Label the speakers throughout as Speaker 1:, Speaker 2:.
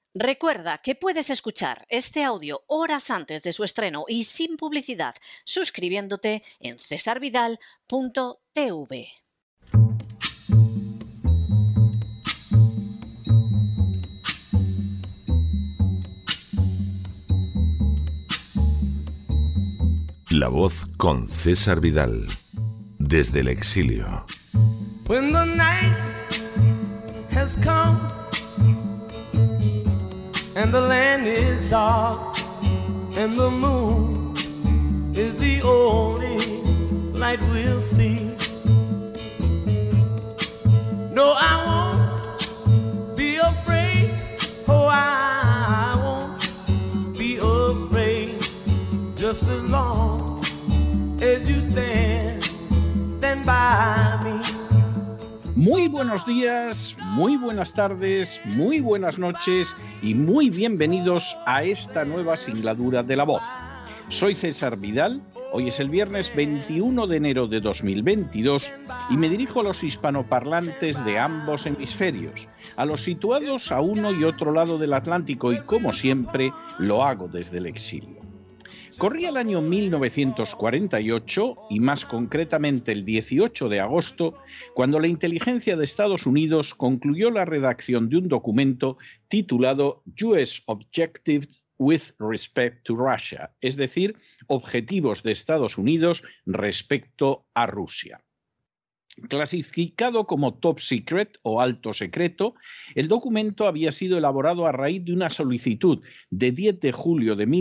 Speaker 1: Recuerda que puedes escuchar este audio horas antes de su estreno y sin publicidad suscribiéndote en cesarvidal.tv.
Speaker 2: La Voz con César Vidal, desde el exilio.
Speaker 3: When the night has come and the land is dark and the moon is the only light we'll see. No, I won't be afraid. Oh, I won't be afraid. Just as long as you stand by me.
Speaker 4: Muy buenos días, muy buenas tardes, muy buenas noches y muy bienvenidos a esta nueva singladura de La Voz. Soy César Vidal, hoy es el viernes 21 de enero de 2022 y me dirijo a los hispanoparlantes de ambos hemisferios, a los situados a uno y otro lado del Atlántico y, como siempre, lo hago desde el exilio. Corría el año 1948 y más concretamente el 18 de agosto, cuando la inteligencia de Estados Unidos concluyó la redacción de un documento titulado US Objectives with Respect to Russia, es decir, Objetivos de Estados Unidos respecto a Rusia. Clasificado como Top Secret o Alto Secreto, el documento había sido elaborado a raíz de una solicitud de 10 de julio de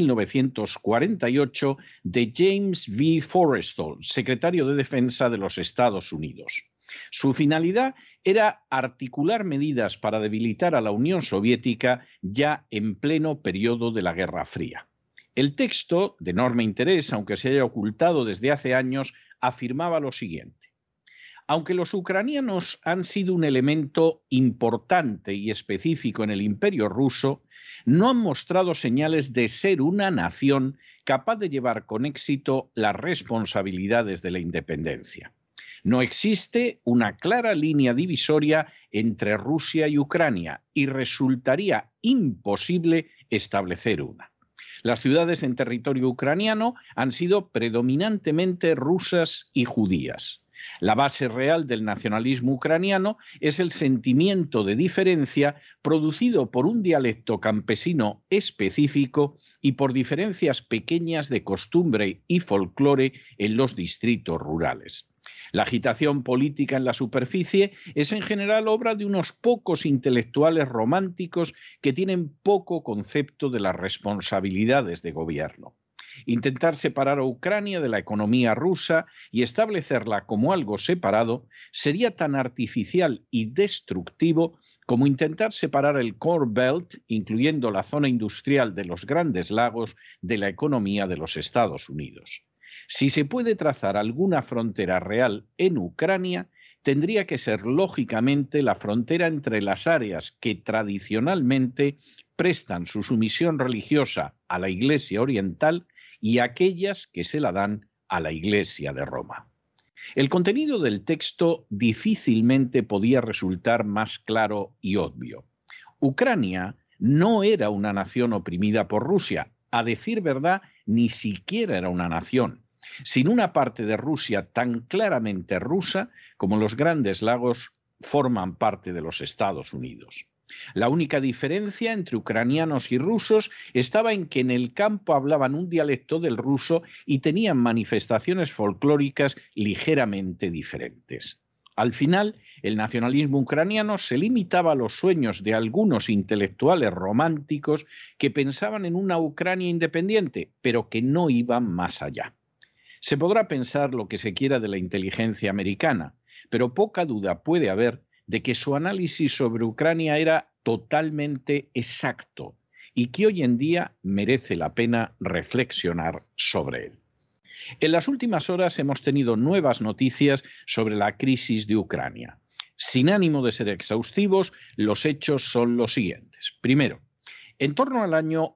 Speaker 4: 1948 de James V. Forrestal, secretario de Defensa de los Estados Unidos. Su finalidad era articular medidas para debilitar a la Unión Soviética ya en pleno periodo de la Guerra Fría. El texto, de enorme interés, aunque se haya ocultado desde hace años, afirmaba lo siguiente. Aunque los ucranianos han sido un elemento importante y específico en el Imperio ruso, no han mostrado señales de ser una nación capaz de llevar con éxito las responsabilidades de la independencia. No existe una clara línea divisoria entre Rusia y Ucrania y resultaría imposible establecer una. Las ciudades en territorio ucraniano han sido predominantemente rusas y judías. La base real del nacionalismo ucraniano es el sentimiento de diferencia producido por un dialecto campesino específico y por diferencias pequeñas de costumbre y folclore en los distritos rurales. La agitación política en la superficie es en general obra de unos pocos intelectuales románticos que tienen poco concepto de las responsabilidades de gobierno. Intentar separar a Ucrania de la economía rusa y establecerla como algo separado sería tan artificial y destructivo como intentar separar el Core Belt, incluyendo la zona industrial de los Grandes Lagos, de la economía de los Estados Unidos. Si se puede trazar alguna frontera real en Ucrania, tendría que ser lógicamente la frontera entre las áreas que tradicionalmente prestan su sumisión religiosa a la Iglesia Oriental y aquellas que se la dan a la Iglesia de Roma. El contenido del texto difícilmente podía resultar más claro y obvio. Ucrania no era una nación oprimida por Rusia, a decir verdad, ni siquiera era una nación, sin una parte de Rusia tan claramente rusa como los Grandes Lagos forman parte de los Estados Unidos. La única diferencia entre ucranianos y rusos estaba en que en el campo hablaban un dialecto del ruso y tenían manifestaciones folclóricas ligeramente diferentes. Al final, el nacionalismo ucraniano se limitaba a los sueños de algunos intelectuales románticos que pensaban en una Ucrania independiente, pero que no iban más allá. Se podrá pensar lo que se quiera de la inteligencia americana, pero poca duda puede haber de que su análisis sobre Ucrania era totalmente exacto y que hoy en día merece la pena reflexionar sobre él. En las últimas horas hemos tenido nuevas noticias sobre la crisis de Ucrania. Sin ánimo de ser exhaustivos, los hechos son los siguientes. Primero, en torno al año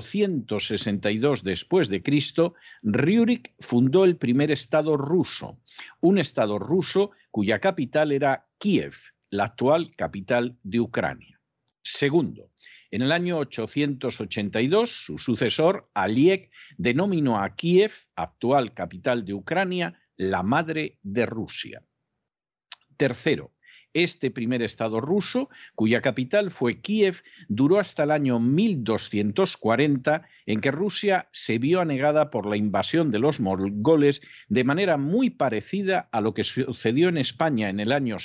Speaker 4: 862 después de Cristo, Rюrik fundó el primer estado ruso, un estado ruso cuya capital era Kiev, la actual capital de Ucrania. Segundo, En el año 882, su sucesor, Aliyev, denominó a Kiev, actual capital de Ucrania, la madre de Rusia. Tercero, este primer estado ruso, cuya capital fue Kiev, duró hasta el año 1240, en que Rusia se vio anegada por la invasión de los mongoles de manera muy parecida a lo que sucedió en España en el año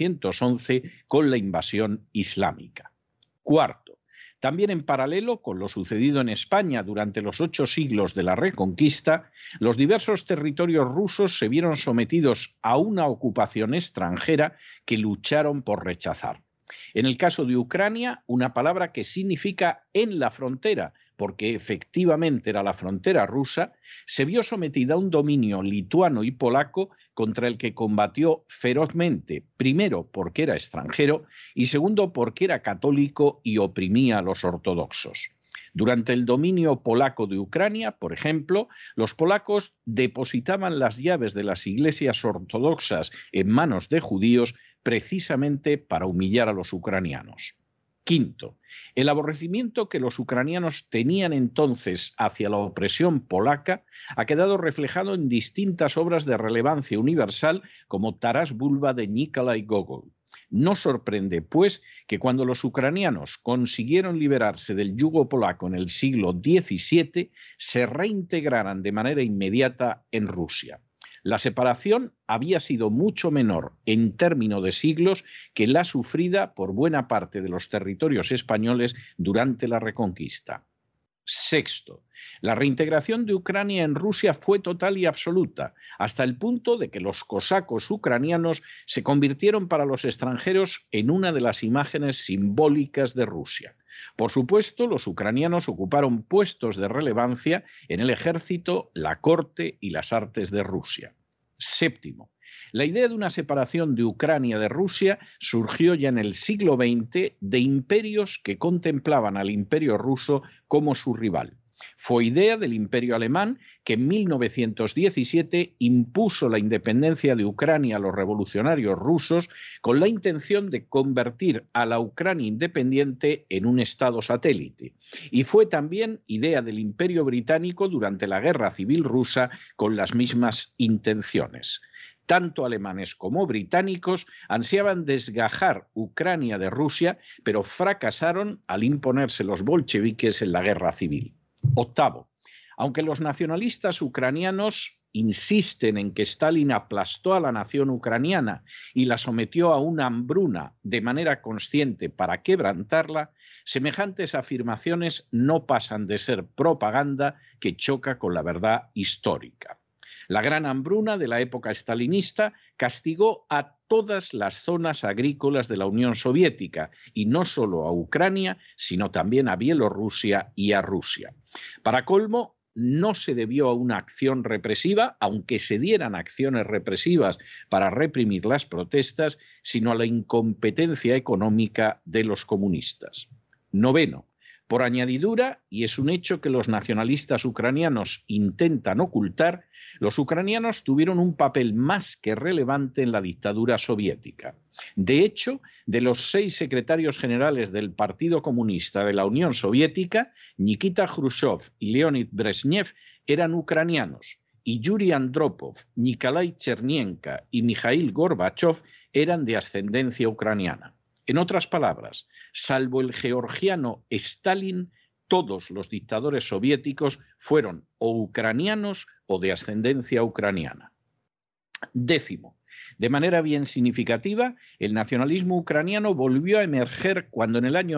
Speaker 4: 711 con la invasión islámica. Cuarto, también en paralelo con lo sucedido en España durante los 8 siglos de la Reconquista, los diversos territorios rusos se vieron sometidos a una ocupación extranjera que lucharon por rechazar. En el caso de Ucrania, una palabra que significa en la frontera, porque efectivamente era la frontera rusa, se vio sometida a un dominio lituano y polaco contra el que combatió ferozmente, primero porque era extranjero y segundo porque era católico y oprimía a los ortodoxos. Durante el dominio polaco de Ucrania, por ejemplo, los polacos depositaban las llaves de las iglesias ortodoxas en manos de judíos precisamente para humillar a los ucranianos. Quinto, el aborrecimiento que los ucranianos tenían entonces hacia la opresión polaca ha quedado reflejado en distintas obras de relevancia universal como Taras Bulba de Nikolai Gogol. No sorprende, pues, que cuando los ucranianos consiguieron liberarse del yugo polaco en el siglo XVII, se reintegraran de manera inmediata en Rusia. La separación había sido mucho menor en términos de siglos que la sufrida por buena parte de los territorios españoles durante la Reconquista. Sexto, la reintegración de Ucrania en Rusia fue total y absoluta, hasta el punto de que los cosacos ucranianos se convirtieron para los extranjeros en una de las imágenes simbólicas de Rusia. Por supuesto, los ucranianos ocuparon puestos de relevancia en el ejército, la corte y las artes de Rusia. Séptimo, la idea de una separación de Ucrania de Rusia surgió ya en el siglo XX de imperios que contemplaban al imperio ruso como su rival. Fue idea del imperio alemán que en 1917 impuso la independencia de Ucrania a los revolucionarios rusos con la intención de convertir a la Ucrania independiente en un estado satélite. Y fue también idea del imperio británico durante la Guerra Civil Rusa con las mismas intenciones. Tanto alemanes como británicos ansiaban desgajar Ucrania de Rusia, pero fracasaron al imponerse los bolcheviques en la Guerra Civil. Octavo, aunque los nacionalistas ucranianos insisten en que Stalin aplastó a la nación ucraniana y la sometió a una hambruna de manera consciente para quebrantarla, semejantes afirmaciones no pasan de ser propaganda que choca con la verdad histórica. La gran hambruna de la época stalinista castigó a todas las zonas agrícolas de la Unión Soviética, y no solo a Ucrania, sino también a Bielorrusia y a Rusia. Para colmo, no se debió a una acción represiva, aunque se dieran acciones represivas para reprimir las protestas, sino a la incompetencia económica de los comunistas. Noveno, por añadidura, y es un hecho que los nacionalistas ucranianos intentan ocultar, los ucranianos tuvieron un papel más que relevante en la dictadura soviética. De hecho, de los 6 secretarios generales del Partido Comunista de la Unión Soviética, Nikita Khrushchev y Leonid Brezhnev eran ucranianos, y Yuri Andropov, Nikolai Chernenka y Mikhail Gorbachev eran de ascendencia ucraniana. En otras palabras, salvo el georgiano Stalin, todos los dictadores soviéticos fueron o ucranianos o de ascendencia ucraniana. Décimo, de manera bien significativa, el nacionalismo ucraniano volvió a emerger cuando en el año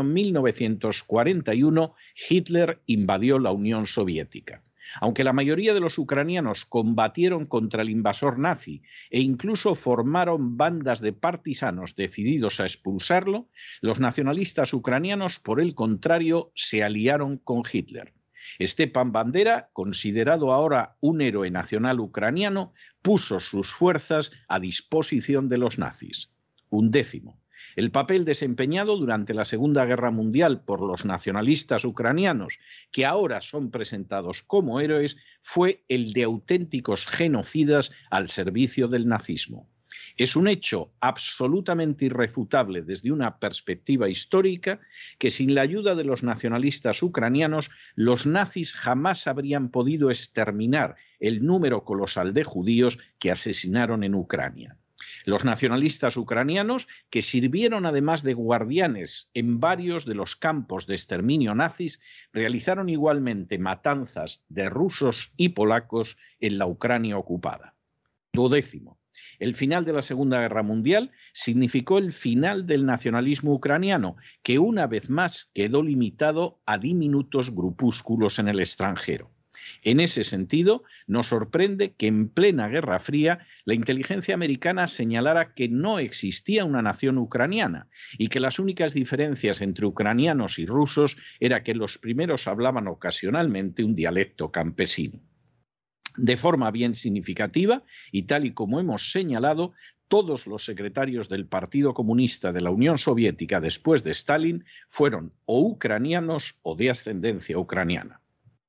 Speaker 4: 1941 Hitler invadió la Unión Soviética. Aunque la mayoría de los ucranianos combatieron contra el invasor nazi e incluso formaron bandas de partisanos decididos a expulsarlo, los nacionalistas ucranianos, por el contrario, se aliaron con Hitler. Stepan Bandera, considerado ahora un héroe nacional ucraniano, puso sus fuerzas a disposición de los nazis. Undécimo. El papel desempeñado durante la Segunda Guerra Mundial por los nacionalistas ucranianos, que ahora son presentados como héroes, fue el de auténticos genocidas al servicio del nazismo. Es un hecho absolutamente irrefutable desde una perspectiva histórica que sin la ayuda de los nacionalistas ucranianos, los nazis jamás habrían podido exterminar el número colosal de judíos que asesinaron en Ucrania. Los nacionalistas ucranianos, que sirvieron además de guardianes en varios de los campos de exterminio nazis, realizaron igualmente matanzas de rusos y polacos en la Ucrania ocupada. 12. El final de la Segunda Guerra Mundial significó el final del nacionalismo ucraniano, que una vez más quedó limitado a diminutos grupúsculos en el extranjero. En ese sentido, nos sorprende que en plena Guerra Fría la inteligencia americana señalara que no existía una nación ucraniana y que las únicas diferencias entre ucranianos y rusos era que los primeros hablaban ocasionalmente un dialecto campesino. De forma bien significativa, y tal y como hemos señalado, todos los secretarios del Partido Comunista de la Unión Soviética después de Stalin fueron o ucranianos o de ascendencia ucraniana.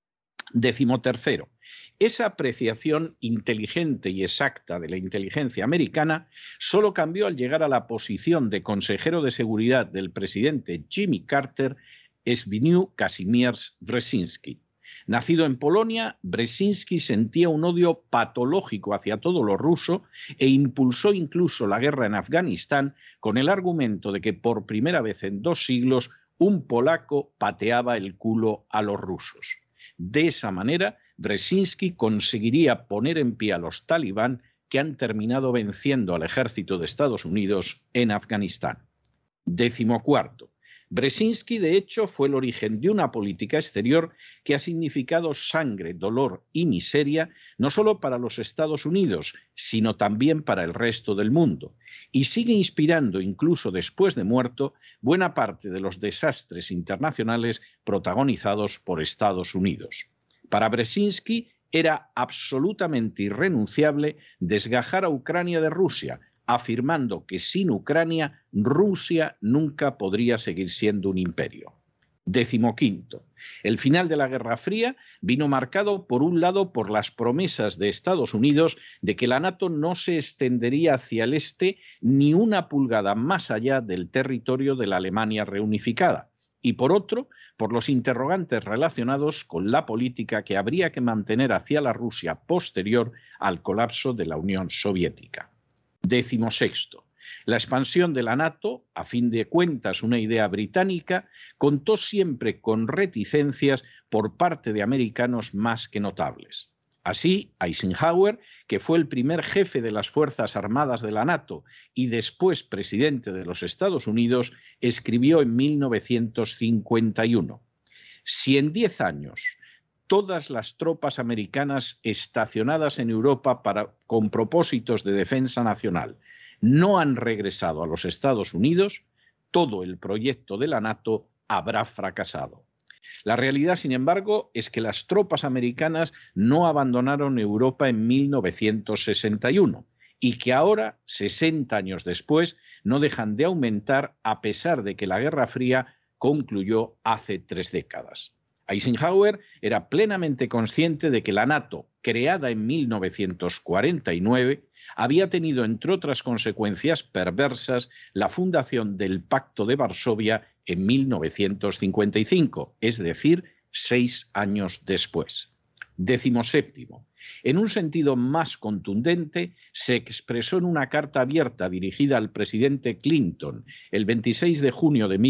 Speaker 4: 13. Esa apreciación inteligente y exacta de la inteligencia americana solo cambió al llegar a la posición de consejero de seguridad del presidente Jimmy Carter, Zbigniew Kazimierz Brzezinski. Nacido en Polonia, Brzezinski sentía un odio patológico hacia todo lo ruso e impulsó incluso la guerra en Afganistán con el argumento de que por primera vez en 2 siglos un polaco pateaba el culo a los rusos. De esa manera, Brzezinski conseguiría poner en pie a los talibán que han terminado venciendo al ejército de Estados Unidos en Afganistán. 14. Brzezinski, de hecho, fue el origen de una política exterior que ha significado sangre, dolor y miseria no solo para los Estados Unidos, sino también para el resto del mundo, y sigue inspirando, incluso después de muerto, buena parte de los desastres internacionales protagonizados por Estados Unidos. Para Brzezinski era absolutamente irrenunciable desgajar a Ucrania de Rusia, afirmando que sin Ucrania, Rusia nunca podría seguir siendo un imperio. 15. El final de la Guerra Fría vino marcado, por un lado, por las promesas de Estados Unidos de que la NATO no se extendería hacia el este ni una pulgada más allá del territorio de la Alemania reunificada, y por otro, por los interrogantes relacionados con la política que habría que mantener hacia la Rusia posterior al colapso de la Unión Soviética. 16. La expansión de la NATO, a fin de cuentas una idea británica, contó siempre con reticencias por parte de americanos más que notables. Así, Eisenhower, que fue el primer jefe de las Fuerzas Armadas de la NATO y después presidente de los Estados Unidos, escribió en 1951: «Si en 10 años todas las tropas americanas estacionadas en Europa con propósitos de defensa nacional no han regresado a los Estados Unidos, todo el proyecto de la NATO habrá fracasado». La realidad, sin embargo, es que las tropas americanas no abandonaron Europa en 1961 y que ahora, 60 años después, no dejan de aumentar a pesar de que la Guerra Fría concluyó hace 3 décadas. Eisenhower era plenamente consciente de que la NATO, creada en 1949, había tenido, entre otras consecuencias perversas, la fundación del Pacto de Varsovia en 1955, es decir, 6 años después. 17. En un sentido más contundente, se expresó en una carta abierta dirigida al presidente Clinton el 26 de junio de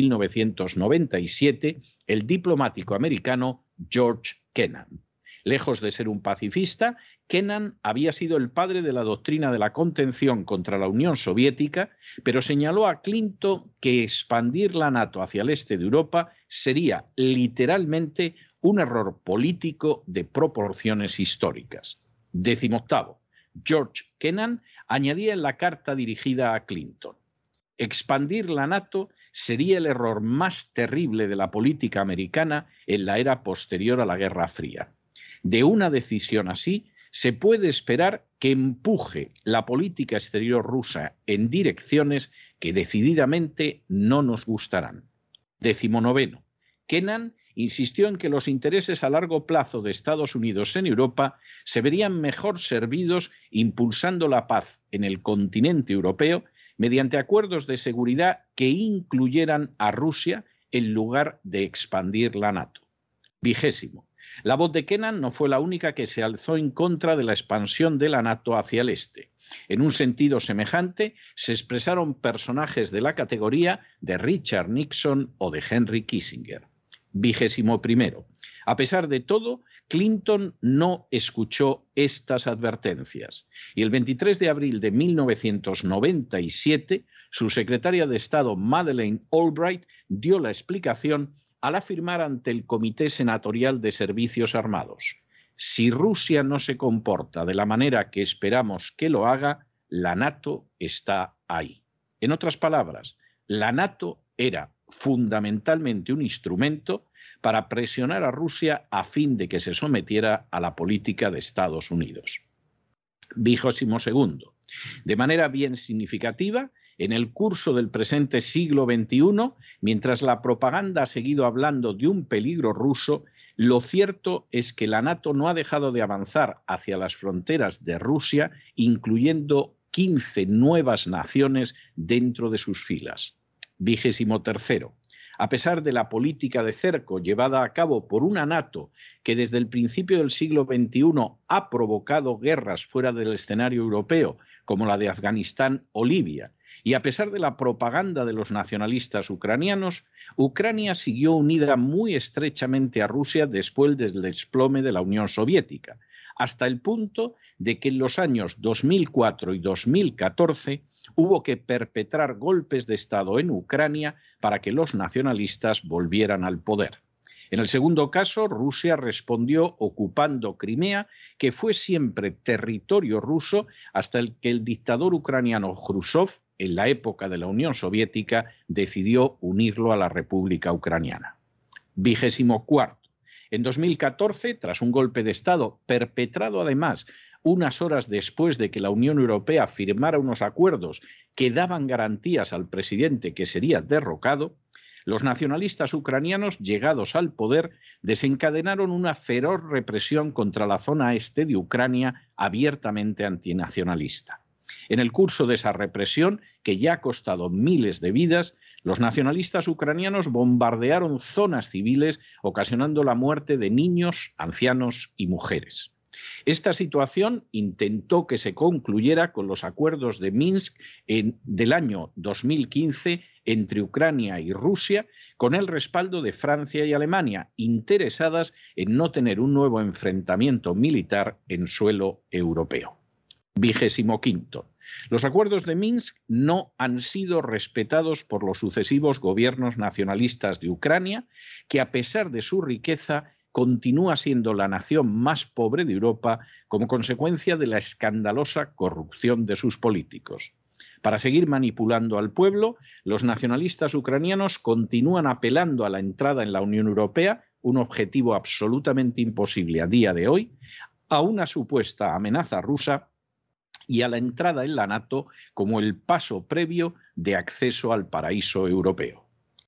Speaker 4: 1997, el diplomático americano George Kennan. Lejos de ser un pacifista, Kennan había sido el padre de la doctrina de la contención contra la Unión Soviética, pero señaló a Clinton que expandir la NATO hacia el este de Europa sería literalmente un error político de proporciones históricas. 18. George Kennan añadía en la carta dirigida a Clinton: expandir la NATO sería el error más terrible de la política americana en la era posterior a la Guerra Fría. De una decisión así, se puede esperar que empuje la política exterior rusa en direcciones que decididamente no nos gustarán. 19. Kennan insistió en que los intereses a largo plazo de Estados Unidos en Europa se verían mejor servidos impulsando la paz en el continente europeo mediante acuerdos de seguridad que incluyeran a Rusia en lugar de expandir la NATO. 20. La voz de Kennan no fue la única que se alzó en contra de la expansión de la NATO hacia el este. En un sentido semejante, se expresaron personajes de la categoría de Richard Nixon o de Henry Kissinger. 21. A pesar de todo, Clinton no escuchó estas advertencias y el 23 de abril de 1997, su secretaria de Estado Madeleine Albright dio la explicación al afirmar ante el Comité Senatorial de Servicios Armados: si Rusia no se comporta de la manera que esperamos que lo haga, la NATO está ahí. En otras palabras, la NATO era fundamentalmente un instrumento para presionar a Rusia a fin de que se sometiera a la política de Estados Unidos. 22. De manera bien significativa, en el curso del presente siglo XXI, mientras la propaganda ha seguido hablando de un peligro ruso, lo cierto es que la NATO no ha dejado de avanzar hacia las fronteras de Rusia, incluyendo 15 nuevas naciones dentro de sus filas. 23. A pesar de la política de cerco llevada a cabo por una NATO que desde el principio del siglo XXI ha provocado guerras fuera del escenario europeo, como la de Afganistán o Libia, y a pesar de la propaganda de los nacionalistas ucranianos, Ucrania siguió unida muy estrechamente a Rusia después del desplome de la Unión Soviética, hasta el punto de que en los años 2004 y 2014 hubo que perpetrar golpes de Estado en Ucrania para que los nacionalistas volvieran al poder. En el segundo caso, Rusia respondió ocupando Crimea, que fue siempre territorio ruso hasta que el dictador ucraniano Jrushchov, en la época de la Unión Soviética, decidió unirlo a la República Ucraniana. 24. En 2014, tras un golpe de Estado perpetrado además unas horas después de que la Unión Europea firmara unos acuerdos que daban garantías al presidente que sería derrocado, los nacionalistas ucranianos, llegados al poder, desencadenaron una feroz represión contra la zona este de Ucrania abiertamente antinacionalista. En el curso de esa represión, que ya ha costado miles de vidas, los nacionalistas ucranianos bombardearon zonas civiles, ocasionando la muerte de niños, ancianos y mujeres. Esta situación intentó que se concluyera con los acuerdos de Minsk del año 2015 entre Ucrania y Rusia, con el respaldo de Francia y Alemania, interesadas en no tener un nuevo enfrentamiento militar en suelo europeo. 25. Los acuerdos de Minsk no han sido respetados por los sucesivos gobiernos nacionalistas de Ucrania, que a pesar de su riqueza continúa siendo la nación más pobre de Europa como consecuencia de la escandalosa corrupción de sus políticos. Para seguir manipulando al pueblo, los nacionalistas ucranianos continúan apelando a la entrada en la Unión Europea, un objetivo absolutamente imposible a día de hoy, a una supuesta amenaza rusa y a la entrada en la NATO como el paso previo de acceso al paraíso europeo.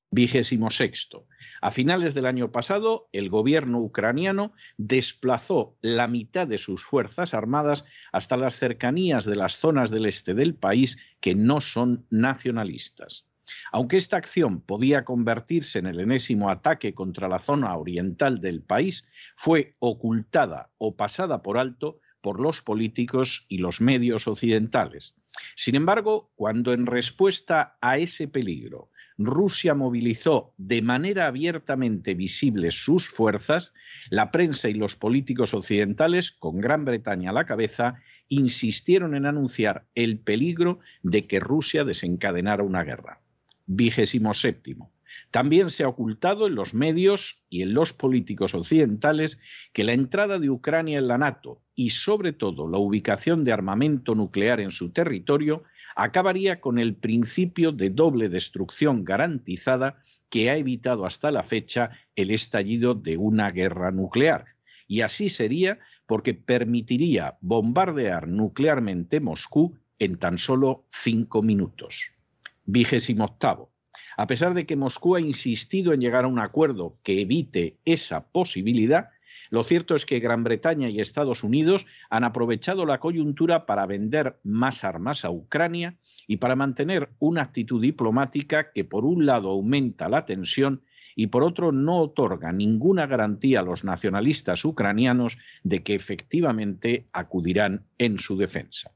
Speaker 4: 26. A finales del año pasado, el gobierno ucraniano desplazó la mitad de sus fuerzas armadas hasta las cercanías de las zonas del este del país que no son nacionalistas. Aunque esta acción podía convertirse en el enésimo ataque contra la zona oriental del país, fue ocultada o pasada por alto por los políticos y los medios occidentales. Sin embargo, cuando en respuesta a ese peligro Rusia movilizó de manera abiertamente visible sus fuerzas, la prensa y los políticos occidentales, con Gran Bretaña a la cabeza, insistieron en anunciar el peligro de que Rusia desencadenara una guerra. 27. También se ha ocultado en los medios y en los políticos occidentales que la entrada de Ucrania en la NATO y sobre todo la ubicación de armamento nuclear en su territorio acabaría con el principio de doble destrucción garantizada que ha evitado hasta la fecha el estallido de una guerra nuclear. Y así sería porque permitiría bombardear nuclearmente Moscú en tan solo 5 minutos. 28. A pesar de que Moscú ha insistido en llegar a un acuerdo que evite esa posibilidad, lo cierto es que Gran Bretaña y Estados Unidos han aprovechado la coyuntura para vender más armas a Ucrania y para mantener una actitud diplomática que por un lado aumenta la tensión y por otro no otorga ninguna garantía a los nacionalistas ucranianos de que efectivamente acudirán en su defensa.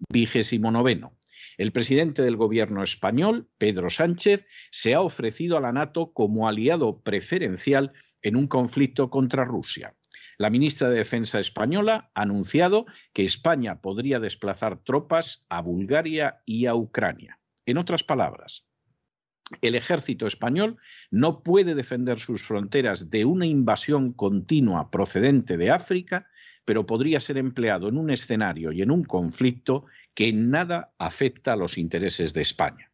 Speaker 4: 29. El presidente del gobierno español, Pedro Sánchez, se ha ofrecido a la NATO como aliado preferencial en un conflicto contra Rusia. La ministra de Defensa española ha anunciado que España podría desplazar tropas a Bulgaria y a Ucrania. En otras palabras, el ejército español no puede defender sus fronteras de una invasión continua procedente de África, pero podría ser empleado en un escenario y en un conflicto que en nada afecta a los intereses de España.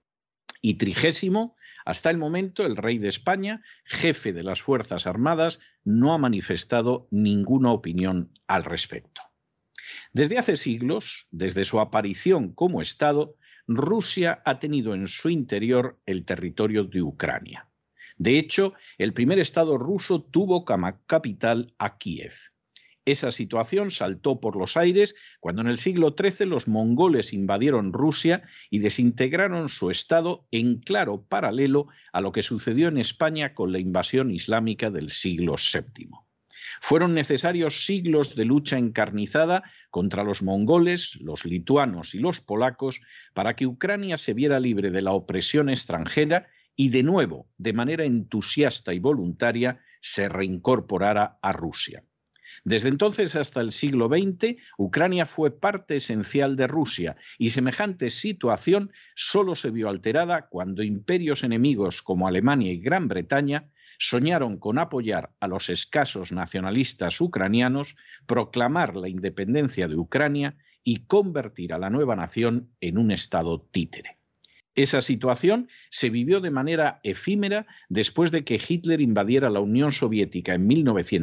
Speaker 4: Y 30, hasta el momento el rey de España, jefe de las Fuerzas Armadas, no ha manifestado ninguna opinión al respecto. Desde hace siglos, desde su aparición como Estado, Rusia ha tenido en su interior el territorio de Ucrania. De hecho, el primer Estado ruso tuvo como capital a Kiev. Esa situación saltó por los aires cuando en el siglo XIII los mongoles invadieron Rusia y desintegraron su Estado en claro paralelo a lo que sucedió en España con la invasión islámica del siglo VII. Fueron necesarios siglos de lucha encarnizada contra los mongoles, los lituanos y los polacos para que Ucrania se viera libre de la opresión extranjera y de nuevo, de manera entusiasta y voluntaria, se reincorporara a Rusia. Desde entonces hasta el siglo XX, Ucrania fue parte esencial de Rusia y semejante situación solo se vio alterada cuando imperios enemigos como Alemania y Gran Bretaña soñaron con apoyar a los escasos nacionalistas ucranianos, proclamar la independencia de Ucrania y convertir a la nueva nación en un estado títere. Esa situación se vivió de manera efímera después de que Hitler invadiera la Unión Soviética en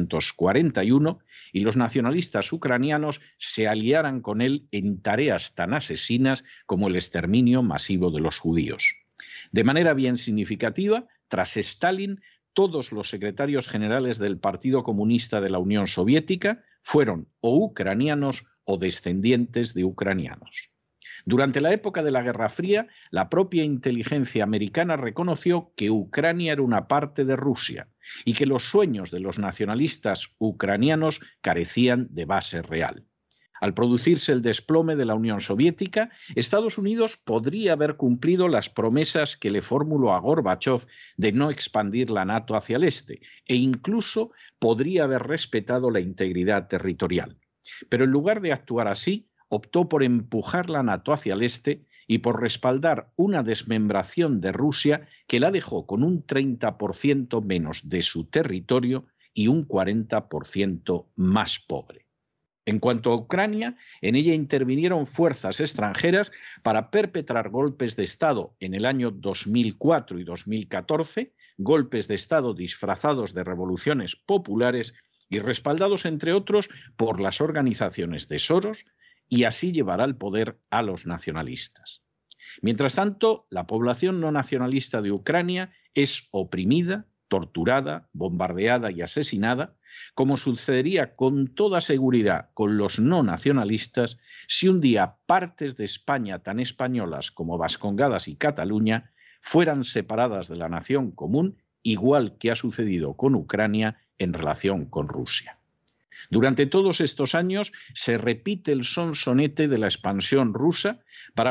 Speaker 4: 1941 y los nacionalistas ucranianos se aliaran con él en tareas tan asesinas como el exterminio masivo de los judíos. De manera bien significativa, tras Stalin, todos los secretarios generales del Partido Comunista de la Unión Soviética fueron o ucranianos o descendientes de ucranianos. Durante la época de la Guerra Fría, la propia inteligencia americana reconoció que Ucrania era una parte de Rusia y que los sueños de los nacionalistas ucranianos carecían de base real. Al producirse el desplome de la Unión Soviética, Estados Unidos podría haber cumplido las promesas que le formuló a Gorbachov de no expandir la NATO hacia el este e incluso podría haber respetado la integridad territorial. Pero en lugar de actuar así, optó por empujar la NATO hacia el este y por respaldar una desmembración de Rusia que la dejó con un 30% menos de su territorio y un 40% más pobre. En cuanto a Ucrania, en ella intervinieron fuerzas extranjeras para perpetrar golpes de Estado en el año 2004 y 2014, golpes de Estado disfrazados de revoluciones populares y respaldados, entre otros, por las organizaciones de Soros, y así llevar al poder a los nacionalistas. Mientras tanto, la población no nacionalista de Ucrania es oprimida, torturada, bombardeada y asesinada, como sucedería con toda seguridad con los no nacionalistas si un día partes de España tan españolas como Vascongadas y Cataluña fueran separadas de la nación común, igual que ha sucedido con Ucrania en relación con Rusia. Durante todos estos años se repite el sonsonete de la expansión rusa para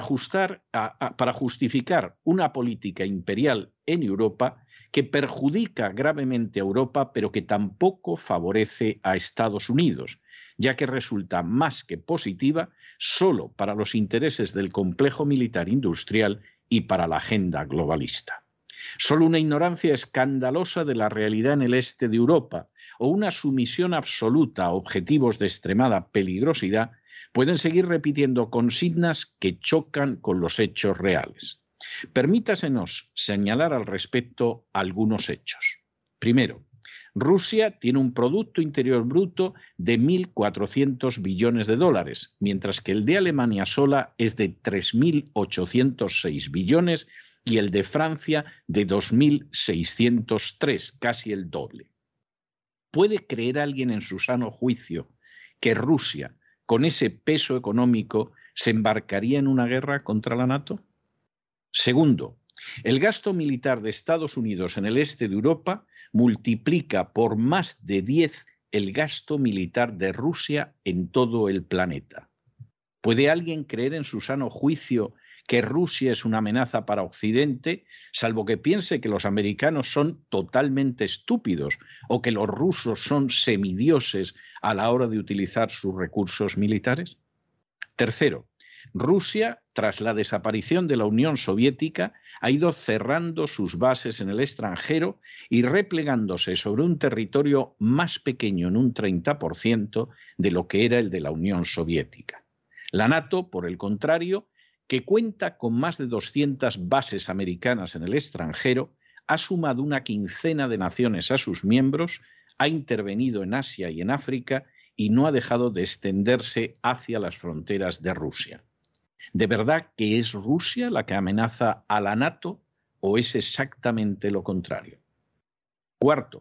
Speaker 4: justificar una política imperial en Europa que perjudica gravemente a Europa, pero que tampoco favorece a Estados Unidos, ya que resulta más que positiva solo para los intereses del complejo militar industrial y para la agenda globalista. Solo una ignorancia escandalosa de la realidad en el este de Europa o una sumisión absoluta a objetivos de extremada peligrosidad pueden seguir repitiendo consignas que chocan con los hechos reales. Permítasenos señalar al respecto algunos hechos. Primero, Rusia tiene un Producto Interior Bruto de 1.400 billones de dólares, mientras que el de Alemania sola es de 3.806 billones y el de Francia de 2.603, casi el doble. ¿Puede creer alguien en su sano juicio que Rusia, con ese peso económico, se embarcaría en una guerra contra la NATO? Segundo, el gasto militar de Estados Unidos en el este de Europa multiplica por más de 10 el gasto militar de Rusia en todo el planeta. ¿Puede alguien creer en su sano juicio que Rusia es una amenaza para Occidente, salvo que piense que los americanos son totalmente estúpidos o que los rusos son semidioses a la hora de utilizar sus recursos militares? Tercero, Rusia, tras la desaparición de la Unión Soviética, ha ido cerrando sus bases en el extranjero y replegándose sobre un territorio más pequeño en un 30% de lo que era el de la Unión Soviética. La NATO, por el contrario, que cuenta con más de 200 bases americanas en el extranjero, ha sumado una quincena de naciones a sus miembros, ha intervenido en Asia y en África y no ha dejado de extenderse hacia las fronteras de Rusia. ¿De verdad que es Rusia la que amenaza a la NATO o es exactamente lo contrario? Cuarto,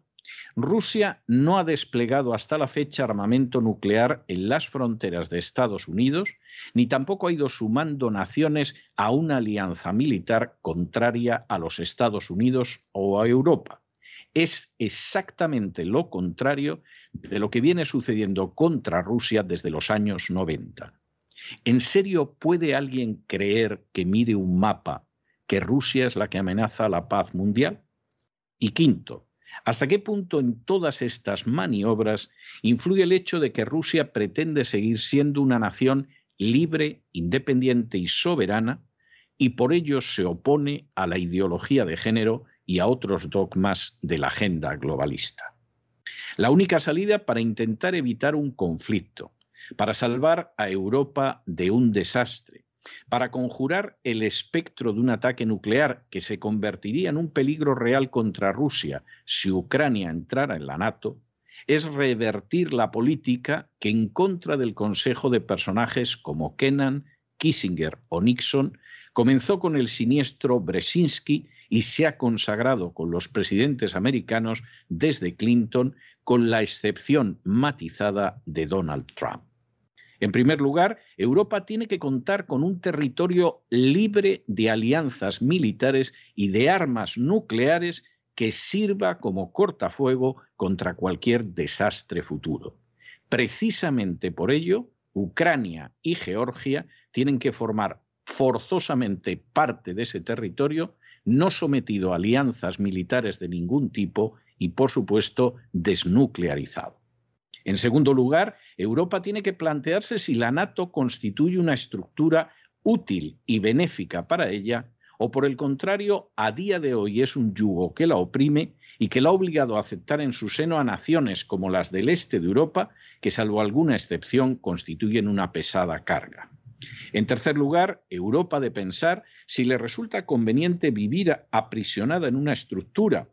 Speaker 4: Rusia no ha desplegado hasta la fecha armamento nuclear en las fronteras de Estados Unidos, ni tampoco ha ido sumando naciones a una alianza militar contraria a los Estados Unidos o a Europa. Es exactamente lo contrario de lo que viene sucediendo contra Rusia desde los años 90. ¿En serio puede alguien creer que mire un mapa que Rusia es la que amenaza la paz mundial? Y quinto, ¿hasta qué punto en todas estas maniobras influye el hecho de que Rusia pretende seguir siendo una nación libre, independiente y soberana y por ello se opone a la ideología de género y a otros dogmas de la agenda globalista? La única salida para intentar evitar un conflicto, para salvar a Europa de un desastre, para conjurar el espectro de un ataque nuclear que se convertiría en un peligro real contra Rusia si Ucrania entrara en la NATO, es revertir la política que, en contra del consejo de personajes como Kennan, Kissinger o Nixon, comenzó con el siniestro Brzezinski y se ha consagrado con los presidentes americanos desde Clinton, con la excepción matizada de Donald Trump. En primer lugar, Europa tiene que contar con un territorio libre de alianzas militares y de armas nucleares que sirva como cortafuego contra cualquier desastre futuro. Precisamente por ello, Ucrania y Georgia tienen que formar forzosamente parte de ese territorio, no sometido a alianzas militares de ningún tipo y, por supuesto, desnuclearizado. En segundo lugar, Europa tiene que plantearse si la NATO constituye una estructura útil y benéfica para ella o, por el contrario, a día de hoy es un yugo que la oprime y que la ha obligado a aceptar en su seno a naciones como las del este de Europa, que salvo alguna excepción constituyen una pesada carga. En tercer lugar, Europa ha de pensar si le resulta conveniente vivir aprisionada en una estructura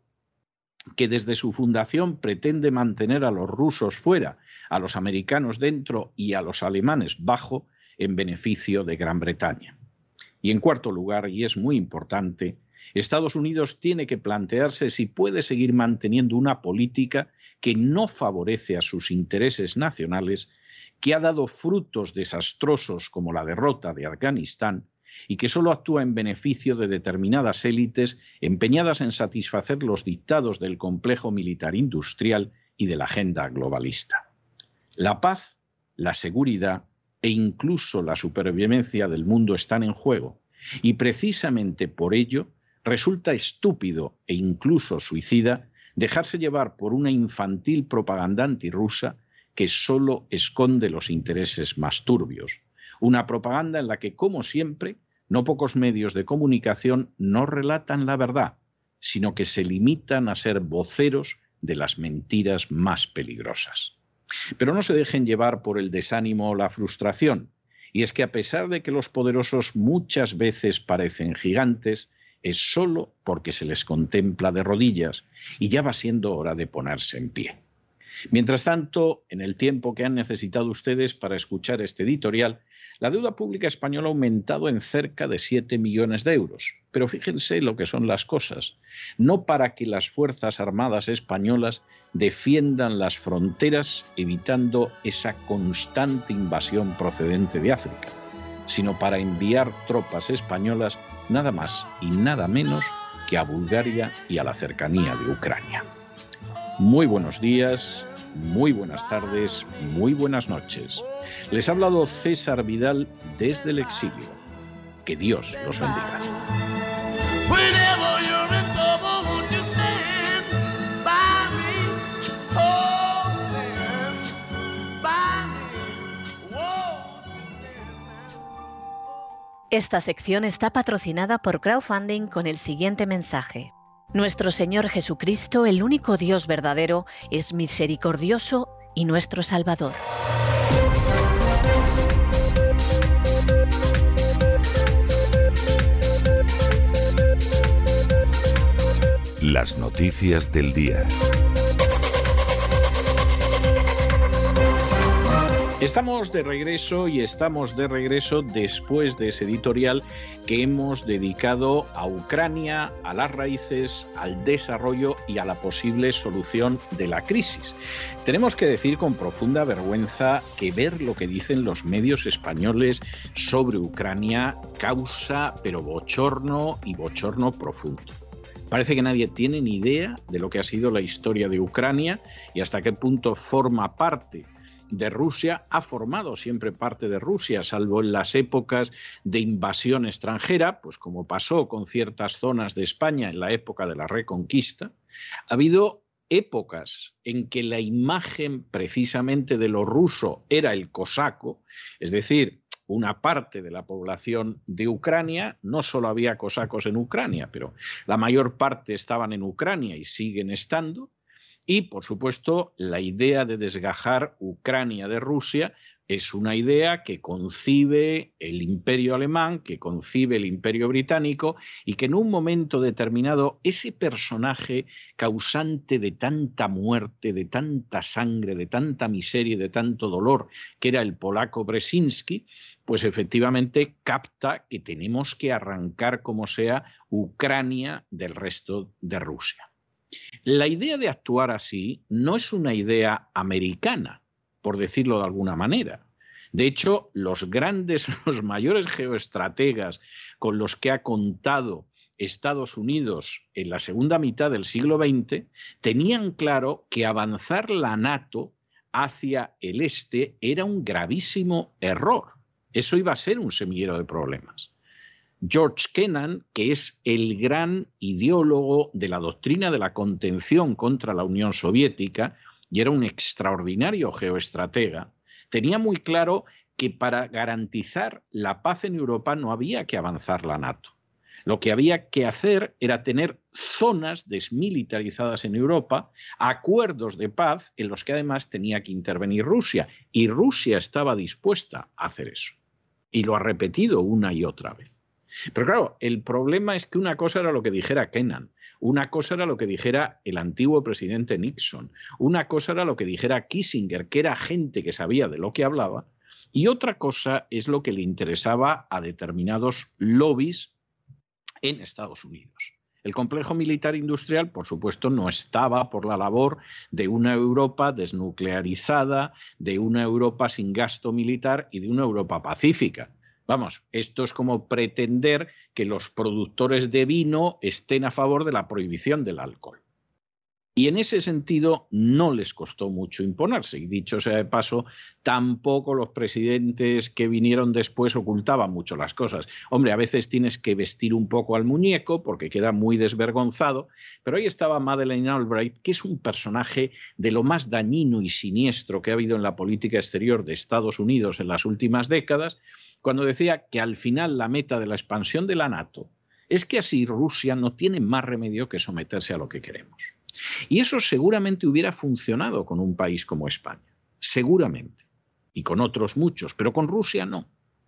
Speaker 4: que desde su fundación pretende mantener a los rusos fuera, a los americanos dentro y a los alemanes bajo, en beneficio de Gran Bretaña. Y en cuarto lugar, y es muy importante, Estados Unidos tiene que plantearse si puede seguir manteniendo una política que no favorece a sus intereses nacionales, que ha dado frutos desastrosos como la derrota de Afganistán, y que solo actúa en beneficio de determinadas élites empeñadas en satisfacer los dictados del complejo militar industrial y de la agenda globalista. La paz, la seguridad e incluso la supervivencia del mundo están en juego, y precisamente por ello resulta estúpido e incluso suicida dejarse llevar por una infantil propaganda antirrusa que solo esconde los intereses más turbios. Una propaganda en la que, como siempre, no pocos medios de comunicación no relatan la verdad, sino que se limitan a ser voceros de las mentiras más peligrosas. Pero no se dejen llevar por el desánimo o la frustración, y es que a pesar de que los poderosos muchas veces parecen gigantes, es solo porque se les contempla de rodillas, y ya va siendo hora de ponerse en pie. Mientras tanto, en el tiempo que han necesitado ustedes para escuchar este editorial, la deuda pública española ha aumentado en cerca de 7 millones de euros. Pero fíjense lo que son las cosas. No para que las Fuerzas Armadas españolas defiendan las fronteras evitando esa constante invasión procedente de África, sino para enviar tropas españolas nada más y nada menos que a Bulgaria y a la cercanía de Ucrania. Muy buenos días, muy buenas tardes, muy buenas noches. Les ha hablado César Vidal desde el exilio. Que Dios los bendiga.
Speaker 1: Esta sección está patrocinada por crowdfunding con el siguiente mensaje. Nuestro Señor Jesucristo, el único Dios verdadero, es misericordioso y nuestro Salvador.
Speaker 2: Las noticias del día.
Speaker 4: Estamos de regreso después de ese editorial que hemos dedicado a Ucrania, a las raíces, al desarrollo y a la posible solución de la crisis. Tenemos que decir con profunda vergüenza que ver lo que dicen los medios españoles sobre Ucrania causa pero bochorno y bochorno profundo. Parece que nadie tiene ni idea de lo que ha sido la historia de Ucrania y hasta qué punto forma parte de Rusia, ha formado siempre parte de Rusia, salvo en las épocas de invasión extranjera, pues como pasó con ciertas zonas de España en la época de la Reconquista. Ha habido épocas en que la imagen precisamente de lo ruso era el cosaco, es decir, una parte de la población de Ucrania. No solo había cosacos en Ucrania, pero la mayor parte estaban en Ucrania y siguen estando. Y, por supuesto, la idea de desgajar Ucrania de Rusia es una idea que concibe el Imperio alemán, que concibe el Imperio británico y que en un momento determinado ese personaje causante de tanta muerte, de tanta sangre, de tanta miseria y de tanto dolor, que era el polaco Brzezinski, pues efectivamente capta que tenemos que arrancar como sea Ucrania del resto de Rusia. La idea de actuar así no es una idea americana, por decirlo de alguna manera. De hecho, los mayores geoestrategas con los que ha contado Estados Unidos en la segunda mitad del siglo XX tenían claro que avanzar la NATO hacia el este era un gravísimo error. Eso iba a ser un semillero de problemas. George Kennan, que es el gran ideólogo de la doctrina de la contención contra la Unión Soviética y era un extraordinario geoestratega, tenía muy claro que para garantizar la paz en Europa no había que avanzar la NATO. Lo que había que hacer era tener zonas desmilitarizadas en Europa, acuerdos de paz en los que además tenía que intervenir Rusia, y Rusia estaba dispuesta a hacer eso. Y lo ha repetido una y otra vez. Pero claro, el problema es que una cosa era lo que dijera Kennan, una cosa era lo que dijera el antiguo presidente Nixon, una cosa era lo que dijera Kissinger, que era gente que sabía de lo que hablaba, y otra cosa es lo que le interesaba a determinados lobbies en Estados Unidos. El complejo militar industrial, por supuesto, no estaba por la labor de una Europa desnuclearizada, de una Europa sin gasto militar y de una Europa pacífica. Vamos, esto es como pretender que los productores de vino estén a favor de la prohibición del alcohol. Y en ese sentido no les costó mucho imponerse. Y dicho sea de paso, tampoco los presidentes que vinieron después ocultaban mucho las cosas. Hombre, a veces tienes que vestir un poco al muñeco porque queda muy desvergonzado. Pero ahí estaba Madeleine Albright, que es un personaje de lo más dañino y siniestro que ha habido en la política exterior de Estados Unidos en las últimas décadas, cuando decía que al final la meta de la expansión de la NATO es que así Rusia no tiene más remedio que someterse a lo que queremos. Y eso seguramente hubiera funcionado con un país como España, seguramente, y con otros muchos, pero con Rusia no.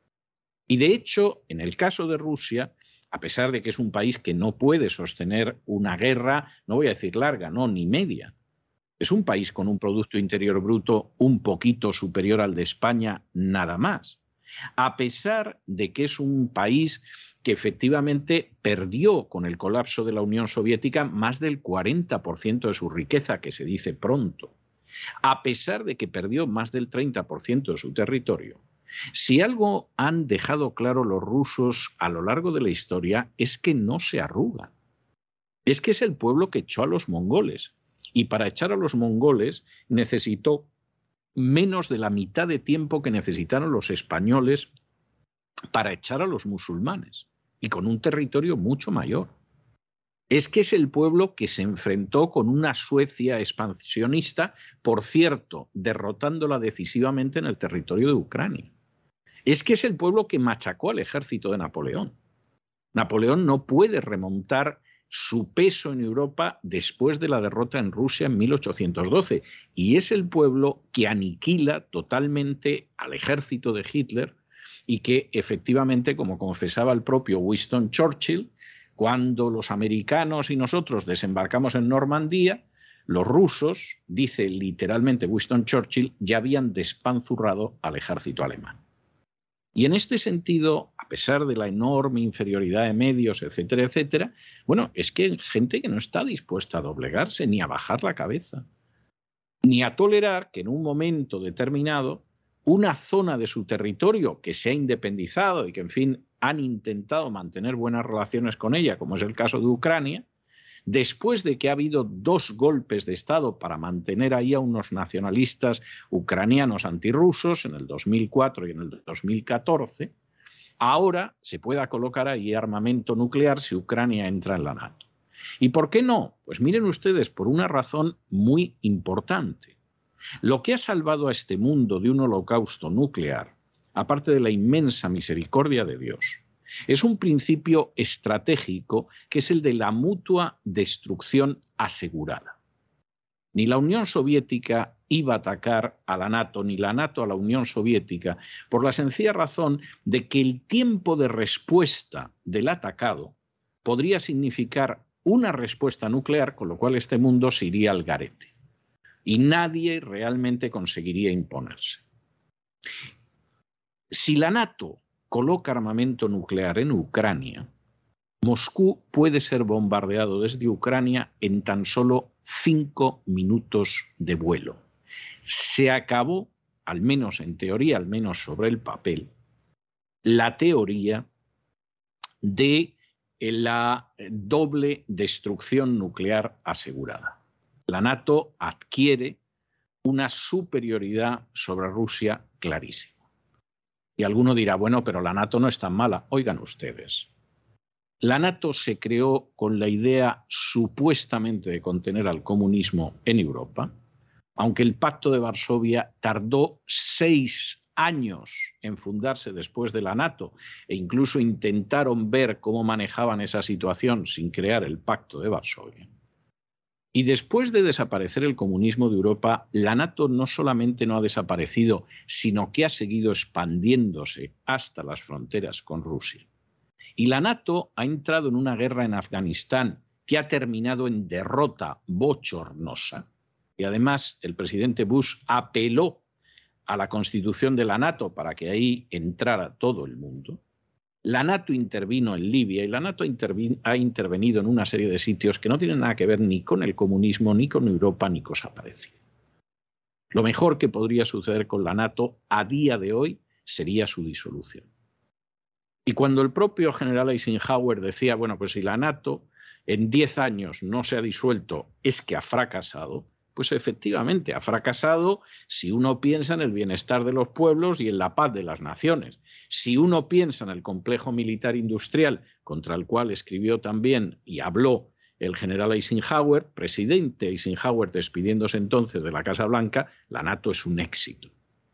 Speaker 4: Y de hecho, en el caso de Rusia, a pesar de que es un país que no puede sostener una guerra, no voy a decir larga, no, ni media, Es un país con un Producto Interior Bruto un poquito superior al de España, nada más. A pesar de que es un país que efectivamente perdió con el colapso de la Unión Soviética más del 40% de su riqueza, que se dice pronto. A pesar de que perdió más del 30% de su territorio. Si algo han dejado claro los rusos a lo largo de la historia es que no se arrugan. Es que es el pueblo que echó a los mongoles. Y para echar a los mongoles necesitó menos de la mitad de tiempo que necesitaron los españoles para echar a los musulmanes. Y con un territorio mucho mayor. Es que es el pueblo que se enfrentó con una Suecia expansionista, por cierto, derrotándola decisivamente en el territorio de Ucrania. Es que es el pueblo que machacó al ejército de Napoleón. Napoleón no puede remontar su peso en Europa después de la derrota en Rusia en 1812. Y es el pueblo que aniquila totalmente al ejército de Hitler y que efectivamente, como confesaba el propio Winston Churchill, cuando los americanos y nosotros desembarcamos en Normandía, los rusos, dice literalmente Winston Churchill, ya habían despanzurrado al ejército alemán. Y en este sentido, a pesar de la enorme inferioridad de medios, etcétera, etcétera, bueno, es que hay gente que no está dispuesta a doblegarse ni a bajar la cabeza, ni a tolerar que en un momento determinado una zona de su territorio que se ha independizado y que, en fin, han intentado mantener buenas relaciones con ella, como es el caso de Ucrania, después de que ha habido 2 golpes de Estado para mantener ahí a unos nacionalistas ucranianos antirrusos en el 2004 y en el 2014, ahora se pueda colocar ahí armamento nuclear si Ucrania entra en la NATO. ¿Y por qué no? Pues miren ustedes, por una razón muy importante. Lo que ha salvado a este mundo de un holocausto nuclear, aparte de la inmensa misericordia de Dios, es un principio estratégico que es el de la mutua destrucción asegurada. Ni la Unión Soviética iba a atacar a la NATO, ni la NATO a la Unión Soviética, por la sencilla razón de que el tiempo de respuesta del atacado podría significar una respuesta nuclear, con lo cual este mundo se iría al garete. Y nadie realmente conseguiría imponerse. Si la NATO coloca armamento nuclear en Ucrania, Moscú puede ser bombardeado desde Ucrania en tan solo 5 minutos de vuelo. Se acabó, al menos en teoría, al menos sobre el papel, la teoría de la doble destrucción nuclear asegurada. La NATO adquiere una superioridad sobre Rusia clarísima. Y alguno dirá, bueno, pero la NATO no es tan mala. Oigan ustedes, la NATO se creó con la idea supuestamente de contener al comunismo en Europa, aunque el Pacto de Varsovia tardó 6 años en fundarse después de la NATO e incluso intentaron ver cómo manejaban esa situación sin crear el Pacto de Varsovia. Y después de desaparecer el comunismo de Europa, la NATO no solamente no ha desaparecido, sino que ha seguido expandiéndose hasta las fronteras con Rusia. Y la NATO ha entrado en una guerra en Afganistán que ha terminado en derrota bochornosa. Y además el presidente Bush apeló a la constitución de la NATO para que ahí entrara todo el mundo. La NATO intervino en Libia y la NATO ha intervenido en una serie de sitios que no tienen nada que ver ni con el comunismo, ni con Europa, ni cosa parecida. Lo mejor que podría suceder con la NATO a día de hoy sería su disolución. Y cuando el propio general Eisenhower decía, bueno, pues si la NATO en 10 años no se ha disuelto, es que ha fracasado, pues efectivamente ha fracasado si uno piensa en el bienestar de los pueblos y en la paz de las naciones. Si uno piensa en el complejo militar industrial contra el cual escribió también y habló el general Eisenhower, presidente Eisenhower despidiéndose entonces de la Casa Blanca, la NATO es un éxito.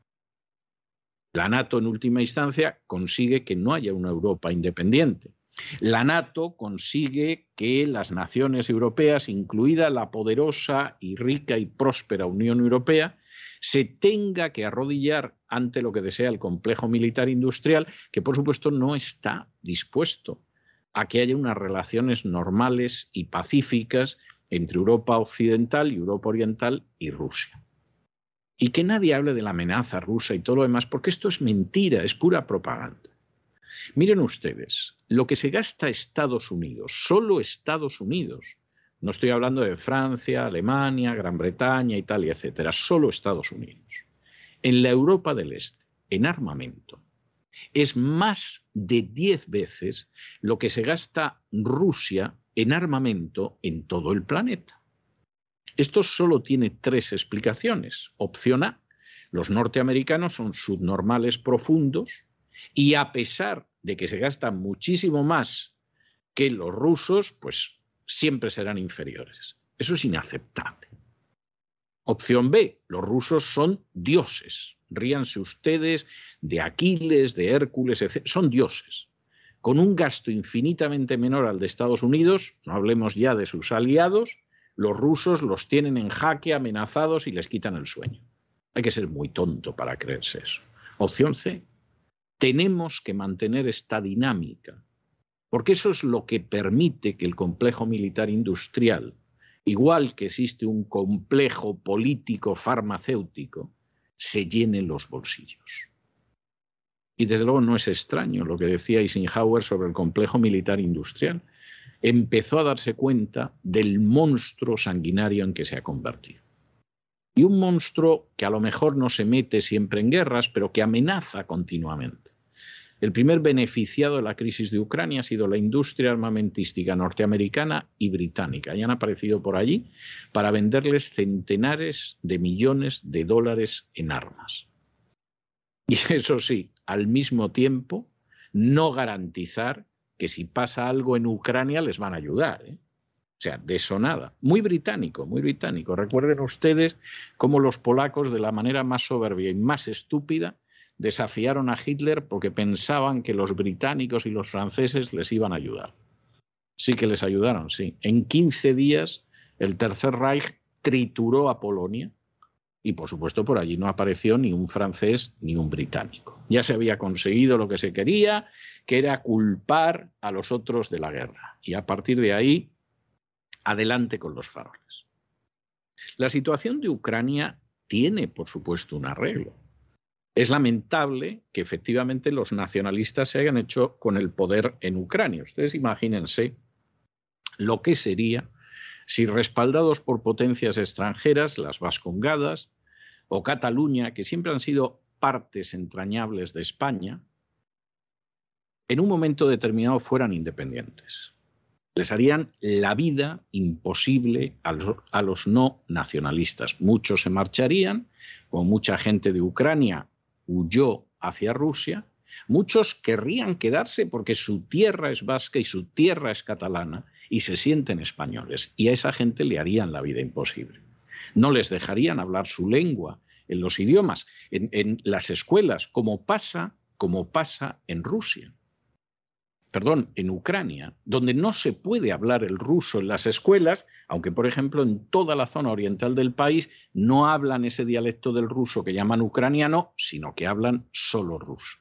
Speaker 4: La NATO en última instancia consigue que no haya una Europa independiente. La NATO consigue que las naciones europeas, incluida la poderosa y rica y próspera Unión Europea, se tenga que arrodillar ante lo que desea el complejo militar industrial, que por supuesto no está dispuesto a que haya unas relaciones normales y pacíficas entre Europa Occidental y Europa Oriental y Rusia. Y que nadie hable de la amenaza rusa y todo lo demás, porque esto es mentira, es pura propaganda. Miren ustedes, lo que se gasta Estados Unidos, solo Estados Unidos, no estoy hablando de Francia, Alemania, Gran Bretaña, Italia, etcétera, solo Estados Unidos, en la Europa del Este, en armamento, es más de 10 veces lo que se gasta Rusia en armamento en todo el planeta. Esto solo tiene 3 explicaciones. Opción A, los norteamericanos son subnormales profundos y a pesar de que se gastan muchísimo más que los rusos, pues siempre serán inferiores. Eso es inaceptable. Opción B, los rusos son dioses. Ríanse ustedes de Aquiles, de Hércules, etc. Son dioses. Con un gasto infinitamente menor al de Estados Unidos, no hablemos ya de sus aliados, los rusos los tienen en jaque, amenazados y les quitan el sueño. Hay que ser muy tonto para creerse eso. Opción C, tenemos que mantener esta dinámica, porque eso es lo que permite que el complejo militar industrial, igual que existe un complejo político farmacéutico, se llene los bolsillos. Y desde luego no es extraño lo que decía Eisenhower sobre el complejo militar industrial. Empezó a darse cuenta del monstruo sanguinario en que se ha convertido. Y un monstruo que a lo mejor no se mete siempre en guerras, pero que amenaza continuamente. El primer beneficiado de la crisis de Ucrania ha sido la industria armamentística norteamericana y británica. Y han aparecido por allí para venderles centenares de millones de dólares en armas. Y eso sí, al mismo tiempo, no garantizar que si pasa algo en Ucrania les van a ayudar, ¿eh? O sea, de eso nada. Muy británico, muy británico. Recuerden ustedes cómo los polacos, de la manera más soberbia y más estúpida, desafiaron a Hitler porque pensaban que los británicos y los franceses les iban a ayudar. Sí que les ayudaron, sí. En 15 días el Tercer Reich trituró a Polonia y, por supuesto, por allí no apareció ni un francés ni un británico. Ya se había conseguido lo que se quería, que era culpar a los otros de la guerra. Y a partir de ahí, adelante con los faroles. La situación de Ucrania tiene, por supuesto, un arreglo. Es lamentable que efectivamente los nacionalistas se hayan hecho con el poder en Ucrania. Ustedes imagínense lo que sería si, respaldados por potencias extranjeras, las vascongadas o Cataluña, que siempre han sido partes entrañables de España, en un momento determinado fueran independientes. Les harían la vida imposible a los no nacionalistas. Muchos se marcharían, como mucha gente de Ucrania huyó hacia Rusia. Muchos querrían quedarse porque su tierra es vasca y su tierra es catalana y se sienten españoles. Y a esa gente le harían la vida imposible. No les dejarían hablar su lengua en los idiomas, en las escuelas, como pasa en Rusia. Perdón, en Ucrania, donde no se puede hablar el ruso en las escuelas, aunque, por ejemplo, en toda la zona oriental del país no hablan ese dialecto del ruso que llaman ucraniano, sino que hablan solo ruso.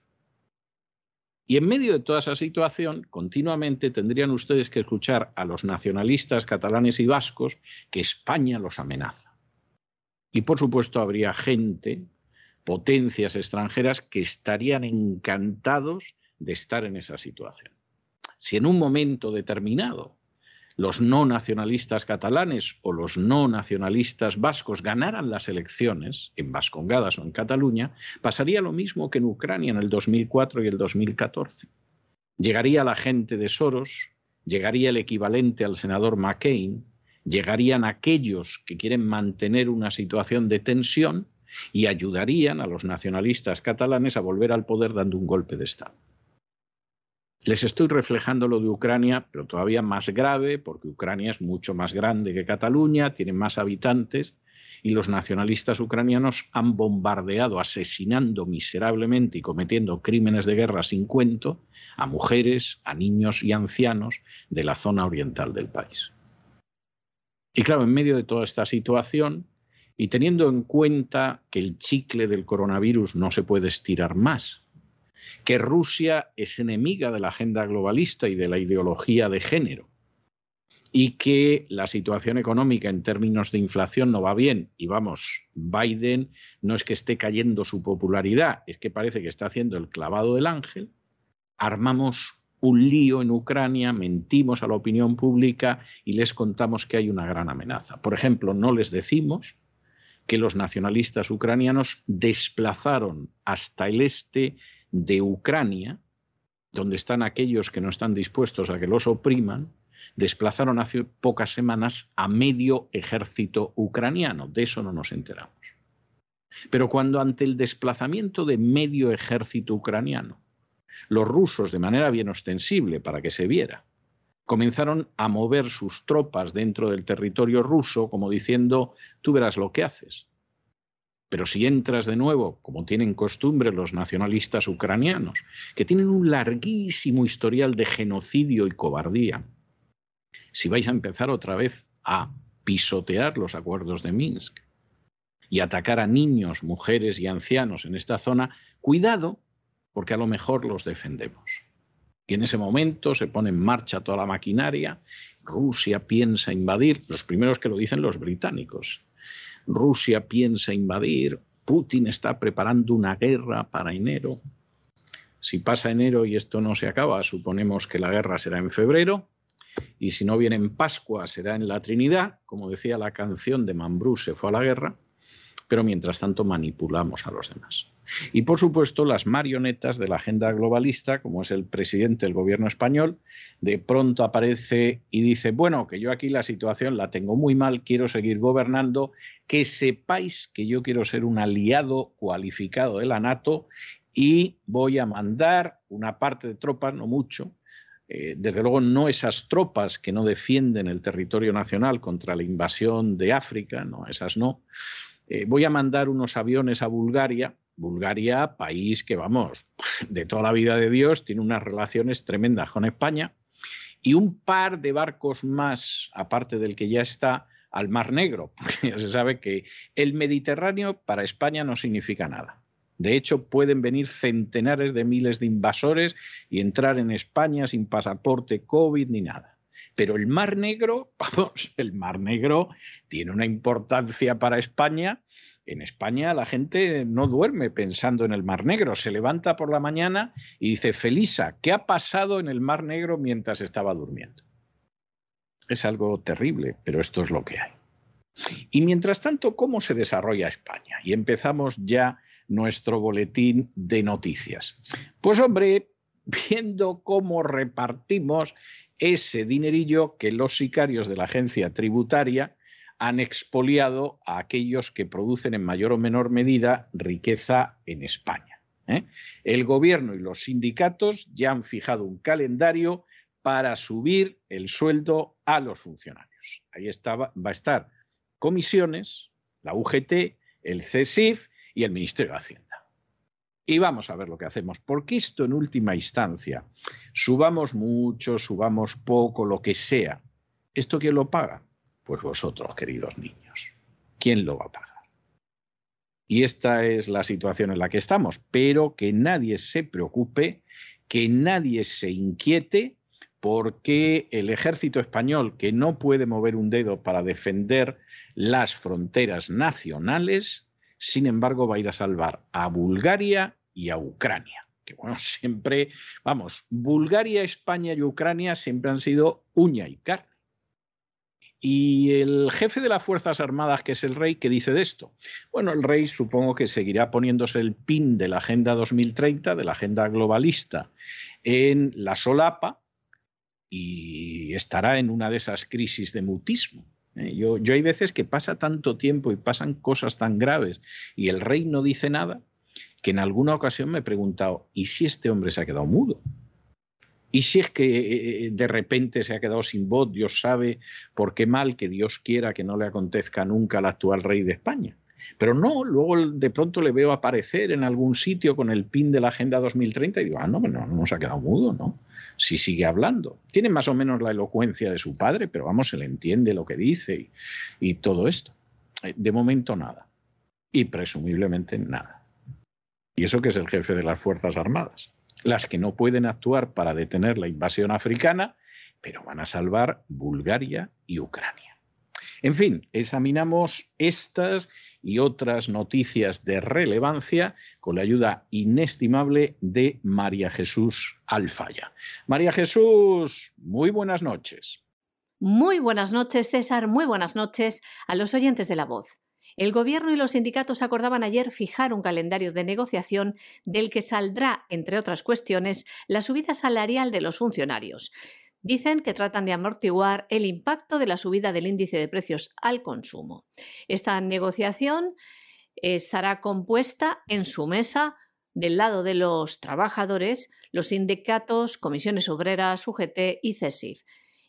Speaker 4: Y en medio de toda esa situación, continuamente tendrían ustedes que escuchar a los nacionalistas catalanes y vascos que España los amenaza. Y, por supuesto, habría gente, potencias extranjeras, que estarían encantados de estar en esa situación. Si en un momento determinado los no nacionalistas catalanes o los no nacionalistas vascos ganaran las elecciones en Vascongadas o en Cataluña, pasaría lo mismo que en Ucrania en el 2004 y el 2014. Llegaría la gente de Soros, llegaría el equivalente al senador McCain, llegarían aquellos que quieren mantener una situación de tensión y ayudarían a los nacionalistas catalanes a volver al poder dando un golpe de Estado. Les estoy reflejando lo de Ucrania, pero todavía más grave, porque Ucrania es mucho más grande que Cataluña, tiene más habitantes, y los nacionalistas ucranianos han bombardeado, asesinando miserablemente y cometiendo crímenes de guerra sin cuento a mujeres, a niños y ancianos de la zona oriental del país. Y claro, en medio de toda esta situación, y teniendo en cuenta que el chicle del coronavirus no se puede estirar más, que Rusia es enemiga de la agenda globalista y de la ideología de género, y que la situación económica en términos de inflación no va bien. Y vamos, Biden no es que esté cayendo su popularidad, es que parece que está haciendo el clavado del ángel. Armamos un lío en Ucrania, mentimos a la opinión pública y les contamos que hay una gran amenaza. Por ejemplo, no les decimos que los nacionalistas ucranianos desplazaron hasta el este de Ucrania, donde están aquellos que no están dispuestos a que los opriman, desplazaron hace pocas semanas a medio ejército ucraniano. De eso no nos enteramos. Pero cuando ante el desplazamiento de medio ejército ucraniano, los rusos, de manera bien ostensible para que se viera, comenzaron a mover sus tropas dentro del territorio ruso como diciendo, tú verás lo que haces. Pero si entras de nuevo, como tienen costumbre los nacionalistas ucranianos, que tienen un larguísimo historial de genocidio y cobardía, si vais a empezar otra vez a pisotear los acuerdos de Minsk y atacar a niños, mujeres y ancianos en esta zona, cuidado, porque a lo mejor los defendemos. Y en ese momento se pone en marcha toda la maquinaria. Rusia piensa invadir, los primeros que lo dicen los británicos. Rusia piensa invadir, Putin está preparando una guerra para enero. Si pasa enero y esto no se acaba, suponemos que la guerra será en febrero, y si no viene en Pascua será en la Trinidad, como decía la canción de Mambrú, se fue a la guerra, pero mientras tanto manipulamos a los demás. Y por supuesto las marionetas de la agenda globalista, como es el presidente del gobierno español, de pronto aparece y dice, bueno, que yo aquí la situación la tengo muy mal, quiero seguir gobernando, que sepáis que yo quiero ser un aliado cualificado de la NATO y voy a mandar una parte de tropas, no mucho, desde luego no esas tropas que no defienden el territorio nacional contra la invasión de África, no, esas no. Voy a mandar unos aviones a Bulgaria. Bulgaria, país que, vamos, de toda la vida de Dios, tiene unas relaciones tremendas con España, y un par de barcos más, aparte del que ya está, al Mar Negro, porque ya se sabe que el Mediterráneo para España no significa nada. De hecho, pueden venir centenares de miles de invasores y entrar en España sin pasaporte COVID ni nada. Pero el Mar Negro, vamos, el Mar Negro tiene una importancia para España. En España la gente no duerme pensando en el Mar Negro. Se levanta por la mañana y dice, Felisa, ¿qué ha pasado en el Mar Negro mientras estaba durmiendo? Es algo terrible, pero esto es lo que hay. Y mientras tanto, ¿cómo se desarrolla España? Y empezamos ya nuestro boletín de noticias. Pues hombre, viendo cómo repartimos ese dinerillo que los sicarios de la agencia tributaria han expoliado a aquellos que producen en mayor o menor medida riqueza en España. El gobierno y los sindicatos ya han fijado un calendario para subir el sueldo a los funcionarios. Ahí va a estar comisiones, la UGT, el CSIF y el Ministerio de Hacienda. Y vamos a ver lo que hacemos, porque esto en última instancia, subamos mucho, subamos poco, lo que sea, ¿esto quién lo paga? Pues vosotros, queridos niños. ¿Quién lo va a pagar? Y esta es la situación en la que estamos, pero que nadie se preocupe, que nadie se inquiete, porque el ejército español, que no puede mover un dedo para defender las fronteras nacionales, sin embargo va a ir a salvar a Bulgaria y a Ucrania. Que bueno, siempre, vamos, Bulgaria, España y Ucrania siempre han sido uña y carne. Y el jefe de las Fuerzas Armadas, que es el rey, ¿qué dice de esto? Bueno, el rey supongo que seguirá poniéndose el pin de la Agenda 2030, de la agenda globalista, en la solapa y estará en una de esas crisis de mutismo. Yo hay veces que pasa tanto tiempo y pasan cosas tan graves y el rey no dice nada, que en alguna ocasión me he preguntado, ¿y si este hombre se ha quedado mudo? ¿Y si es que de repente se ha quedado sin voz? Dios sabe por qué mal, que Dios quiera que no le acontezca nunca al actual rey de España. Pero no, luego de pronto le veo aparecer en algún sitio con el pin de la Agenda 2030 y digo, no se ha quedado mudo, ¿no? Si sigue hablando. Tiene más o menos la elocuencia de su padre, pero vamos, se le entiende lo que dice y todo esto. De momento nada. Y presumiblemente nada. Y eso que es el jefe de las Fuerzas Armadas. Las que no pueden actuar para detener la invasión africana, pero van a salvar Bulgaria y Ucrania. En fin, examinamos estas y otras noticias de relevancia con la ayuda inestimable de María Jesús Alfaya. María Jesús, muy buenas noches.
Speaker 1: Muy buenas noches, César. Muy buenas noches a los oyentes de La Voz. El Gobierno y los sindicatos acordaban ayer fijar un calendario de negociación del que saldrá, entre otras cuestiones, la subida salarial de los funcionarios. Dicen que tratan de amortiguar el impacto de la subida del índice de precios al consumo. Esta negociación estará compuesta en su mesa del lado de los trabajadores, los sindicatos, comisiones obreras, UGT y CESIF,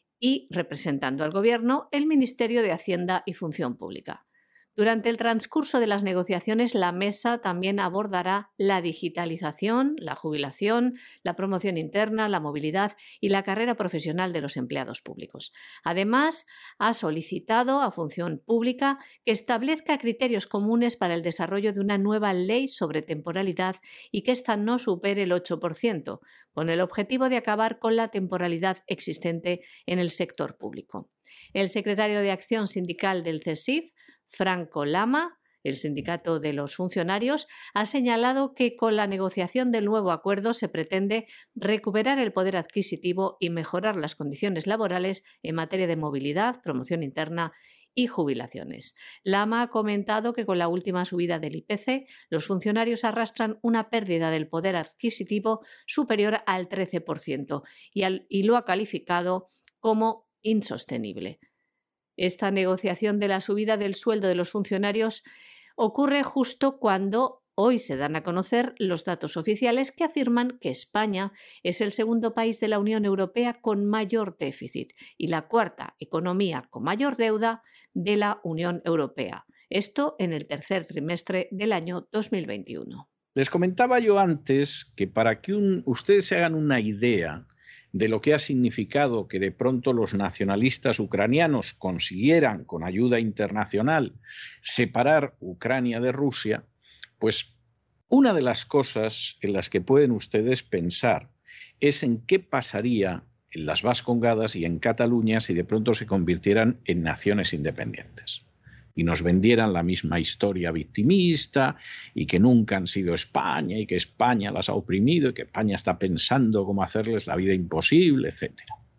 Speaker 1: y representando al Gobierno el Ministerio de Hacienda y Función Pública. Durante el transcurso de las negociaciones, la mesa también abordará la digitalización, la jubilación, la promoción interna, la movilidad y la carrera profesional de los empleados públicos. Además, ha solicitado a Función Pública que establezca criterios comunes para el desarrollo de una nueva ley sobre temporalidad y que ésta no supere el 8%, con el objetivo de acabar con la temporalidad existente en el sector público. El secretario de Acción Sindical del CESIF, Franco Lama, el sindicato de los funcionarios, ha señalado que con la negociación del nuevo acuerdo se pretende recuperar el poder adquisitivo y mejorar las condiciones laborales en materia de movilidad, promoción interna y jubilaciones. Lama ha comentado que con la última subida del IPC, los funcionarios arrastran una pérdida del poder adquisitivo superior al 13% y lo ha calificado como insostenible. Esta negociación de la subida del sueldo de los funcionarios ocurre justo cuando hoy se dan a conocer los datos oficiales que afirman que España es el segundo país de la Unión Europea con mayor déficit y la cuarta economía con mayor deuda de la Unión Europea. Esto en el tercer trimestre del año 2021.
Speaker 4: Les comentaba yo antes que para que ustedes se hagan una idea de lo que ha significado que de pronto los nacionalistas ucranianos consiguieran, con ayuda internacional, separar Ucrania de Rusia, pues una de las cosas en las que pueden ustedes pensar es en qué pasaría en las Vascongadas y en Cataluña si de pronto se convirtieran en naciones independientes y nos vendieran la misma historia victimista y que nunca han sido España y que España las ha oprimido y que España está pensando cómo hacerles la vida imposible, etc.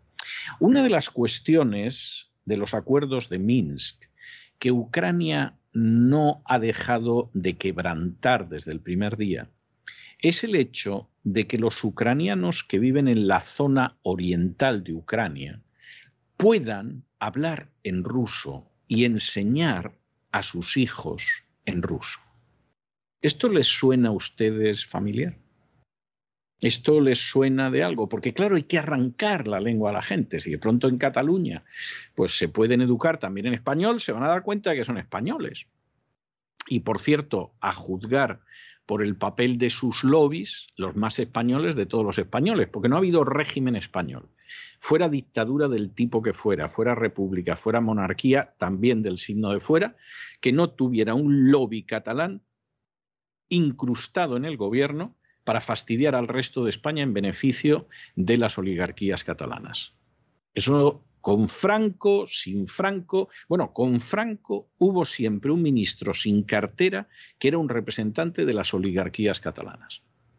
Speaker 4: Una de las cuestiones de los acuerdos de Minsk que Ucrania no ha dejado de quebrantar desde el primer día es el hecho de que los ucranianos que viven en la zona oriental de Ucrania puedan hablar en ruso y enseñar a sus hijos en ruso. ¿Esto les suena a ustedes familiar? ¿Esto les suena de algo? Porque claro, hay que arrancar la lengua a la gente. Si de pronto en Cataluña pues se pueden educar también en español, se van a dar cuenta de que son españoles. Y por cierto, a juzgar por el papel de sus lobbies, los más españoles de todos los españoles, porque no ha habido régimen español. Fuera dictadura del tipo que fuera, fuera república, fuera monarquía, también del signo de fuera, que no tuviera un lobby catalán incrustado en el gobierno para fastidiar al resto de España en beneficio de las oligarquías catalanas. Eso con Franco, sin Franco. Bueno, con Franco hubo siempre un ministro sin cartera que era un representante de las oligarquías catalanas.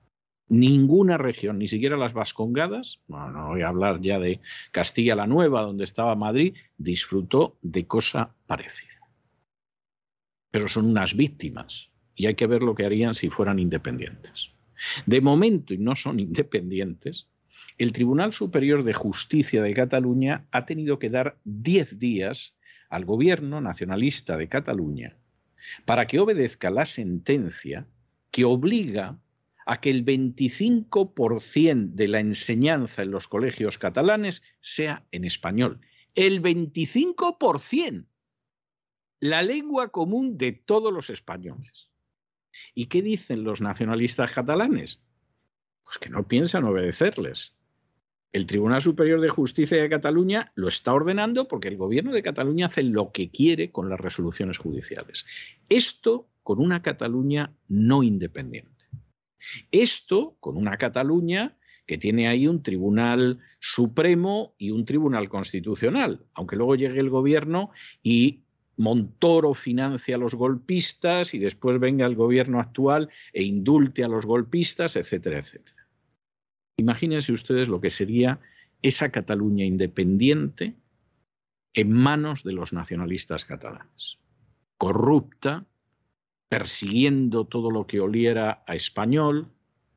Speaker 4: Ninguna región, ni siquiera las Vascongadas, no voy a hablar ya de Castilla la Nueva, donde estaba Madrid, disfrutó de cosa parecida. Pero son unas víctimas y hay que ver lo que harían si fueran independientes. De momento, y no son independientes, el Tribunal Superior de Justicia de Cataluña ha tenido que dar 10 días al gobierno nacionalista de Cataluña para que obedezca la sentencia que obliga a que el 25% de la enseñanza en los colegios catalanes sea en español. ¡El 25%! La lengua común de todos los españoles. ¿Y qué dicen los nacionalistas catalanes? Pues que no piensan obedecerles. El Tribunal Superior de Justicia de Cataluña lo está ordenando porque el gobierno de Cataluña hace lo que quiere con las resoluciones judiciales. Esto con una Cataluña no independiente. Esto con una Cataluña que tiene ahí un Tribunal Supremo y un Tribunal Constitucional, aunque luego llegue el gobierno y Montoro financia a los golpistas y después venga el gobierno actual e indulte a los golpistas, etcétera, etcétera. Imagínense ustedes lo que sería esa Cataluña independiente en manos de los nacionalistas catalanes, corrupta, persiguiendo todo lo que oliera a español,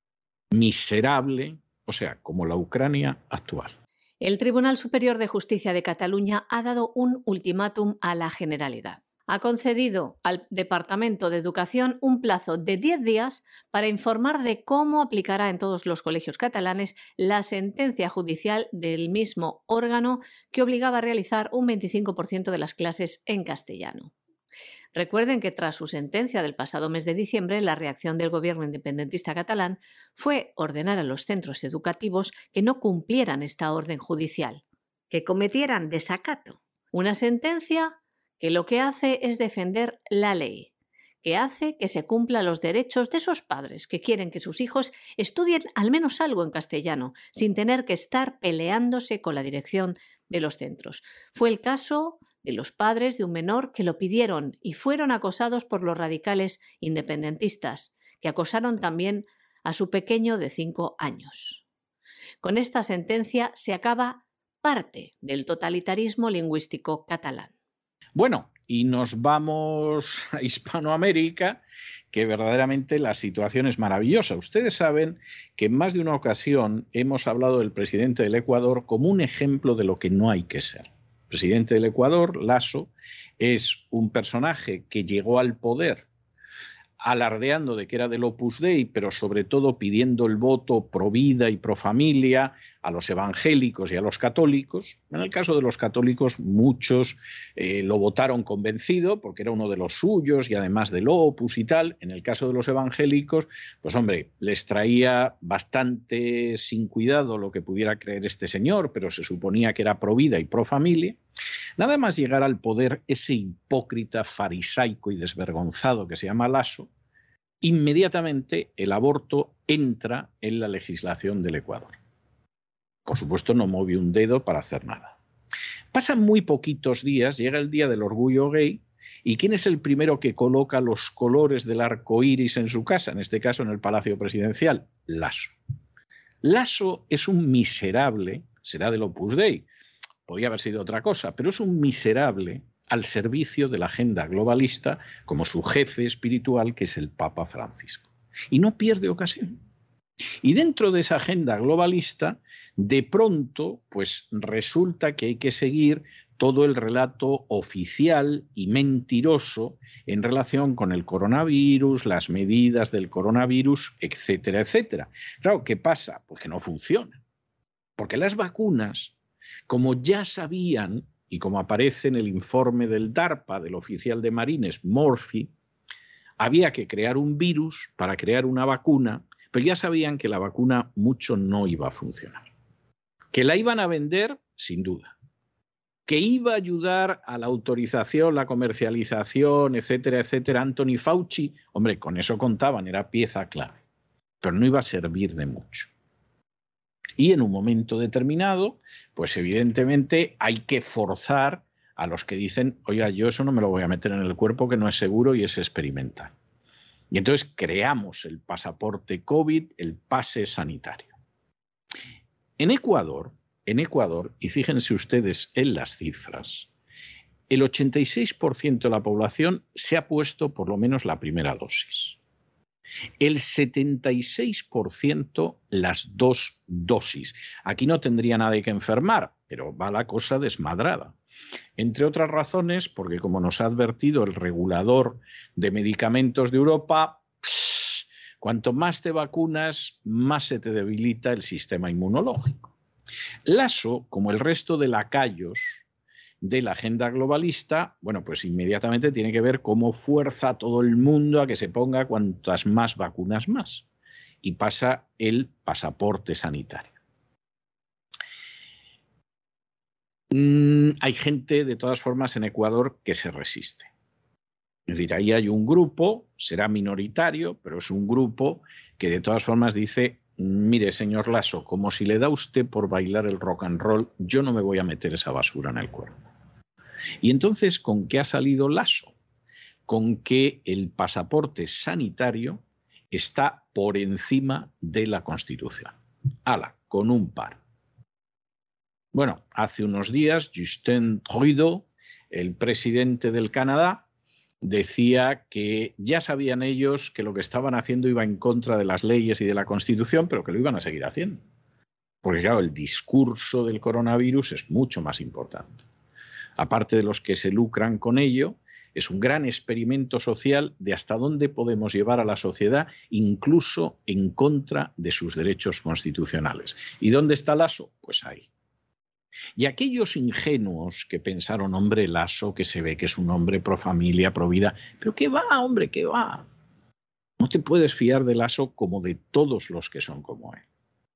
Speaker 4: miserable, o sea, como la Ucrania actual.
Speaker 1: El Tribunal Superior de Justicia de Cataluña ha dado un ultimátum a la Generalidad. Ha concedido al Departamento de Educación un plazo de 10 días para informar de cómo aplicará en todos los colegios catalanes la sentencia judicial del mismo órgano que obligaba a realizar un 25% de las clases en castellano. Recuerden que tras su sentencia del pasado mes de diciembre, la reacción del gobierno independentista catalán fue ordenar a los centros educativos que no cumplieran esta orden judicial, que cometieran desacato. Una sentencia que lo que hace es defender la ley, que hace que se cumplan los derechos de esos padres que quieren que sus hijos estudien al menos algo en castellano, sin tener que estar peleándose con la dirección de los centros. Fue el caso de los padres de un menor que lo pidieron y fueron acosados por los radicales independentistas, que acosaron también a su pequeño de 5 años. Con esta sentencia se acaba parte del totalitarismo lingüístico catalán.
Speaker 4: Bueno, y nos vamos a Hispanoamérica, que verdaderamente la situación es maravillosa. Ustedes saben que en más de una ocasión hemos hablado del presidente del Ecuador como un ejemplo de lo que no hay que ser. El presidente del Ecuador, Lasso, es un personaje que llegó al poder alardeando de que era del Opus Dei, pero sobre todo pidiendo el voto pro vida y pro familia a los evangélicos y a los católicos. En el caso de los católicos, muchos lo votaron convencido porque era uno de los suyos y además del Opus y tal. En el caso de los evangélicos, pues hombre, les traía bastante sin cuidado lo que pudiera creer este señor, pero se suponía que era pro vida y pro familia. Nada más llegar al poder ese hipócrita, farisaico y desvergonzado que se llama Lasso, inmediatamente el aborto entra en la legislación del Ecuador. Por supuesto, no movió un dedo para hacer nada. Pasan muy poquitos días, llega el Día del Orgullo Gay, ¿y quién es el primero que coloca los colores del arco iris en su casa? En este caso, en el Palacio Presidencial, Lasso. Lasso es un miserable, será del Opus Dei, podía haber sido otra cosa, pero es un miserable al servicio de la agenda globalista como su jefe espiritual, que es el Papa Francisco. Y no pierde ocasión. Y dentro de esa agenda globalista, de pronto, pues resulta que hay que seguir todo el relato oficial y mentiroso en relación con el coronavirus, las medidas del coronavirus, etcétera, etcétera. Claro, ¿qué pasa? Pues que no funciona. Porque las vacunas, como ya sabían, y como aparece en el informe del DARPA, del oficial de Marines, Murphy, había que crear un virus para crear una vacuna, pero ya sabían que la vacuna mucho no iba a funcionar. Que la iban a vender, sin duda. Que iba a ayudar a la autorización, la comercialización, etcétera, etcétera, Anthony Fauci, hombre, con eso contaban, era pieza clave, pero no iba a servir de mucho. Y en un momento determinado, pues evidentemente hay que forzar a los que dicen, oiga, yo eso no me lo voy a meter en el cuerpo, que no es seguro y es experimental. Y entonces creamos el pasaporte COVID, el pase sanitario. En Ecuador, y fíjense ustedes en las cifras, el 86% de la población se ha puesto por lo menos la primera dosis. El 76% las 2 dosis. Aquí no tendría nadie que enfermar, pero va la cosa desmadrada. Entre otras razones, porque como nos ha advertido el regulador de medicamentos de Europa, cuanto más te vacunas, más se te debilita el sistema inmunológico. Lasso, como el resto de lacayos de la agenda globalista, bueno, pues inmediatamente tiene que ver cómo fuerza a todo el mundo a que se ponga cuantas más vacunas más. Y pasa el pasaporte sanitario. Hay gente, de todas formas, en Ecuador que se resiste. Es decir, ahí hay un grupo, será minoritario, pero es un grupo que de todas formas dice, mire, señor Lasso, como si le da usted por bailar el rock and roll, yo no me voy a meter esa basura en el cuerpo. Y entonces, ¿con qué ha salido Lasso? Con que el pasaporte sanitario está por encima de la Constitución. ¡Hala! Con un par. Bueno, hace unos días, Justin Trudeau, el presidente del Canadá, decía que ya sabían ellos que lo que estaban haciendo iba en contra de las leyes y de la Constitución, pero que lo iban a seguir haciendo. Porque claro, el discurso del coronavirus es mucho más importante. Aparte de los que se lucran con ello, es un gran experimento social de hasta dónde podemos llevar a la sociedad, incluso en contra de sus derechos constitucionales. ¿Y dónde está Lasso? Pues ahí. Y aquellos ingenuos que pensaron, hombre, Lasso, que se ve que es un hombre pro familia, pro vida, pero ¿qué va, hombre, qué va? No te puedes fiar de Lasso como de todos los que son como él.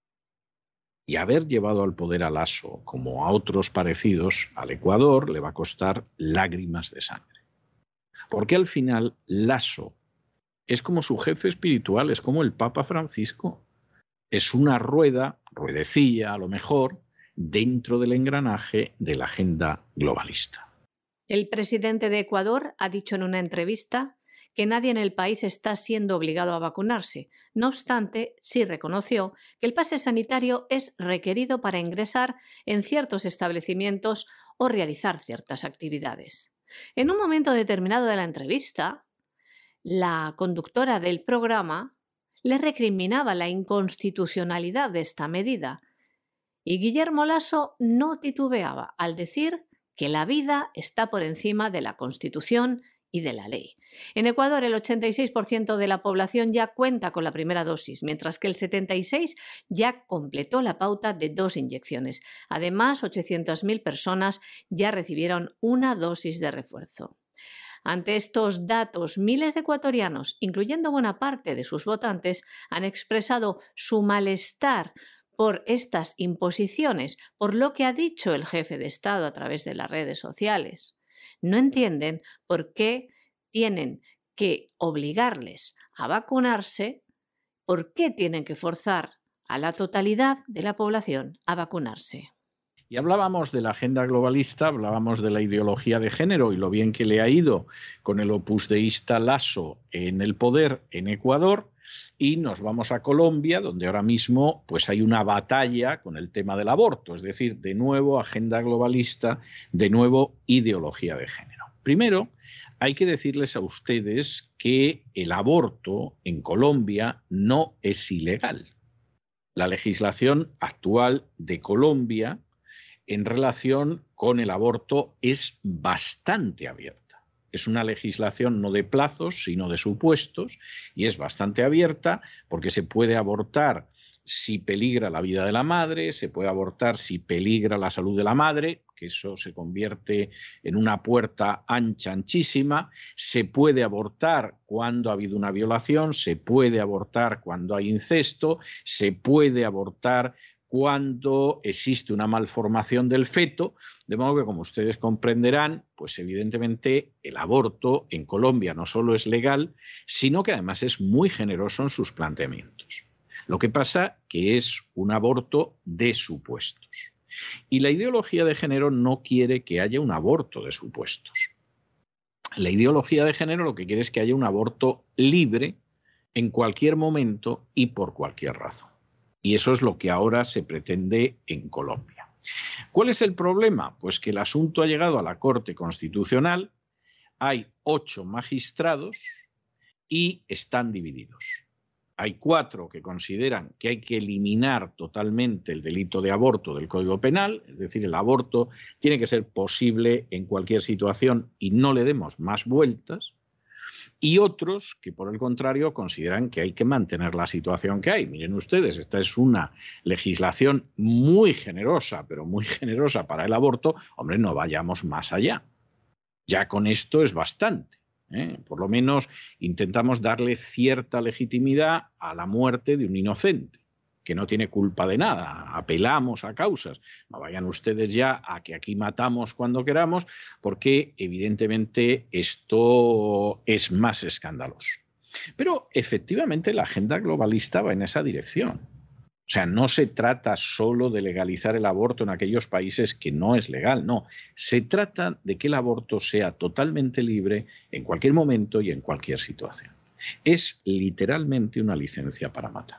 Speaker 4: Y haber llevado al poder a Lasso, como a otros parecidos, al Ecuador, le va a costar lágrimas de sangre. Porque al final Lasso es como su jefe espiritual, es como el Papa Francisco. Es una ruedecilla a lo mejor, dentro del engranaje de la agenda globalista.
Speaker 1: El presidente de Ecuador ha dicho en una entrevista que nadie en el país está siendo obligado a vacunarse. No obstante, sí reconoció que el pase sanitario es requerido para ingresar en ciertos establecimientos o realizar ciertas actividades. En un momento determinado de la entrevista, la conductora del programa le recriminaba la inconstitucionalidad de esta medida. Y Guillermo Lasso no titubeaba al decir que la vida está por encima de la Constitución y de la ley. En Ecuador, el 86% de la población ya cuenta con la primera dosis, mientras que el 76% ya completó la pauta de 2 inyecciones. Además, 800.000 personas ya recibieron una dosis de refuerzo. Ante estos datos, miles de ecuatorianos, incluyendo buena parte de sus votantes, han expresado su malestar por estas imposiciones, por lo que ha dicho el jefe de Estado a través de las redes sociales. No entienden por qué tienen que obligarles a vacunarse, por qué tienen que forzar a la totalidad de la población a vacunarse.
Speaker 4: Y hablábamos de la agenda globalista, hablábamos de la ideología de género y lo bien que le ha ido con el opusdeísta Lasso en el poder en Ecuador, y nos vamos a Colombia, donde ahora mismo pues hay una batalla con el tema del aborto, es decir, de nuevo agenda globalista, de nuevo ideología de género. Primero, hay que decirles a ustedes que el aborto en Colombia no es ilegal. La legislación actual de Colombia en relación con el aborto es bastante abierta. Es una legislación no de plazos, sino de supuestos, y es bastante abierta porque se puede abortar si peligra la vida de la madre, se puede abortar si peligra la salud de la madre, que eso se convierte en una puerta ancha, anchísima, se puede abortar cuando ha habido una violación, se puede abortar cuando hay incesto, se puede abortar cuando existe una malformación del feto, de modo que, como ustedes comprenderán, pues evidentemente el aborto en Colombia no solo es legal, sino que además es muy generoso en sus planteamientos. Lo que pasa que es un aborto de supuestos. Y la ideología de género no quiere que haya un aborto de supuestos. La ideología de género lo que quiere es que haya un aborto libre en cualquier momento y por cualquier razón. Y eso es lo que ahora se pretende en Colombia. ¿Cuál es el problema? Pues que el asunto ha llegado a la Corte Constitucional, hay 8 magistrados y están divididos. Hay 4 que consideran que hay que eliminar totalmente el delito de aborto del Código Penal, es decir, el aborto tiene que ser posible en cualquier situación y no le demos más vueltas. Y otros que, por el contrario, consideran que hay que mantener la situación que hay. Miren ustedes, esta es una legislación muy generosa, pero muy generosa para el aborto. Hombre, no vayamos más allá. Ya con esto es bastante. Por lo menos intentamos darle cierta legitimidad a la muerte de un inocente, que no tiene culpa de nada. Apelamos a causas. No vayan ustedes ya a que aquí matamos cuando queramos, porque evidentemente esto es más escandaloso. Pero efectivamente la agenda globalista va en esa dirección. O sea, no se trata solo de legalizar el aborto en aquellos países que no es legal, no. Se trata de que el aborto sea totalmente libre en cualquier momento y en cualquier situación. Es literalmente una licencia para matar.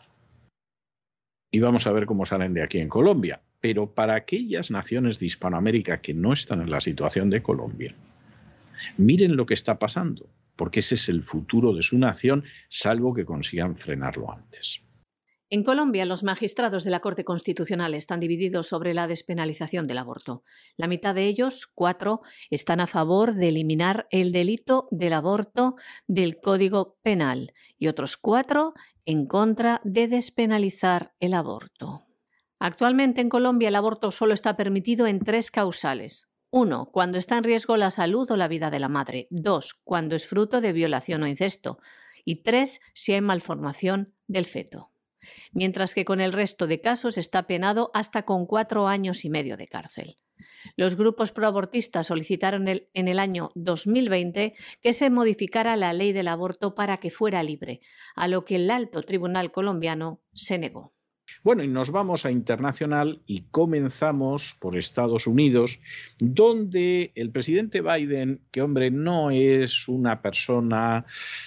Speaker 4: Y vamos a ver cómo salen de aquí en Colombia. Pero para aquellas naciones de Hispanoamérica que no están en la situación de Colombia, miren lo que está pasando, porque ese es el futuro de su nación, salvo que consigan frenarlo antes.
Speaker 1: En Colombia, los magistrados de la Corte Constitucional están divididos sobre la despenalización del aborto. La mitad de ellos, 4, están a favor de eliminar el delito del aborto del Código Penal y otros 4 en contra de despenalizar el aborto. Actualmente en Colombia el aborto solo está permitido en 3 causales. 1. Cuando está en riesgo la salud o la vida de la madre. 2. Cuando es fruto de violación o incesto. Y 3. Si hay malformación del feto. Mientras que con el resto de casos está penado hasta con 4 años y medio de cárcel. Los grupos proabortistas solicitaron en el año 2020 que se modificara la ley del aborto para que fuera libre, a lo que el Alto Tribunal colombiano se negó.
Speaker 4: Bueno, y nos vamos a internacional y comenzamos por Estados Unidos, donde el presidente Biden, que hombre, no es una persona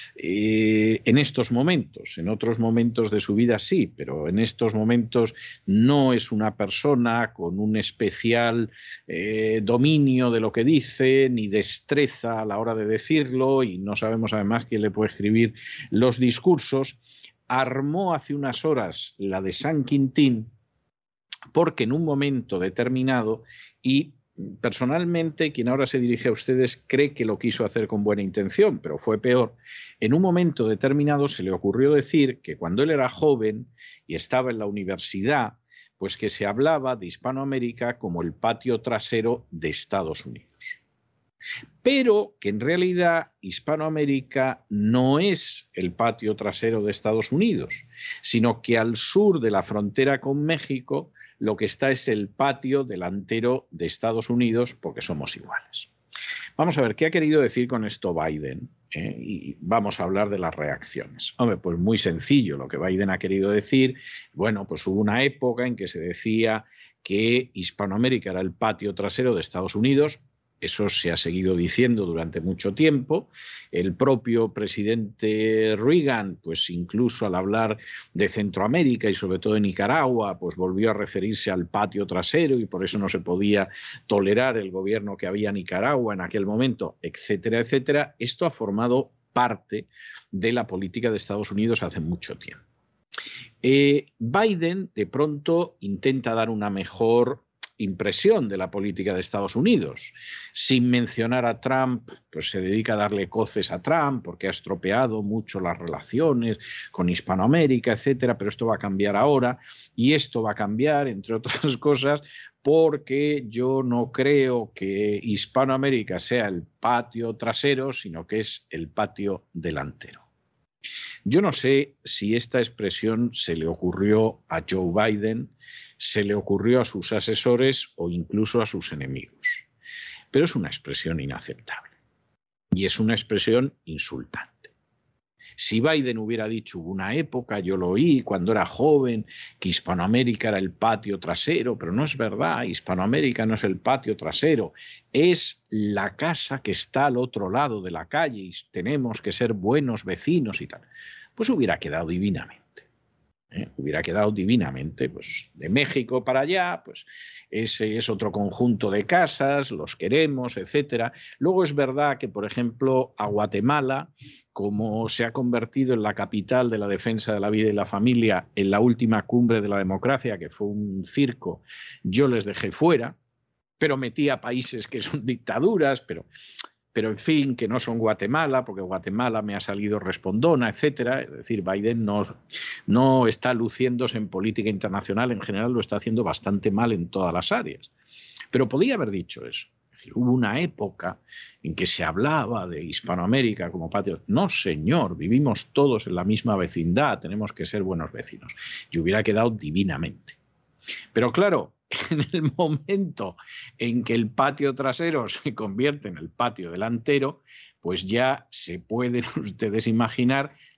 Speaker 4: en estos momentos, en otros momentos de su vida sí, pero en estos momentos no es una persona con un especial dominio de lo que dice, ni destreza a la hora de decirlo, y no sabemos además quién le puede escribir los discursos. Armó hace unas horas la de San Quintín porque en un momento determinado, y personalmente quien ahora se dirige a ustedes cree que lo quiso hacer con buena intención, pero fue peor, en un momento determinado se le ocurrió decir que cuando él era joven y estaba en la universidad, pues que se hablaba de Hispanoamérica como el patio trasero de Estados Unidos. Pero que en realidad Hispanoamérica no es el patio trasero de Estados Unidos, sino que al sur de la frontera con México lo que está es el patio delantero de Estados Unidos, porque somos iguales. Vamos a ver, ¿qué ha querido decir con esto Biden? Y vamos a hablar de las reacciones. Hombre, pues muy sencillo, lo que Biden ha querido decir, bueno, pues hubo una época en que se decía que Hispanoamérica era el patio trasero de Estados Unidos. Eso se ha seguido diciendo durante mucho tiempo. El propio presidente Reagan, pues incluso al hablar de Centroamérica y sobre todo de Nicaragua, pues volvió a referirse al patio trasero y por eso no se podía tolerar el gobierno que había en Nicaragua en aquel momento, etcétera, etcétera. Esto ha formado parte de la política de Estados Unidos hace mucho tiempo. Biden de pronto intenta dar una mejor impresión de la política de Estados Unidos. Sin mencionar a Trump, pues se dedica a darle coces a Trump porque ha estropeado mucho las relaciones con Hispanoamérica, etcétera, pero esto va a cambiar ahora y esto va a cambiar, entre otras cosas, porque yo no creo que Hispanoamérica sea el patio trasero, sino que es el patio delantero. Yo no sé si esta expresión se le ocurrió a Joe Biden, se le ocurrió a sus asesores o incluso a sus enemigos. Pero es una expresión inaceptable y es una expresión insultante. Si Biden hubiera dicho, hubo una época, yo lo oí cuando era joven, que Hispanoamérica era el patio trasero, pero no es verdad, Hispanoamérica no es el patio trasero, es la casa que está al otro lado de la calle y tenemos que ser buenos vecinos y tal, pues hubiera quedado divinamente. Hubiera quedado divinamente, pues de México para allá, pues ese es otro conjunto de casas, los queremos, etcétera. Luego es verdad que, por ejemplo, a Guatemala, como se ha convertido en la capital de la defensa de la vida y la familia en la última cumbre de la democracia, que fue un circo, yo les dejé fuera, pero metí a países que son dictaduras, pero en fin, que no son Guatemala, porque Guatemala me ha salido respondona, etcétera. Es decir, Biden no está luciéndose en política internacional, en general lo está haciendo bastante mal en todas las áreas. Pero podía haber dicho eso. Es decir, hubo una época en que se hablaba de Hispanoamérica como patio. No, señor, vivimos todos en la misma vecindad, tenemos que ser buenos vecinos. Y hubiera quedado divinamente. Pero claro, en el momento en que el patio trasero se convierte en el patio delantero, pues ya se pueden ustedes imaginar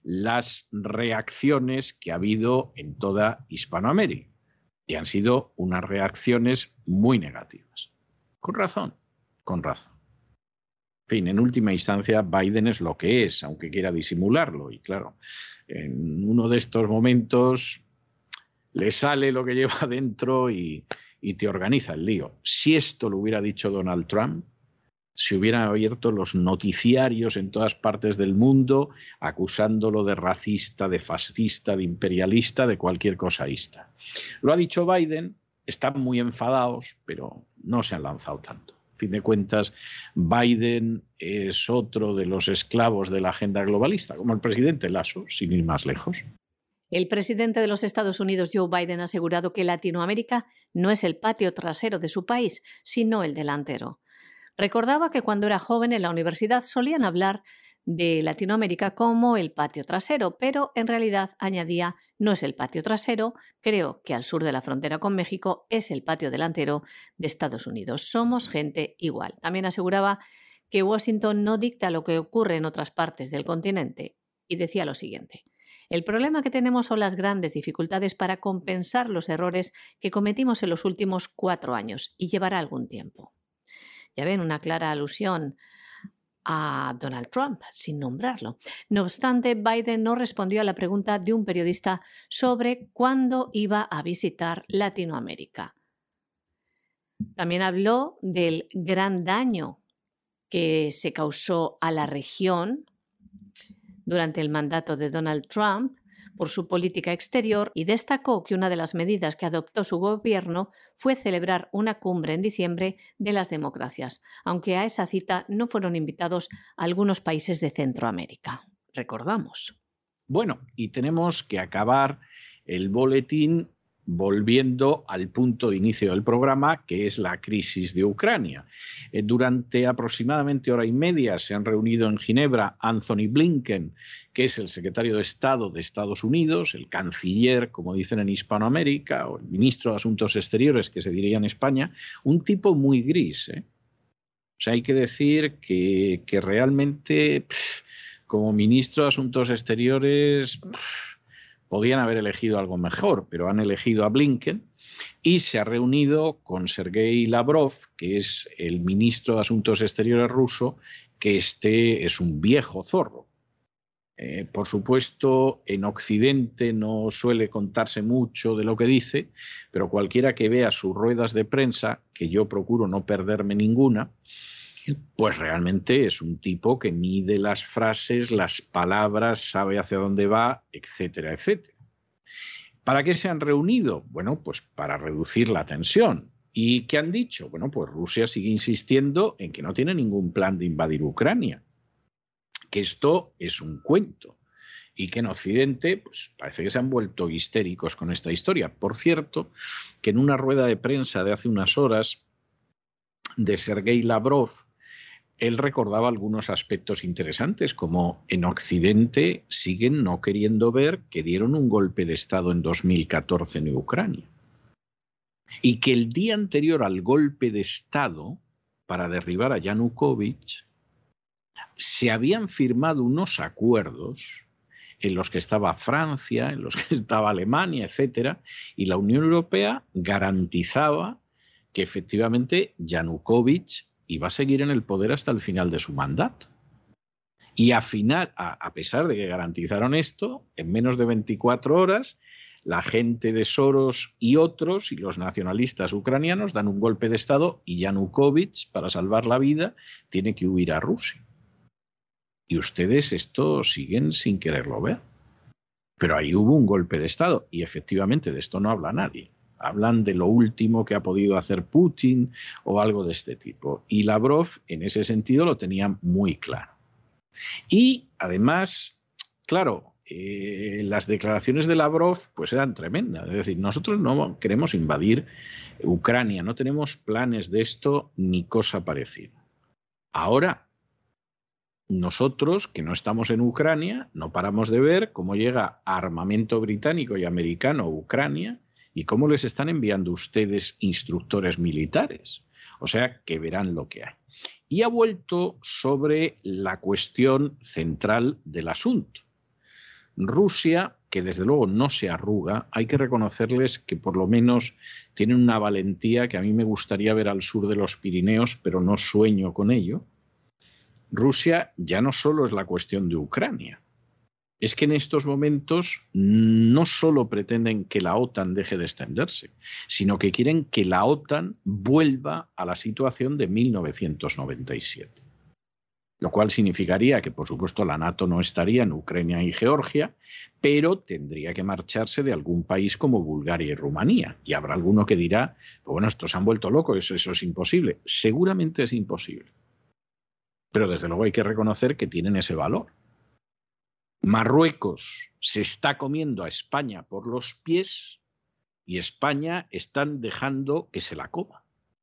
Speaker 4: las reacciones que ha habido en toda Hispanoamérica. Y han sido unas reacciones muy negativas. Con razón, con razón. En fin, en última instancia, Biden es lo que es, aunque quiera disimularlo. Y claro, en uno de estos momentos le sale lo que lleva dentro y te organiza el lío. Si esto lo hubiera dicho Donald Trump, se hubieran abierto los noticiarios en todas partes del mundo acusándolo de racista, de fascista, de imperialista, de cualquier cosaísta. Lo ha dicho Biden, están muy enfadados, pero no se han lanzado tanto. A fin de cuentas, Biden es otro de los esclavos de la agenda globalista, como el presidente Lasso, sin ir más lejos.
Speaker 1: El presidente de los Estados Unidos, Joe Biden, ha asegurado que Latinoamérica no es el patio trasero de su país, sino el delantero. Recordaba que cuando era joven en la universidad solían hablar de Latinoamérica como el patio trasero, pero en realidad, añadía, no es el patio trasero, creo que al sur de la frontera con México es el patio delantero de Estados Unidos. Somos gente igual. También aseguraba que Washington no dicta lo que ocurre en otras partes del continente y decía lo siguiente: el problema que tenemos son las grandes dificultades para compensar los errores que cometimos en los últimos 4 años y llevará algún tiempo. Ya ven, una clara alusión a Donald Trump, sin nombrarlo. No obstante, Biden no respondió a la pregunta de un periodista sobre cuándo iba a visitar Latinoamérica. También habló del gran daño que se causó a la región durante el mandato de Donald Trump por su política exterior y destacó que una de las medidas que adoptó su gobierno fue celebrar una cumbre en diciembre de las democracias, aunque a esa cita no fueron invitados algunos países de Centroamérica. Recordamos.
Speaker 4: Bueno, y tenemos que acabar el boletín volviendo al punto de inicio del programa, que es la crisis de Ucrania. Durante aproximadamente hora y media se han reunido en Ginebra Anthony Blinken, que es el secretario de Estado de Estados Unidos, el canciller, como dicen en Hispanoamérica, o el ministro de Asuntos Exteriores, que se diría en España, un tipo muy gris, ¿eh? O sea, hay que decir que realmente, como ministro de Asuntos Exteriores, podían haber elegido algo mejor, pero han elegido a Blinken y se ha reunido con Sergei Lavrov, que es el ministro de Asuntos Exteriores ruso, que este es un viejo zorro. Por supuesto, en Occidente no suele contarse mucho de lo que dice, pero cualquiera que vea sus ruedas de prensa, que yo procuro no perderme ninguna, pues realmente es un tipo que mide las frases, las palabras, sabe hacia dónde va, etcétera, etcétera. ¿Para qué se han reunido? Bueno, pues para reducir la tensión. ¿Y qué han dicho? Bueno, pues Rusia sigue insistiendo en que no tiene ningún plan de invadir Ucrania, que esto es un cuento y que en Occidente pues parece que se han vuelto histéricos con esta historia. Por cierto, que en una rueda de prensa de hace unas horas de Sergei Lavrov, él recordaba algunos aspectos interesantes, como en Occidente siguen no queriendo ver que dieron un golpe de Estado en 2014 en Ucrania. Y que el día anterior al golpe de Estado, para derribar a Yanukovych, se habían firmado unos acuerdos en los que estaba Francia, en los que estaba Alemania, etcétera, y la Unión Europea garantizaba que efectivamente Yanukovych iba a seguir en el poder hasta el final de su mandato. Y a pesar de que garantizaron esto, en menos de 24 horas, la gente de Soros y otros, y los nacionalistas ucranianos, dan un golpe de Estado y Yanukovych, para salvar la vida, tiene que huir a Rusia. Y ustedes esto siguen sin quererlo ver. Pero ahí hubo un golpe de Estado y efectivamente de esto no habla nadie. Hablan de lo último que ha podido hacer Putin o algo de este tipo. Y Lavrov, en ese sentido, lo tenía muy claro. Y, además, claro, las declaraciones de Lavrov pues eran tremendas. Es decir, nosotros no queremos invadir Ucrania, no tenemos planes de esto ni cosa parecida. Ahora, nosotros, que no estamos en Ucrania, no paramos de ver cómo llega armamento británico y americano a Ucrania, ¿y cómo les están enviando ustedes instructores militares? O sea, que verán lo que hay. Y ha vuelto sobre la cuestión central del asunto. Rusia, que desde luego no se arruga, hay que reconocerles que por lo menos tienen una valentía que a mí me gustaría ver al sur de los Pirineos, pero no sueño con ello. Rusia ya no solo es la cuestión de Ucrania, es que en estos momentos no solo pretenden que la OTAN deje de extenderse, sino que quieren que la OTAN vuelva a la situación de 1997. Lo cual significaría que, por supuesto, la NATO no estaría en Ucrania y Georgia, pero tendría que marcharse de algún país como Bulgaria y Rumanía. Y habrá alguno que dirá, pues bueno, estos se han vuelto locos, eso es imposible. Seguramente es imposible. Pero desde luego hay que reconocer que tienen ese valor. Marruecos se está comiendo a España por los pies y España están dejando que se la coma.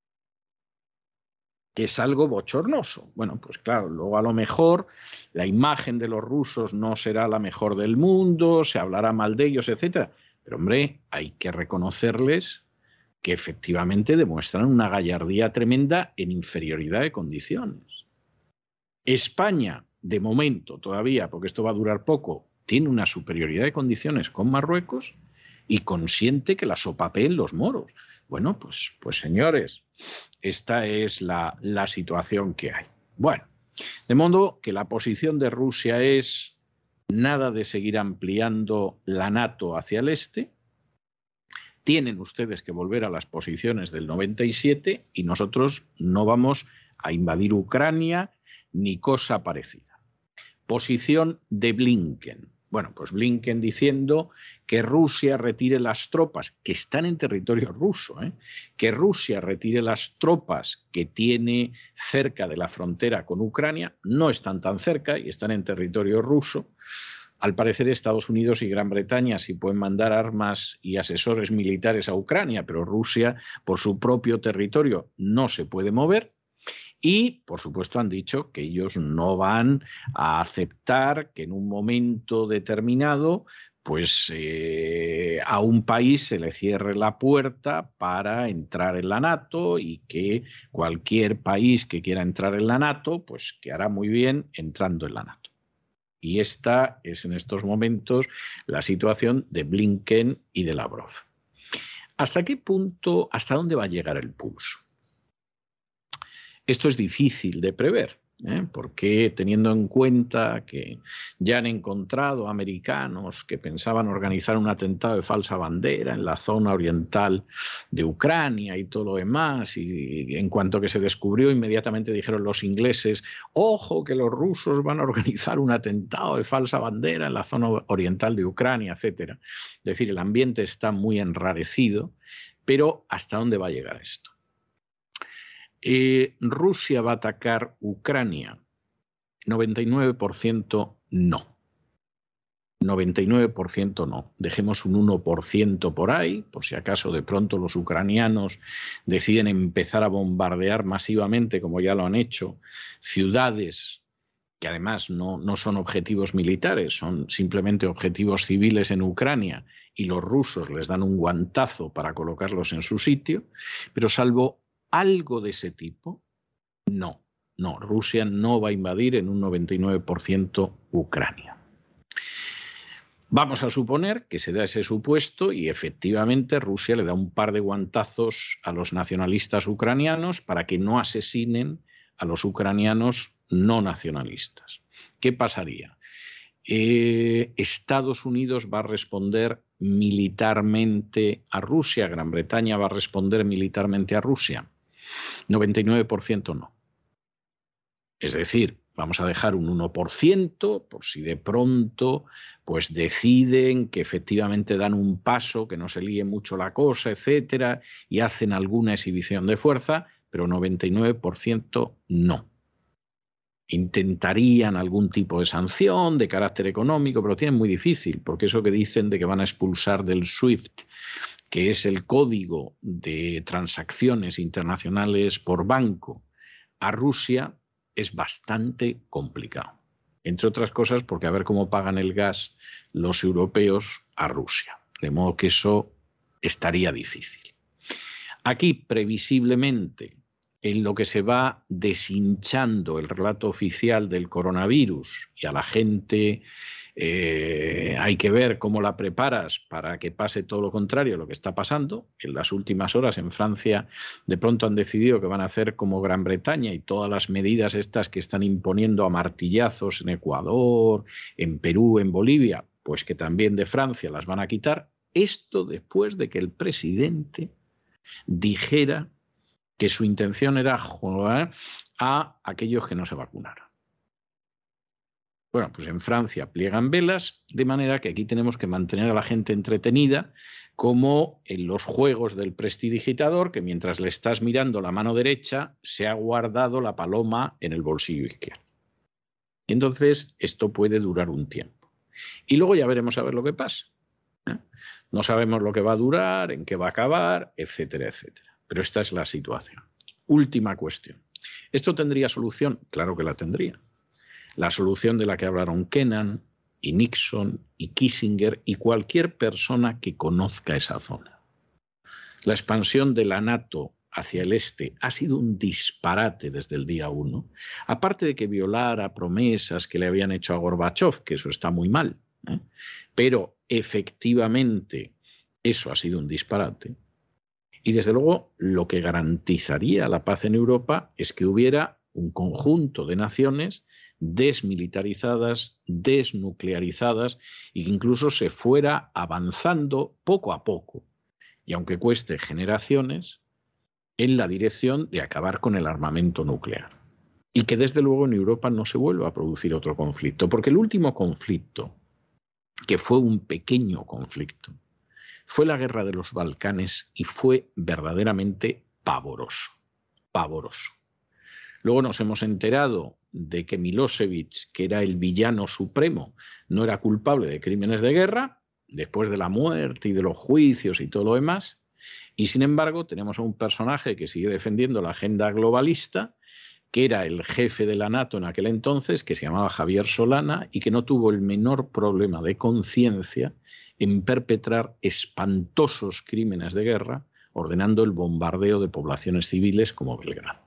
Speaker 4: Que es algo bochornoso. Bueno, pues claro, luego a lo mejor la imagen de los rusos no será la mejor del mundo, se hablará mal de ellos, etc. Pero hombre, hay que reconocerles que efectivamente demuestran una gallardía tremenda en inferioridad de condiciones. España, de momento todavía, porque esto va a durar poco, tiene una superioridad de condiciones con Marruecos y consiente que la sopapeen los moros. Bueno, pues señores, esta es la situación que hay. Bueno, de modo que la posición de Rusia es nada de seguir ampliando la NATO hacia el este. Tienen ustedes que volver a las posiciones del 97 y nosotros no vamos a invadir Ucrania ni cosa parecida. Posición de Blinken. Bueno, pues Blinken diciendo que Rusia retire las tropas que están en territorio ruso, que Rusia retire las tropas que tiene cerca de la frontera con Ucrania, no están tan cerca y están en territorio ruso. Al parecer Estados Unidos y Gran Bretaña sí pueden mandar armas y asesores militares a Ucrania, pero Rusia por su propio territorio no se puede mover. Y, por supuesto, han dicho que ellos no van a aceptar que en un momento determinado pues, a un país se le cierre la puerta para entrar en la NATO y que cualquier país que quiera entrar en la NATO, pues que hará muy bien entrando en la NATO. Y esta es en estos momentos la situación de Blinken y de Lavrov. ¿Hasta qué punto, hasta dónde va a llegar el pulso? Esto es difícil de prever, porque teniendo en cuenta que ya han encontrado americanos que pensaban organizar un atentado de falsa bandera en la zona oriental de Ucrania y todo lo demás, y en cuanto que se descubrió inmediatamente dijeron los ingleses, ojo que los rusos van a organizar un atentado de falsa bandera en la zona oriental de Ucrania, etc. Es decir, el ambiente está muy enrarecido, pero ¿hasta dónde va a llegar esto? ¿Rusia va a atacar Ucrania? 99% no. 99% no. Dejemos un 1% por ahí, por si acaso de pronto los ucranianos deciden empezar a bombardear masivamente, como ya lo han hecho, ciudades que además no son objetivos militares, son simplemente objetivos civiles en Ucrania, y los rusos les dan un guantazo para colocarlos en su sitio, pero salvo algo de ese tipo, no, Rusia no va a invadir en un 99% Ucrania. Vamos a suponer que se da ese supuesto y efectivamente Rusia le da un par de guantazos a los nacionalistas ucranianos para que no asesinen a los ucranianos no nacionalistas. ¿Qué pasaría? Estados Unidos va a responder militarmente a Rusia, Gran Bretaña va a responder militarmente a Rusia. 99% no. Es decir, vamos a dejar un 1% por si de pronto pues deciden que efectivamente dan un paso, que no se líe mucho la cosa, etcétera, y hacen alguna exhibición de fuerza, pero 99% no. Intentarían algún tipo de sanción de carácter económico, pero lo tienen muy difícil, porque eso que dicen de que van a expulsar del SWIFT, que es el código de transacciones internacionales por banco, a Rusia, es bastante complicado. Entre otras cosas porque a ver cómo pagan el gas los europeos a Rusia. De modo que eso estaría difícil. Aquí, previsiblemente, en lo que se va deshinchando el relato oficial del coronavirus y a la gente Hay que ver cómo la preparas para que pase todo lo contrario a lo que está pasando. En las últimas horas en Francia de pronto han decidido que van a hacer como Gran Bretaña y todas las medidas estas que están imponiendo a martillazos en Ecuador, en Perú, en Bolivia, pues que también de Francia las van a quitar. Esto después de que el presidente dijera que su intención era jugar a aquellos que no se vacunaran. Bueno, pues en Francia pliegan velas, de manera que aquí tenemos que mantener a la gente entretenida, como en los juegos del prestidigitador, que mientras le estás mirando la mano derecha, se ha guardado la paloma en el bolsillo izquierdo. Y entonces esto puede durar un tiempo. Y luego ya veremos a ver lo que pasa. No sabemos lo que va a durar, en qué va a acabar, etcétera, etcétera. Pero esta es la situación. Última cuestión. ¿Esto tendría solución? Claro que la tendría. La solución de la que hablaron Kennan y Nixon y Kissinger y cualquier persona que conozca esa zona. La expansión de la NATO hacia el este ha sido un disparate desde el día 1, aparte de que violara promesas que le habían hecho a Gorbachov, que eso está muy mal, pero efectivamente eso ha sido un disparate. Y desde luego lo que garantizaría la paz en Europa es que hubiera un conjunto de naciones desmilitarizadas, desnuclearizadas, e incluso se fuera avanzando poco a poco, y aunque cueste generaciones, en la dirección de acabar con el armamento nuclear. Y que desde luego en Europa no se vuelva a producir otro conflicto, porque el último conflicto, que fue un pequeño conflicto, fue la guerra de los Balcanes y fue verdaderamente pavoroso, pavoroso. Luego nos hemos enterado de que Milosevic, que era el villano supremo, no era culpable de crímenes de guerra, después de la muerte y de los juicios y todo lo demás. Y sin embargo tenemos a un personaje que sigue defendiendo la agenda globalista, que era el jefe de la NATO en aquel entonces, que se llamaba Javier Solana, y que no tuvo el menor problema de conciencia en perpetrar espantosos crímenes de guerra, ordenando el bombardeo de poblaciones civiles como Belgrado.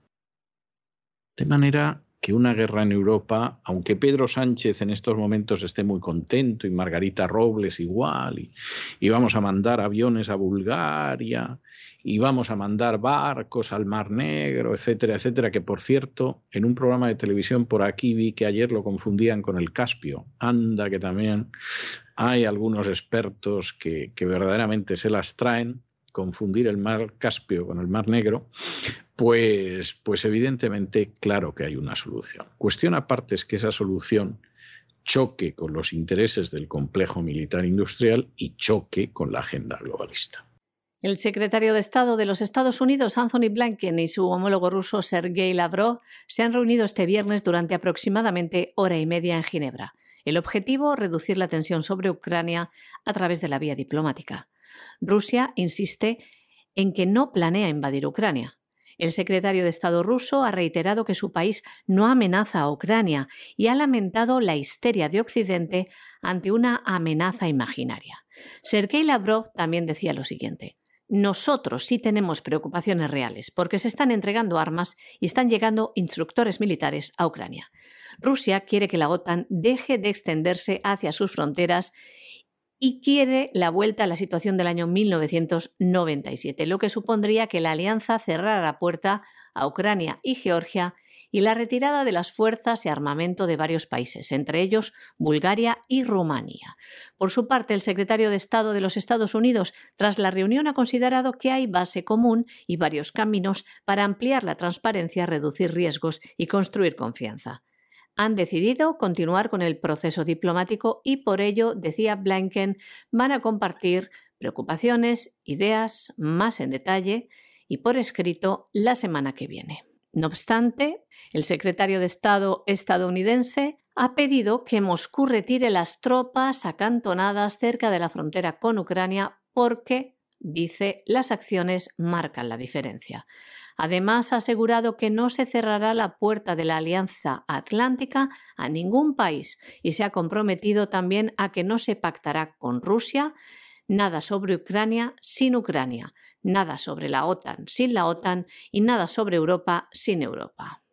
Speaker 4: De manera que una guerra en Europa, aunque Pedro Sánchez en estos momentos esté muy contento y Margarita Robles igual, y vamos a mandar aviones a Bulgaria, y vamos a mandar barcos al Mar Negro, etcétera, etcétera, que por cierto, en un programa de televisión por aquí vi que ayer lo confundían con el Caspio. Anda, que también hay algunos expertos que verdaderamente se las traen, confundir el Mar Caspio con el Mar Negro. Pues evidentemente, claro que hay una solución. Cuestión aparte es que esa solución choque con los intereses del complejo militar industrial y choque con la agenda globalista.
Speaker 1: El secretario de Estado de los Estados Unidos, Anthony Blinken, y su homólogo ruso, Sergei Lavrov, se han reunido este viernes durante aproximadamente hora y media en Ginebra. El objetivo, reducir la tensión sobre Ucrania a través de la vía diplomática. Rusia insiste en que no planea invadir Ucrania. El secretario de Estado ruso ha reiterado que su país no amenaza a Ucrania y ha lamentado la histeria de Occidente ante una amenaza imaginaria. Sergei Lavrov también decía lo siguiente: nosotros sí tenemos preocupaciones reales porque se están entregando armas y están llegando instructores militares a Ucrania. Rusia quiere que la OTAN deje de extenderse hacia sus fronteras y quiere la vuelta a la situación del año 1997, lo que supondría que la alianza cerrara la puerta a Ucrania y Georgia y la retirada de las fuerzas y armamento de varios países, entre ellos Bulgaria y Rumanía. Por su parte, el secretario de Estado de los Estados Unidos, tras la reunión, ha considerado que hay base común y varios caminos para ampliar la transparencia, reducir riesgos y construir confianza. Han decidido continuar con el proceso diplomático y por ello, decía Blinken, van a compartir preocupaciones, ideas más en detalle y por escrito la semana que viene. No obstante, el secretario de Estado estadounidense ha pedido que Moscú retire las tropas acantonadas cerca de la frontera con Ucrania porque, dice, las acciones marcan la diferencia. Además, ha asegurado que no se cerrará la puerta de la Alianza Atlántica a ningún país y se ha comprometido también a que no se pactará con Rusia nada sobre Ucrania sin Ucrania, nada sobre la OTAN sin la OTAN y nada sobre Europa sin Europa.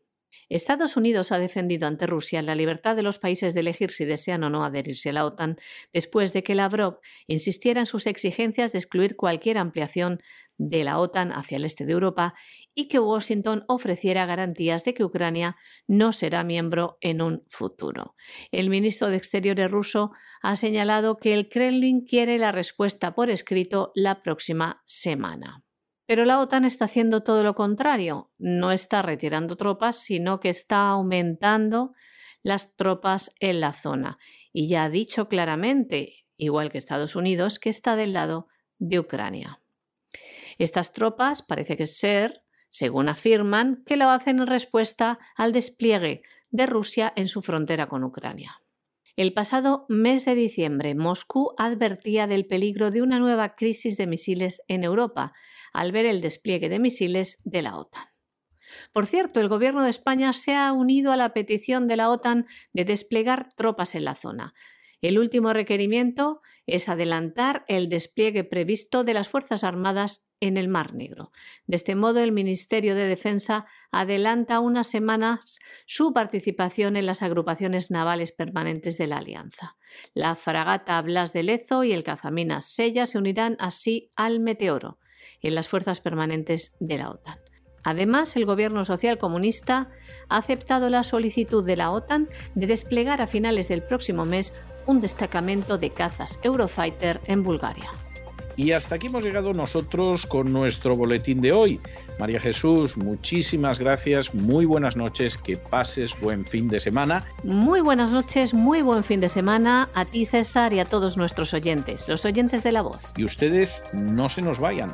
Speaker 1: Estados Unidos ha defendido ante Rusia la libertad de los países de elegir si desean o no adherirse a la OTAN, después de que Lavrov insistiera en sus exigencias de excluir cualquier ampliación de la OTAN hacia el este de Europa y que Washington ofreciera garantías de que Ucrania no será miembro en un futuro. El ministro de Exteriores ruso ha señalado que el Kremlin quiere la respuesta por escrito la próxima semana. Pero la OTAN está haciendo todo lo contrario. No está retirando tropas, sino que está aumentando las tropas en la zona. Y ya ha dicho claramente, igual que Estados Unidos, que está del lado de Ucrania. Estas tropas parece que ser, según afirman, que lo hacen en respuesta al despliegue de Rusia en su frontera con Ucrania. El pasado mes de diciembre, Moscú advertía del peligro de una nueva crisis de misiles en Europa, al ver el despliegue de misiles de la OTAN. Por cierto, el Gobierno de España se ha unido a la petición de la OTAN de desplegar tropas en la zona. El último requerimiento es adelantar el despliegue previsto de las Fuerzas Armadas en el Mar Negro. De este modo, el Ministerio de Defensa adelanta unas semanas su participación en las agrupaciones navales permanentes de la Alianza. La fragata Blas de Lezo y el cazaminas Sella se unirán así al Meteoro en las fuerzas permanentes de la OTAN. Además, el Gobierno social comunista ha aceptado la solicitud de la OTAN de desplegar a finales del próximo mes un destacamento de cazas Eurofighter en Bulgaria.
Speaker 4: Y hasta aquí hemos llegado nosotros con nuestro boletín de hoy. María Jesús, muchísimas gracias, muy buenas noches, que pases buen fin de semana.
Speaker 1: Muy buenas noches, muy buen fin de semana a ti, César, y a todos nuestros oyentes, los oyentes de La Voz.
Speaker 4: Y ustedes no se nos vayan,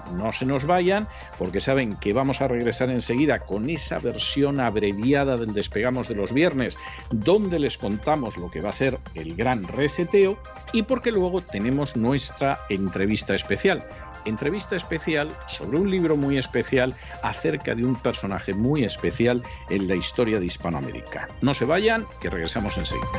Speaker 4: porque saben que vamos a regresar enseguida con esa versión abreviada del Despegamos de los viernes, donde les contamos lo que va a ser el gran reseteo, y porque luego tenemos nuestra entrevista especial sobre un libro muy especial acerca de un personaje muy especial en la historia de Hispanoamérica. No se vayan, que regresamos enseguida.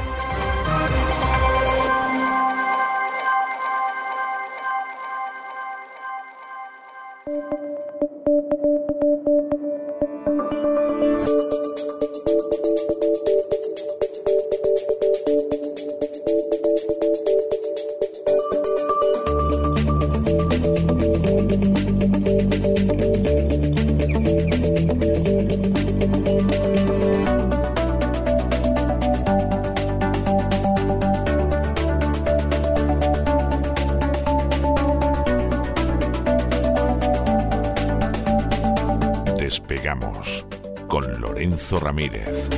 Speaker 2: Despegamos con Lorenzo Ramírez.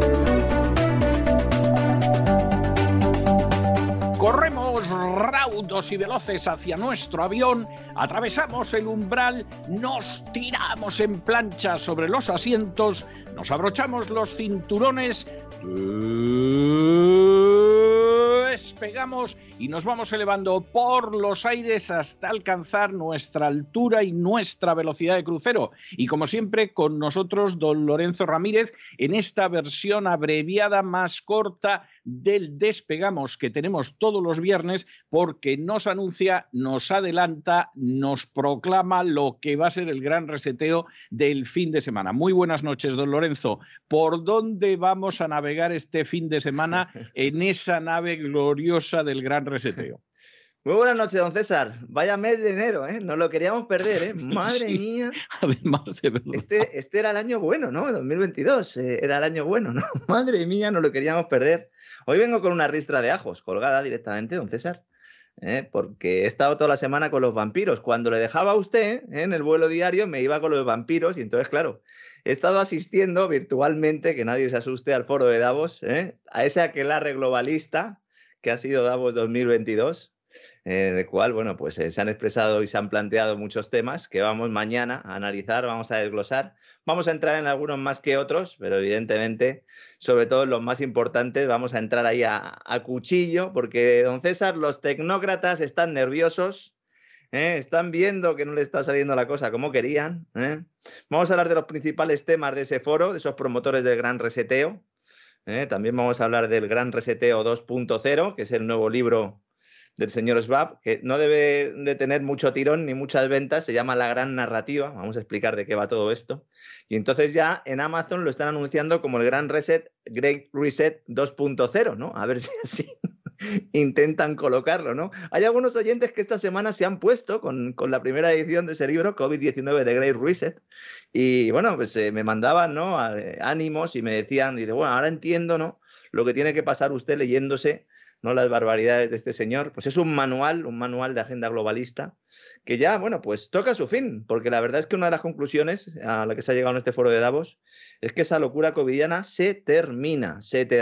Speaker 4: Corremos raudos y veloces hacia nuestro avión, atravesamos el umbral, nos tiramos en plancha sobre los asientos, nos abrochamos los cinturones, despegamos y nos vamos elevando por los aires hasta alcanzar nuestra altura y nuestra velocidad de crucero. Y como siempre, con nosotros don Lorenzo Ramírez en esta versión abreviada más corta del Despegamos que tenemos todos los viernes, porque nos anuncia, nos adelanta, nos proclama lo que va a ser el gran reseteo del fin de semana. Muy buenas noches, don Lorenzo. ¿Por dónde vamos a navegar este fin de semana en esa nave gloriosa del gran reseteo?
Speaker 5: Muy buenas noches, don César. Vaya mes de enero, ¿eh? No lo queríamos perder, ¿eh? Madre mía.
Speaker 4: Además de verdad.
Speaker 5: Este era el año bueno, ¿no? 2022 era el año bueno, ¿no? Madre mía, no lo queríamos perder. Hoy vengo con una ristra de ajos colgada directamente, don César, porque he estado toda la semana con los vampiros. Cuando le dejaba a usted en el vuelo diario, me iba con los vampiros y entonces, claro, he estado asistiendo virtualmente, que nadie se asuste, al foro de Davos, a ese aquelarre globalista que ha sido Davos 2022. En el cual, bueno, pues se han expresado y se han planteado muchos temas que vamos mañana a analizar, vamos a desglosar. Vamos a entrar en algunos más que otros, pero evidentemente, sobre todo en los más importantes, vamos a entrar ahí a cuchillo, porque, don César, los tecnócratas están nerviosos, están viendo que no le está saliendo la cosa como querían. Vamos a hablar de los principales temas de ese foro, de esos promotores del Gran Reseteo. También vamos a hablar del Gran Reseteo 2.0, que es el nuevo libro del señor Schwab, que no debe de tener mucho tirón ni muchas ventas, se llama La Gran Narrativa, vamos a explicar de qué va todo esto, y entonces ya en Amazon lo están anunciando como el Gran Reset, Great Reset 2.0, ¿no? A ver si así intentan colocarlo, ¿no? Hay algunos oyentes que esta semana se han puesto con la primera edición de ese libro, COVID-19 de Great Reset, y bueno, pues me mandaban, ¿no?, ánimos y me decían, dice, bueno, ahora entiendo, ¿no?, lo que tiene que pasar usted leyéndose, ¿no?, las barbaridades de este señor. Pues es un manual de agenda globalista que ya, bueno, pues toca su fin, porque la verdad es que una de las conclusiones a la que se ha llegado en este foro de Davos es que esa locura covidiana se termina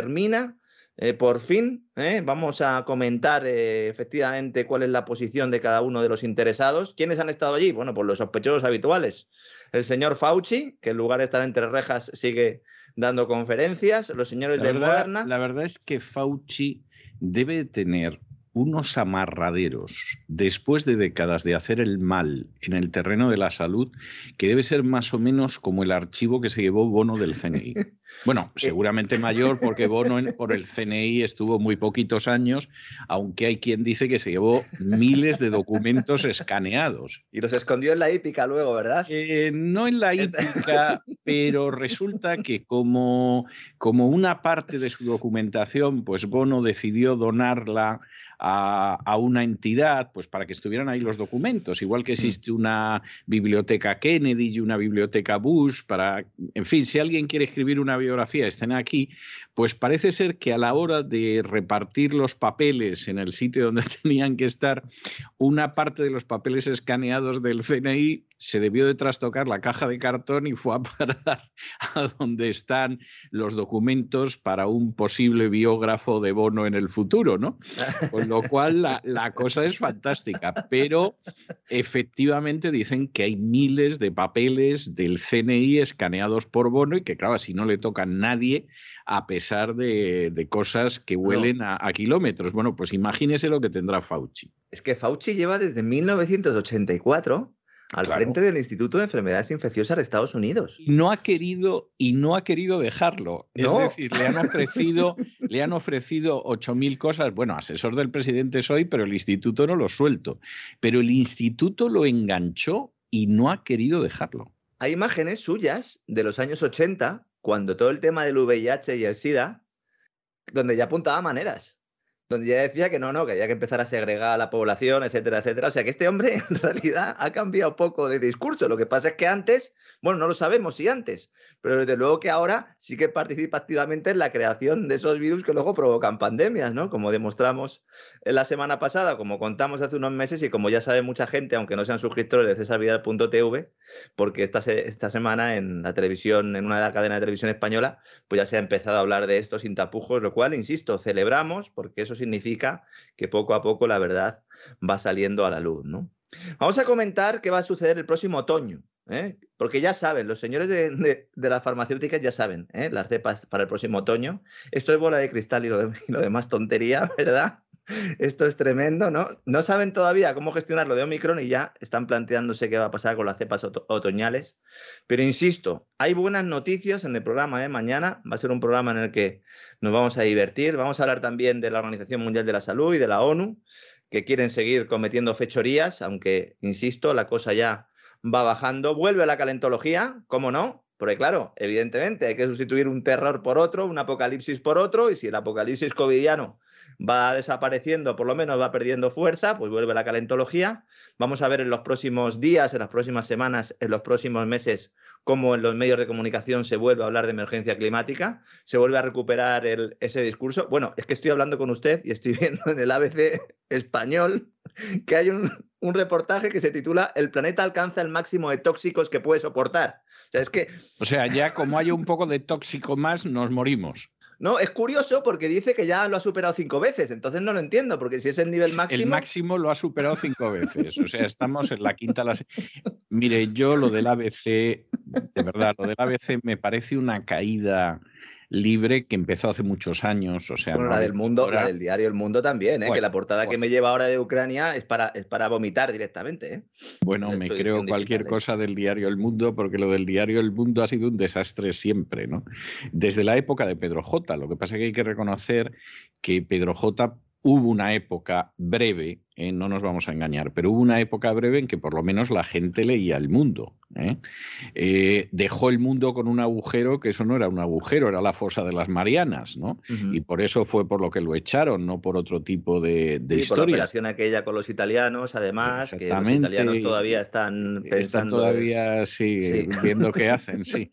Speaker 5: por fin. Vamos a comentar efectivamente cuál es la posición de cada uno de los interesados. ¿Quiénes han estado allí? Bueno, pues los sospechosos habituales. El señor Fauci, que en lugar de estar entre rejas sigue dando conferencias, los señores de Moderna.
Speaker 4: La verdad es que Fauci debe tener unos amarraderos después de décadas de hacer el mal en el terreno de la salud, que debe ser más o menos como el archivo que se llevó Bono del CNI. Bueno, seguramente mayor, porque Bono por el CNI estuvo muy poquitos años, aunque hay quien dice que se llevó miles de documentos escaneados.
Speaker 5: Y los escondió en la hípica luego, ¿verdad?
Speaker 4: No en la hípica, pero resulta que como una parte de su documentación, pues Bono decidió donarla a una entidad, pues para que estuvieran ahí los documentos, igual que existe una biblioteca Kennedy y una biblioteca Bush, en fin, si alguien quiere escribir una biografía, estén aquí, pues parece ser que a la hora de repartir los papeles en el sitio donde tenían que estar, una parte de los papeles escaneados del CNI se debió de trastocar la caja de cartón y fue a parar a donde están los documentos para un posible biógrafo de Bono en el futuro, ¿no? Con lo cual la cosa es fantástica, pero efectivamente dicen que hay miles de papeles del CNI escaneados por Bono y que, claro, si no le toca a nadie, a pesar de cosas que huelen a kilómetros. Bueno, pues imagínese lo que tendrá Fauci.
Speaker 5: Es que Fauci lleva desde 1984 al frente del Instituto de Enfermedades Infecciosas de Estados Unidos.
Speaker 4: Y no ha querido dejarlo. No. Es decir, le han ofrecido 8.000 cosas. Bueno, asesor del presidente soy, pero el instituto no lo suelto. Pero el instituto lo enganchó y no ha querido dejarlo.
Speaker 5: Hay imágenes suyas de los años 80, cuando todo el tema del VIH y el SIDA, donde ya apuntaba maneras. Donde ya decía que no, que había que empezar a segregar a la población, etcétera, etcétera. O sea que este hombre en realidad ha cambiado poco de discurso. Lo que pasa es que antes, bueno, no lo sabemos si antes, pero desde luego que ahora sí que participa activamente en la creación de esos virus que luego provocan pandemias, ¿no? Como demostramos la semana pasada, como contamos hace unos meses y como ya sabe mucha gente, aunque no sean suscriptores de cesarvidal.tv, porque esta semana en la televisión, en una de las cadenas de televisión española, pues ya se ha empezado a hablar de esto sin tapujos, lo cual, insisto, celebramos, porque eso significa que poco a poco la verdad va saliendo a la luz, ¿no? Vamos a comentar qué va a suceder el próximo otoño, porque ya saben, los señores de las farmacéuticas ya saben, las cepas para el próximo otoño. Esto es bola de cristal y lo demás tontería, ¿verdad? Esto es tremendo, ¿no? No saben todavía cómo gestionar lo de Omicron y ya están planteándose qué va a pasar con las cepas otoñales. Pero insisto, hay buenas noticias en el programa de mañana. Va a ser un programa en el que nos vamos a divertir. Vamos a hablar también de la Organización Mundial de la Salud y de la ONU, que quieren seguir cometiendo fechorías, aunque, insisto, la cosa ya va bajando. Vuelve la calentología, ¿cómo no? Porque claro, evidentemente hay que sustituir un terror por otro, un apocalipsis por otro, y si el apocalipsis covidiano va desapareciendo, por lo menos va perdiendo fuerza, pues vuelve la calentología. Vamos a ver en los próximos días, en las próximas semanas, en los próximos meses, cómo en los medios de comunicación se vuelve a hablar de emergencia climática, se vuelve a recuperar ese discurso. Bueno, es que estoy hablando con usted y estoy viendo en el ABC español que hay un reportaje que se titula "El planeta alcanza el máximo de tóxicos que puede soportar". O sea,
Speaker 4: ya como haya un poco de tóxico más, nos morimos.
Speaker 5: No, es curioso porque dice que ya lo ha superado 5 veces, entonces no lo entiendo, porque si es el nivel máximo...
Speaker 4: El máximo lo ha superado 5 veces, o sea, estamos en la quinta... Mire, yo lo del ABC, de verdad, lo del ABC me parece una caída libre que empezó hace muchos años, o sea...
Speaker 5: Bueno, la del Mundo, la del diario El Mundo también, que la portada que me lleva ahora de Ucrania es para vomitar directamente,
Speaker 4: Bueno, me creo cualquier cosa del diario El Mundo, porque lo del diario El Mundo ha sido un desastre siempre, ¿no? Desde la época de Pedro J. Lo que pasa es que hay que reconocer que Pedro J. hubo una época breve, no nos vamos a engañar, pero hubo una época breve en que por lo menos la gente leía El Mundo. Dejó El Mundo con un agujero, que eso no era un agujero, era la fosa de las Marianas, ¿no? Y por eso fue por lo que lo echaron, no por otro tipo de historia.
Speaker 5: Por la operación aquella con los italianos, además, que los italianos todavía están pensando...
Speaker 4: Están todavía, viendo qué hacen, sí.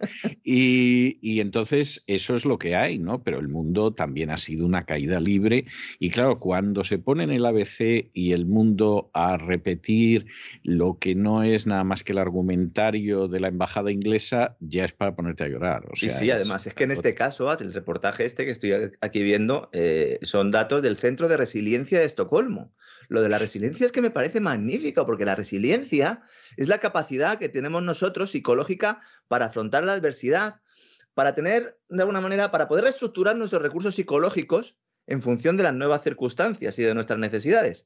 Speaker 4: Y entonces eso es lo que hay, ¿no? Pero El Mundo también ha sido una caída libre. Y claro, cuando se pone en el ABC y El Mundo a repetir lo que no es nada más que el argumentario de la embajada inglesa, ya es para ponerte a llorar. O sea,
Speaker 5: sí, además es que en este caso, el reportaje que estoy aquí viendo, son datos del Centro de Resiliencia de Estocolmo. Lo de la resiliencia es que me parece magnífico, porque la resiliencia es la capacidad que tenemos nosotros psicológica para afrontar la adversidad, para tener, de alguna manera, para poder reestructurar nuestros recursos psicológicos en función de las nuevas circunstancias y de nuestras necesidades.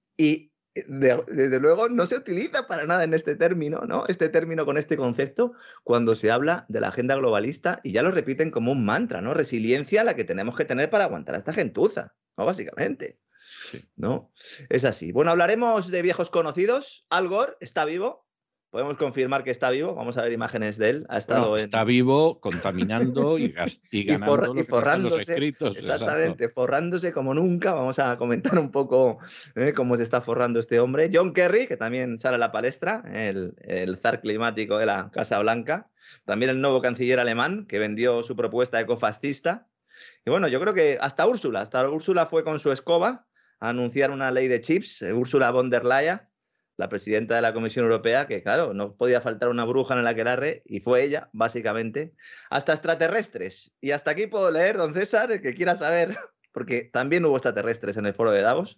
Speaker 5: Y desde luego no se utiliza para nada en este término, ¿no? Este término con este concepto cuando se habla de la agenda globalista, y ya lo repiten como un mantra, ¿no? Resiliencia la que tenemos que tener para aguantar a esta gentuza, ¿no? Básicamente, ¿no? Es así. Bueno, hablaremos de viejos conocidos. Al Gore está vivo. Podemos confirmar que está vivo. Vamos a ver imágenes de él.
Speaker 4: Está vivo, contaminando y ganando
Speaker 5: y forrándose,
Speaker 4: los escritos.
Speaker 5: Exactamente, forrándose como nunca. Vamos a comentar un poco cómo se está forrando este hombre. John Kerry, que también sale a la palestra, el zar climático de la Casa Blanca. También el nuevo canciller alemán, que vendió su propuesta ecofascista. Y bueno, yo creo que hasta Úrsula fue con su escoba a anunciar una ley de chips. Ursula von der Leyen, la presidenta de la Comisión Europea, que claro, no podía faltar una bruja en el aquelarre, y fue ella, básicamente, hasta extraterrestres. Y hasta aquí puedo leer, don César, el que quiera saber, porque también hubo extraterrestres en el foro de Davos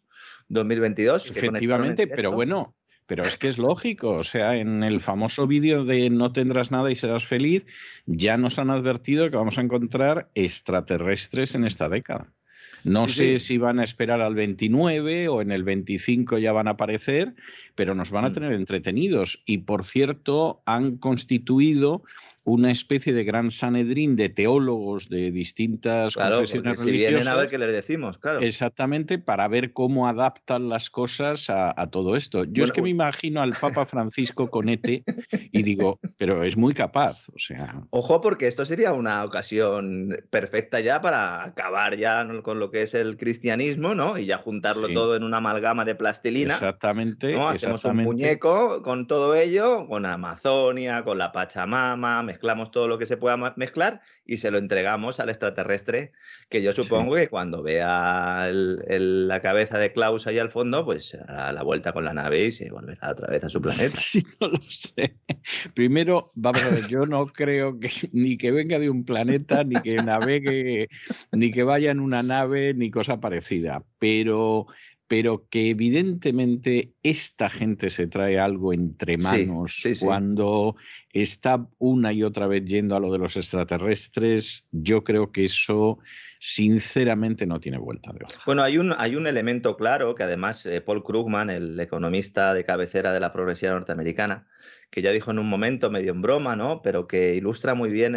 Speaker 5: 2022.
Speaker 4: Efectivamente, pero bueno, pero es que es lógico, o sea, en el famoso vídeo de No tendrás nada y serás feliz, ya nos han advertido que vamos a encontrar extraterrestres en esta década. No sé si van a esperar al 29 o en el 25 ya van a aparecer, pero nos van a tener entretenidos. Y, por cierto, han constituido una especie de gran Sanedrín de teólogos de distintas confesiones religiosas.
Speaker 5: Si vienen a ver qué les decimos, claro.
Speaker 4: Exactamente, para ver cómo adaptan las cosas a todo esto. Yo es que me imagino al Papa Francisco con ET y digo, pero es muy capaz, o sea...
Speaker 5: Ojo, porque esto sería una ocasión perfecta ya para acabar ya con lo que es el cristianismo, ¿no? Y ya juntarlo todo en una amalgama de plastilina.
Speaker 4: Exactamente.
Speaker 5: ¿no? Hacemos un muñeco con todo ello, con Amazonia, con la Pachamama, mezclamos todo lo que se pueda mezclar y se lo entregamos al extraterrestre, que yo supongo que cuando vea la cabeza de Klaus ahí al fondo, pues hará la vuelta con la nave y se volverá otra vez a su planeta.
Speaker 4: Sí, no lo sé. Primero, vamos a ver, yo no creo que ni que venga de un planeta, ni que navegue, ni que vaya en una nave, ni cosa parecida, pero que evidentemente esta gente se trae algo entre manos cuando está una y otra vez yendo a lo de los extraterrestres. Yo creo que eso sinceramente no tiene vuelta de hoja.
Speaker 5: Bueno, hay un elemento claro que además Paul Krugman, el economista de cabecera de la progresividad norteamericana, que ya dijo en un momento, medio en broma, ¿no? Pero que ilustra muy bien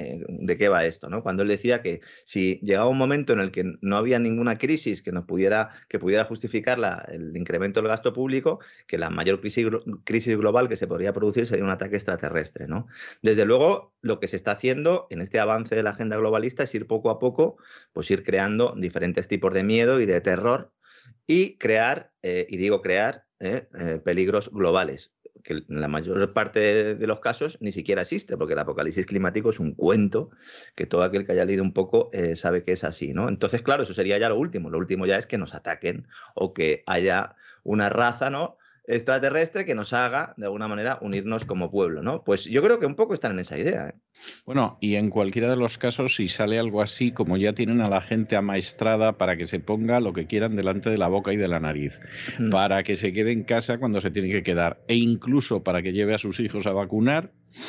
Speaker 5: de qué va esto, ¿no? Cuando él decía que si llegaba un momento en el que no había ninguna crisis que pudiera justificar el incremento del gasto público, que la mayor crisis global que se podría producir sería un ataque extraterrestre, ¿no? Desde luego, lo que se está haciendo en este avance de la agenda globalista es ir poco a poco, pues ir creando diferentes tipos de miedo y de terror y crear, peligros globales, que en la mayor parte de los casos ni siquiera existe, porque el apocalipsis climático es un cuento que todo aquel que haya leído un poco sabe que es así, ¿no? Entonces, claro, eso sería ya lo último. Lo último ya es que nos ataquen o que haya una raza, ¿no?, extraterrestre que nos haga, de alguna manera, unirnos como pueblo, ¿no? Pues yo creo que un poco están en esa idea, ¿eh?
Speaker 4: Bueno, y en cualquiera de los casos, si sale algo así, como ya tienen a la gente amaestrada para que se ponga lo que quieran delante de la boca y de la nariz, para que se quede en casa cuando se tiene que quedar, e incluso para que lleve a sus hijos a vacunar,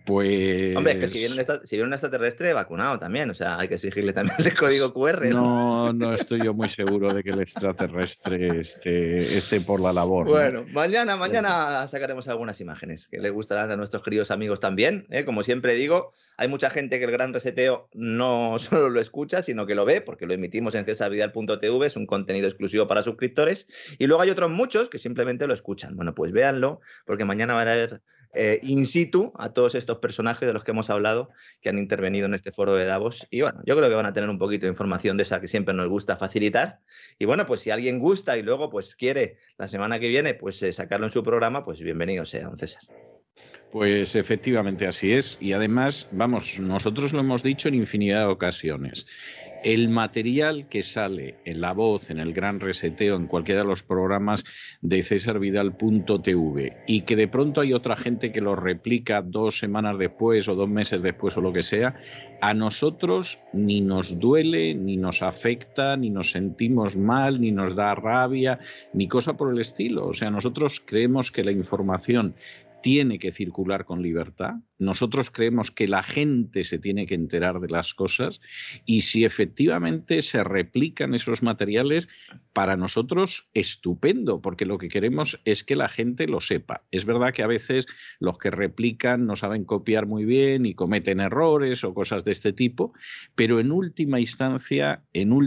Speaker 4: Pues...
Speaker 5: Hombre, es que si viene un extraterrestre, vacunado también, o sea, hay que exigirle también el código QR.
Speaker 4: No estoy yo muy seguro de que el extraterrestre esté por la labor.
Speaker 5: Bueno, ¿no? mañana sacaremos algunas imágenes que les gustarán a nuestros queridos amigos también. Como siempre digo, hay mucha gente que el Gran Reseteo no solo lo escucha, sino que lo ve, porque lo emitimos en cesarvidal.tv, es un contenido exclusivo para suscriptores, y luego hay otros muchos que simplemente lo escuchan. Bueno, pues véanlo, porque mañana van a ver in situ a todos estos personajes de los que hemos hablado que han intervenido en este foro de Davos, y bueno, yo creo que van a tener un poquito de información de esa que siempre nos gusta facilitar, y bueno, pues si alguien gusta y luego pues quiere la semana que viene pues sacarlo en su programa, pues bienvenido sea, don César.
Speaker 4: Pues efectivamente así es, y además, vamos, nosotros lo hemos dicho en infinidad de ocasiones. El material que sale en La Voz, en el Gran Reseteo, en cualquiera de los programas de cesarvidal.tv, y que de pronto hay otra gente que lo replica 2 semanas después o 2 meses después o lo que sea, a nosotros ni nos duele, ni nos afecta, ni nos sentimos mal, ni nos da rabia, ni cosa por el estilo. O sea, nosotros creemos que la información tiene que circular con libertad. Nosotros creemos que la gente se tiene que enterar de las cosas, y si efectivamente se replican esos materiales, para nosotros estupendo, porque lo que queremos es que la gente lo sepa. Es verdad que a veces los que replican no saben copiar muy bien y cometen errores o cosas de este tipo, pero en última instancia,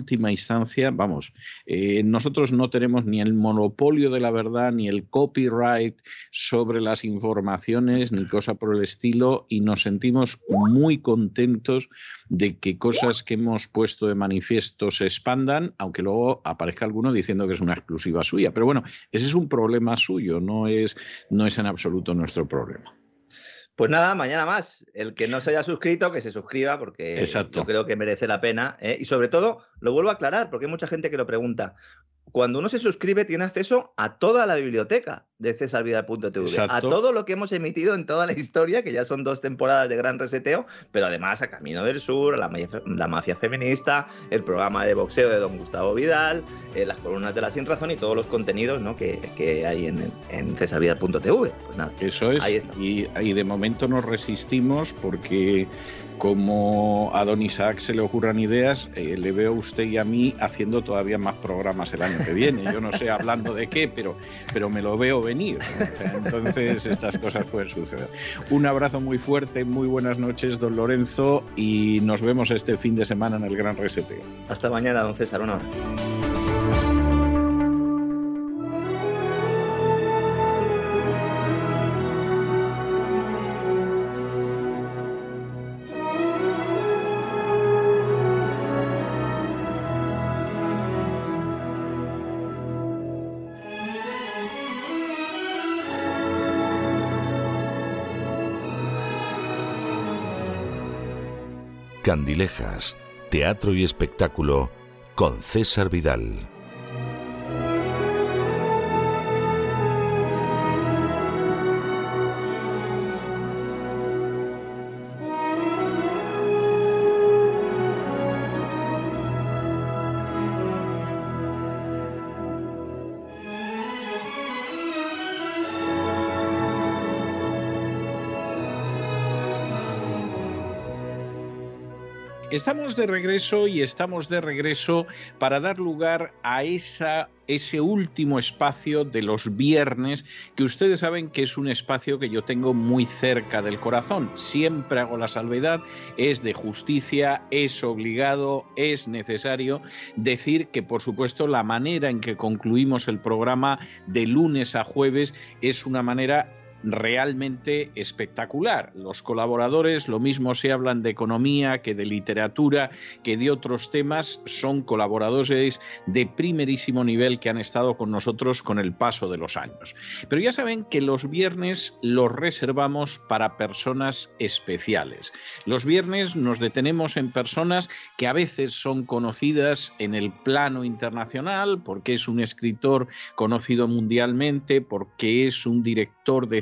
Speaker 4: vamos, nosotros no tenemos ni el monopolio de la verdad, ni el copyright sobre las informaciones, ni cosa por el estilo, y nos sentimos muy contentos de que cosas que hemos puesto de manifiesto se expandan, aunque luego aparezca alguno diciendo que es una exclusiva suya. Pero bueno, ese es un problema suyo, no es en absoluto nuestro problema.
Speaker 5: Pues nada, mañana más. El que no se haya suscrito, que se suscriba, porque
Speaker 4: Exacto.
Speaker 5: Yo creo que merece la pena. Y sobre todo, lo vuelvo a aclarar, porque hay mucha gente que lo pregunta. Cuando uno se suscribe, tiene acceso a toda la biblioteca de cesarvidal.tv, a todo lo que hemos emitido en toda la historia, que ya son 2 temporadas de Gran Reseteo, pero además a Camino del Sur, la mafia feminista, el programa de boxeo de don Gustavo Vidal, las columnas de la Sin Razón y todos los contenidos, ¿no?, que hay en cesarvidal.tv. Pues nada,
Speaker 4: eso es, ahí está. Y de momento nos resistimos porque, como a don Isaac se le ocurran ideas, le veo a usted y a mí haciendo todavía más programas el año que viene. Yo no sé hablando de qué, pero me lo veo venir, ¿no? O sea, entonces estas cosas pueden suceder. Un abrazo muy fuerte, muy buenas noches, don Lorenzo, y nos vemos este fin de semana en el Gran Reseteo.
Speaker 5: Hasta mañana, don César. Un abrazo.
Speaker 2: Candilejas, teatro y espectáculo con César Vidal.
Speaker 4: Estamos de regreso para dar lugar a ese último espacio de los viernes, que ustedes saben que es un espacio que yo tengo muy cerca del corazón. Siempre hago la salvedad, es de justicia, es obligado, es necesario decir que, por supuesto, la manera en que concluimos el programa de lunes a jueves es una manera realmente espectacular. Los colaboradores, lo mismo se hablan de economía que de literatura, que de otros temas, son colaboradores de primerísimo nivel que han estado con nosotros con el paso de los años. Pero ya saben que los viernes los reservamos para personas especiales. Los viernes nos detenemos en personas que a veces son conocidas en el plano internacional, porque es un escritor conocido mundialmente, porque es un director de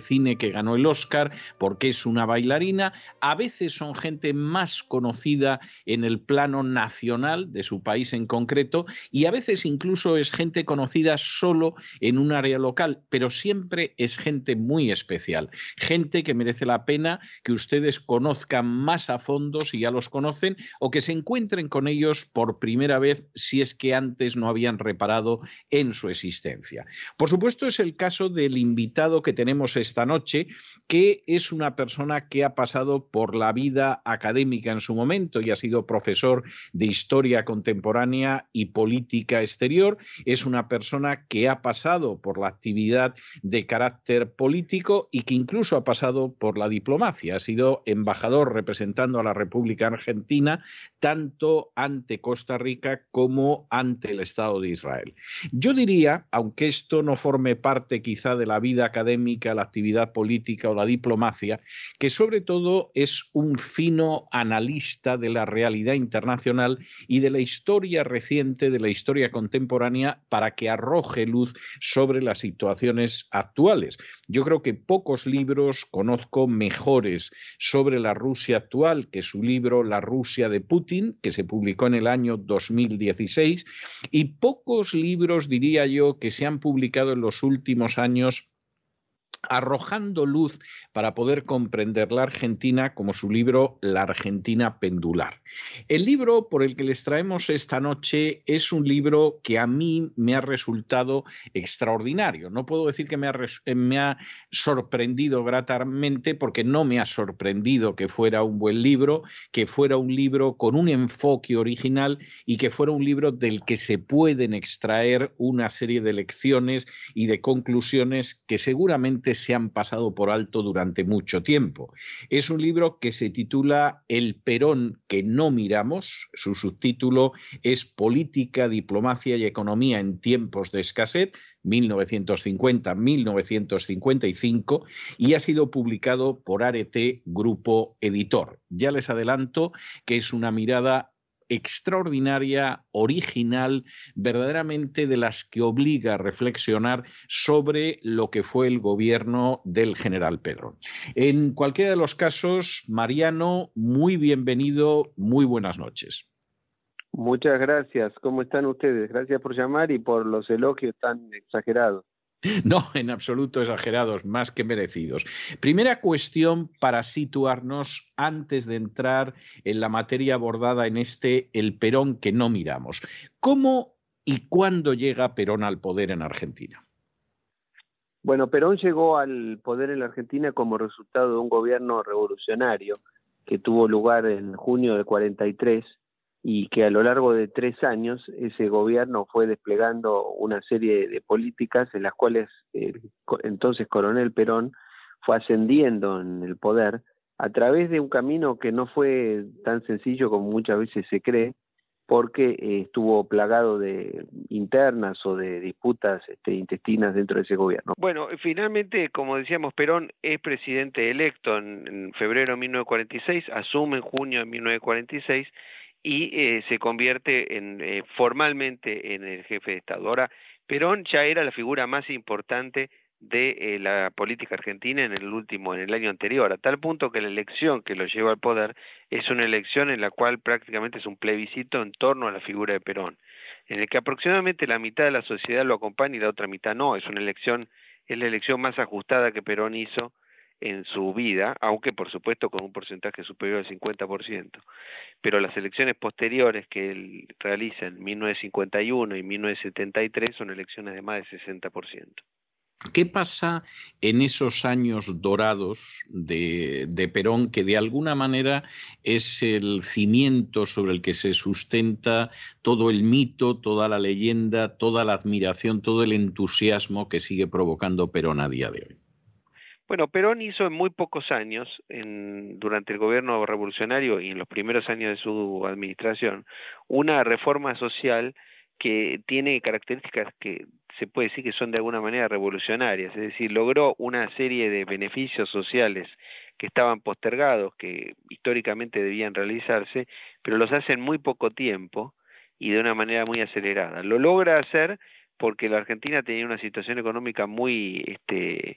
Speaker 4: cine que ganó el Oscar, porque es una bailarina. A veces son gente más conocida en el plano nacional de su país en concreto, y a veces incluso es gente conocida solo en un área local, pero siempre es gente muy especial, gente que merece la pena que ustedes conozcan más a fondo si ya los conocen, o que se encuentren con ellos por primera vez si es que antes no habían reparado en su existencia. Por supuesto, es el caso del invitado que tenemos esta noche, que es una persona que ha pasado por la vida académica en su momento y ha sido profesor de Historia Contemporánea y Política Exterior. Es una persona que ha pasado por la actividad de carácter político y que incluso ha pasado por la diplomacia. Ha sido embajador representando a la República Argentina tanto ante Costa Rica como ante el Estado de Israel. Yo diría, aunque esto no forme parte quizá de la vida académica, la actividad política o la diplomacia, que sobre todo es un fino analista de la realidad internacional y de la historia reciente, de la historia contemporánea, para que arroje luz sobre las situaciones actuales. Yo creo que pocos libros conozco mejores sobre la Rusia actual que su libro La Rusia de Putin, que se publicó en el año 2016, y pocos libros, diría yo, que se han publicado en los últimos años arrojando luz para poder comprender la Argentina, como su libro La Argentina pendular. El libro por el que les traemos esta noche es un libro que a mí me ha resultado extraordinario. No puedo decir que me ha sorprendido gratamente, porque no me ha sorprendido que fuera un buen libro, que fuera un libro con un enfoque original y que fuera un libro del que se pueden extraer una serie de lecciones y de conclusiones que seguramente se han pasado por alto durante mucho tiempo. Es un libro que se titula El Perón que no miramos. Su subtítulo es Política, Diplomacia y Economía en tiempos de escasez, 1950-1955, y ha sido publicado por Arete Grupo Editor. Ya les adelanto que es una mirada extraordinaria, original, verdaderamente de las que obliga a reflexionar sobre lo que fue el gobierno del general Perón. En cualquiera de los casos, Mariano, muy bienvenido, muy buenas noches.
Speaker 6: Muchas gracias. ¿Cómo están ustedes? Gracias por llamar y por los elogios tan exagerados.
Speaker 4: No, en absoluto exagerados, más que merecidos. Primera cuestión para situarnos antes de entrar en la materia abordada en El Perón que no miramos. ¿Cómo y cuándo llega Perón al poder en Argentina?
Speaker 6: Bueno, Perón llegó al poder en la Argentina como resultado de un gobierno revolucionario que tuvo lugar en junio del 43 y que a lo largo de 3 años ese gobierno fue desplegando una serie de políticas en las cuales el entonces coronel Perón fue ascendiendo en el poder a través de un camino que no fue tan sencillo como muchas veces se cree, porque estuvo plagado de internas o de disputas intestinas dentro de ese gobierno. Bueno, finalmente, como decíamos, Perón es presidente electo en febrero de 1946, asume en junio de 1946, y se convierte formalmente en el jefe de Estado. Ahora, Perón ya era la figura más importante de la política argentina en el año anterior, a tal punto que la elección que lo lleva al poder es una elección en la cual prácticamente es un plebiscito en torno a la figura de Perón, en el que aproximadamente la mitad de la sociedad lo acompaña y la otra mitad no. Es la elección más ajustada que Perón hizo en su vida, aunque por supuesto con un porcentaje superior al 50%. Pero las elecciones posteriores que él realiza en 1951 y 1973 son elecciones de más de 60%.
Speaker 4: ¿Qué pasa en esos años dorados de Perón, que de alguna manera es el cimiento sobre el que se sustenta todo el mito, toda la leyenda, toda la admiración, todo el entusiasmo que sigue provocando Perón a día de hoy?
Speaker 6: Bueno, Perón hizo en muy pocos años, durante el gobierno revolucionario y en los primeros años de su administración, una reforma social que tiene características que se puede decir que son de alguna manera revolucionarias, es decir, logró una serie de beneficios sociales que estaban postergados, que históricamente debían realizarse, pero los hace en muy poco tiempo y de una manera muy acelerada. Lo logra hacer porque la Argentina tenía una situación económica muy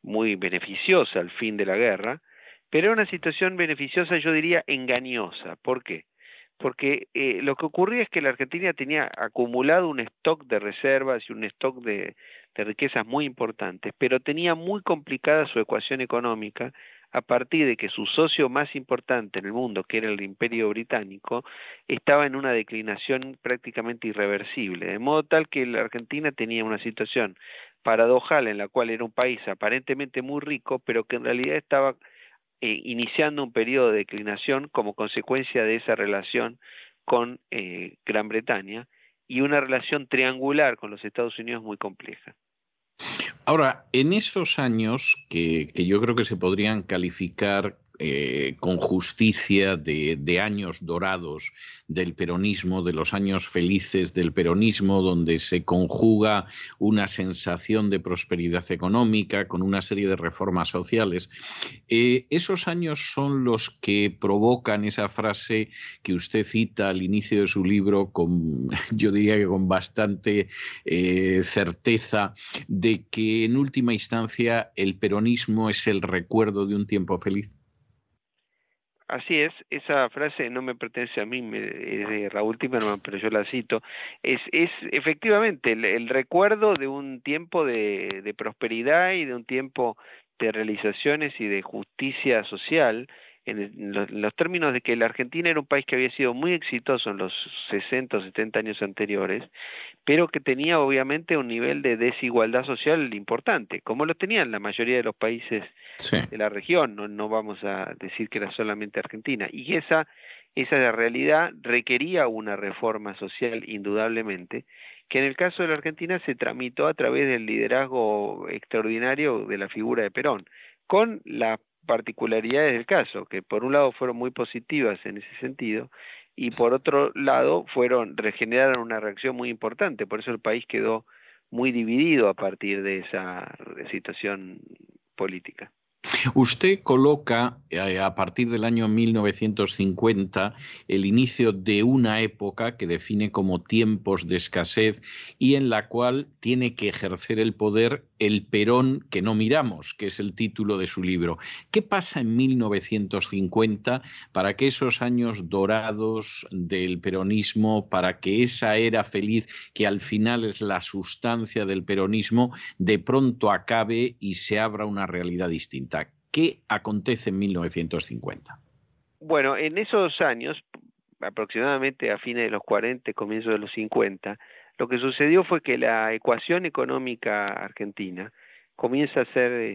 Speaker 6: muy beneficiosa al fin de la guerra, pero era una situación beneficiosa, yo diría, engañosa. ¿Por qué? Porque lo que ocurría es que la Argentina tenía acumulado un stock de reservas y un stock de riquezas muy importantes, pero tenía muy complicada su ecuación económica a partir de que su socio más importante en el mundo, que era el Imperio Británico, estaba en una declinación prácticamente irreversible, de modo tal que la Argentina tenía una situación paradojal en la cual era un país aparentemente muy rico, pero que en realidad estaba iniciando un periodo de declinación como consecuencia de esa relación con Gran Bretaña y una relación triangular con los Estados Unidos muy compleja.
Speaker 4: Ahora, en esos años que yo creo que se podrían calificar con justicia de años dorados del peronismo, de los años felices del peronismo, donde se conjuga una sensación de prosperidad económica con una serie de reformas sociales, esos años son los que provocan esa frase que usted cita al inicio de su libro, yo diría que con bastante certeza, de que en última instancia el peronismo es el recuerdo de un tiempo feliz.
Speaker 6: Así es, esa frase no me pertenece a mí, es de Raúl Timerman, pero yo la cito. Es efectivamente el recuerdo de un tiempo de prosperidad y de un tiempo de realizaciones y de justicia social, en los términos de que la Argentina era un país que había sido muy exitoso en los 60 o 70 años anteriores, pero que tenía obviamente un nivel de desigualdad social importante, como lo tenían la mayoría de los países de la región, no vamos a decir que era solamente Argentina, y esa realidad requería una reforma social indudablemente, que en el caso de la Argentina se tramitó a través del liderazgo extraordinario de la figura de Perón, con las particularidades del caso, que por un lado fueron muy positivas en ese sentido, y por otro lado generaron una reacción muy importante, por eso el país quedó muy dividido a partir de esa situación política.
Speaker 4: Usted coloca a partir del año 1950 el inicio de una época que define como tiempos de escasez y en la cual tiene que ejercer el poder el Perón que no miramos, que es el título de su libro. ¿Qué pasa en 1950 para que esos años dorados del peronismo, para que esa era feliz, que al final es la sustancia del peronismo, de pronto acabe y se abra una realidad distinta? ¿Qué acontece en 1950?
Speaker 6: Bueno, en esos años, aproximadamente a fines de los 40, comienzos de los 50, lo que sucedió fue que la ecuación económica argentina comienza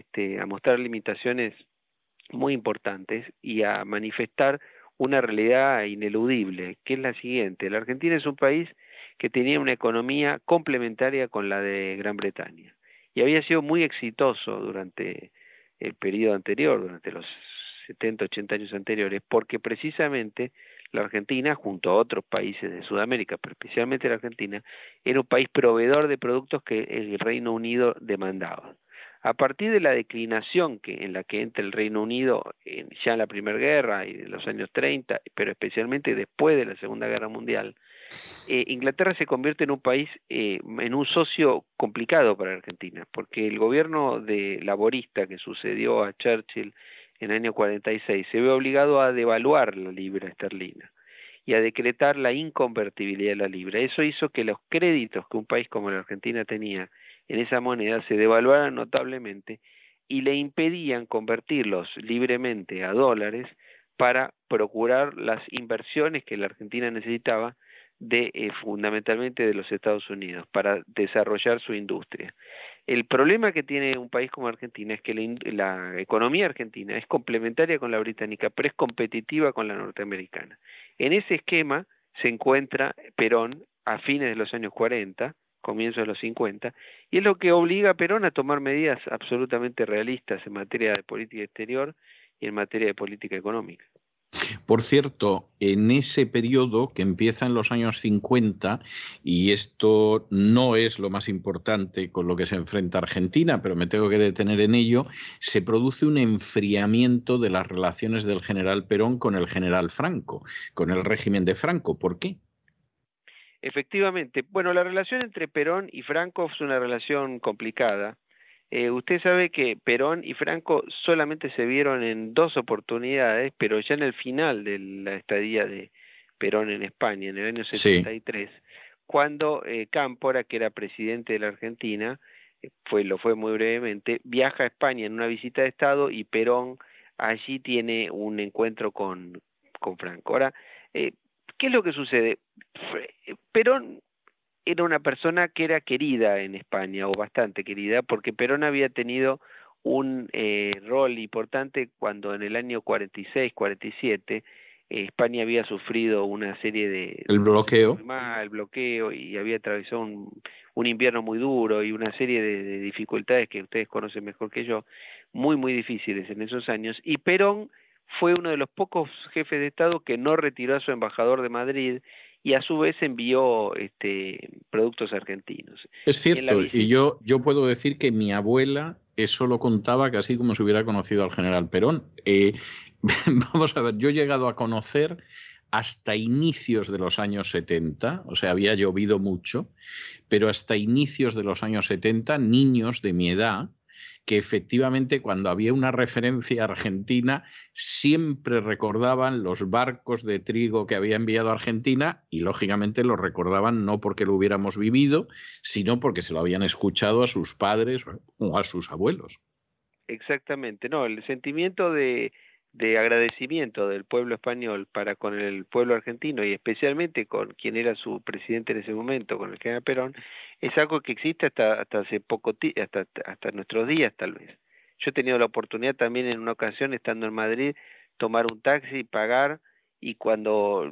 Speaker 6: a mostrar limitaciones muy importantes y a manifestar una realidad ineludible, que es la siguiente. La Argentina es un país que tenía una economía complementaria con la de Gran Bretaña y había sido muy exitoso durante el periodo anterior, durante los 70, 80 años anteriores, porque precisamente la Argentina, junto a otros países de Sudamérica, pero especialmente la Argentina, era un país proveedor de productos que el Reino Unido demandaba. A partir de la declinación en la que entra el Reino Unido ya en la Primera Guerra y en los años 30, pero especialmente después de la Segunda Guerra Mundial, Inglaterra se convierte en un país, en un socio complicado para Argentina, porque el gobierno laborista que sucedió a Churchill en el año 46 se ve obligado a devaluar la libra esterlina y a decretar la inconvertibilidad de la libra. Eso hizo que los créditos que un país como la Argentina tenía en esa moneda se devaluaran notablemente y le impedían convertirlos libremente a dólares para procurar las inversiones que la Argentina necesitaba fundamentalmente de los Estados Unidos para desarrollar su industria. El problema que tiene un país como Argentina es que la economía argentina es complementaria con la británica, pero es competitiva con la norteamericana. En ese esquema se encuentra Perón a fines de los años 40, comienzos de los 50, y es lo que obliga a Perón a tomar medidas absolutamente realistas en materia de política exterior y en materia de política económica.
Speaker 4: Por cierto, en ese periodo que empieza en los años 50, y esto no es lo más importante con lo que se enfrenta Argentina, pero me tengo que detener en ello, se produce un enfriamiento de las relaciones del general Perón con el general Franco, con el régimen de Franco. ¿Por qué?
Speaker 6: Efectivamente, bueno, la relación entre Perón y Franco es una relación complicada. Usted sabe que Perón y Franco solamente se vieron en 2 oportunidades, pero ya en el final de la estadía de Perón en España, en el año
Speaker 4: Sí.
Speaker 6: 73, cuando Cámpora, que era presidente de la Argentina, lo fue muy brevemente, viaja a España en una visita de Estado y Perón allí tiene un encuentro con Franco. Ahora, ¿qué es lo que sucede? Perón era una persona que era querida en España, o bastante querida, porque Perón había tenido un rol importante cuando en el año 46, 47, España había sufrido una serie de...
Speaker 4: El bloqueo.
Speaker 6: El bloqueo, y había atravesado un invierno muy duro y una serie de dificultades que ustedes conocen mejor que yo, muy, muy difíciles en esos años, y Perón fue uno de los pocos jefes de Estado que no retiró a su embajador de Madrid, y a su vez envió productos argentinos.
Speaker 4: Es cierto, y yo puedo decir que mi abuela eso lo contaba casi como si hubiera conocido al general Perón. Vamos a ver, yo he llegado a conocer hasta inicios de los años 70, o sea, había llovido mucho, pero hasta inicios de los años 70, niños de mi edad, que efectivamente cuando había una referencia argentina siempre recordaban los barcos de trigo que había enviado a Argentina y lógicamente lo recordaban no porque lo hubiéramos vivido, sino porque se lo habían escuchado a sus padres o a sus abuelos.
Speaker 6: Exactamente, no, el sentimiento de agradecimiento del pueblo español para con el pueblo argentino y especialmente con quien era su presidente en ese momento, con el general Perón, es algo que existe hasta hace poco, hasta nuestros días tal vez. Yo he tenido la oportunidad también en una ocasión, estando en Madrid, tomar un taxi, pagar, y cuando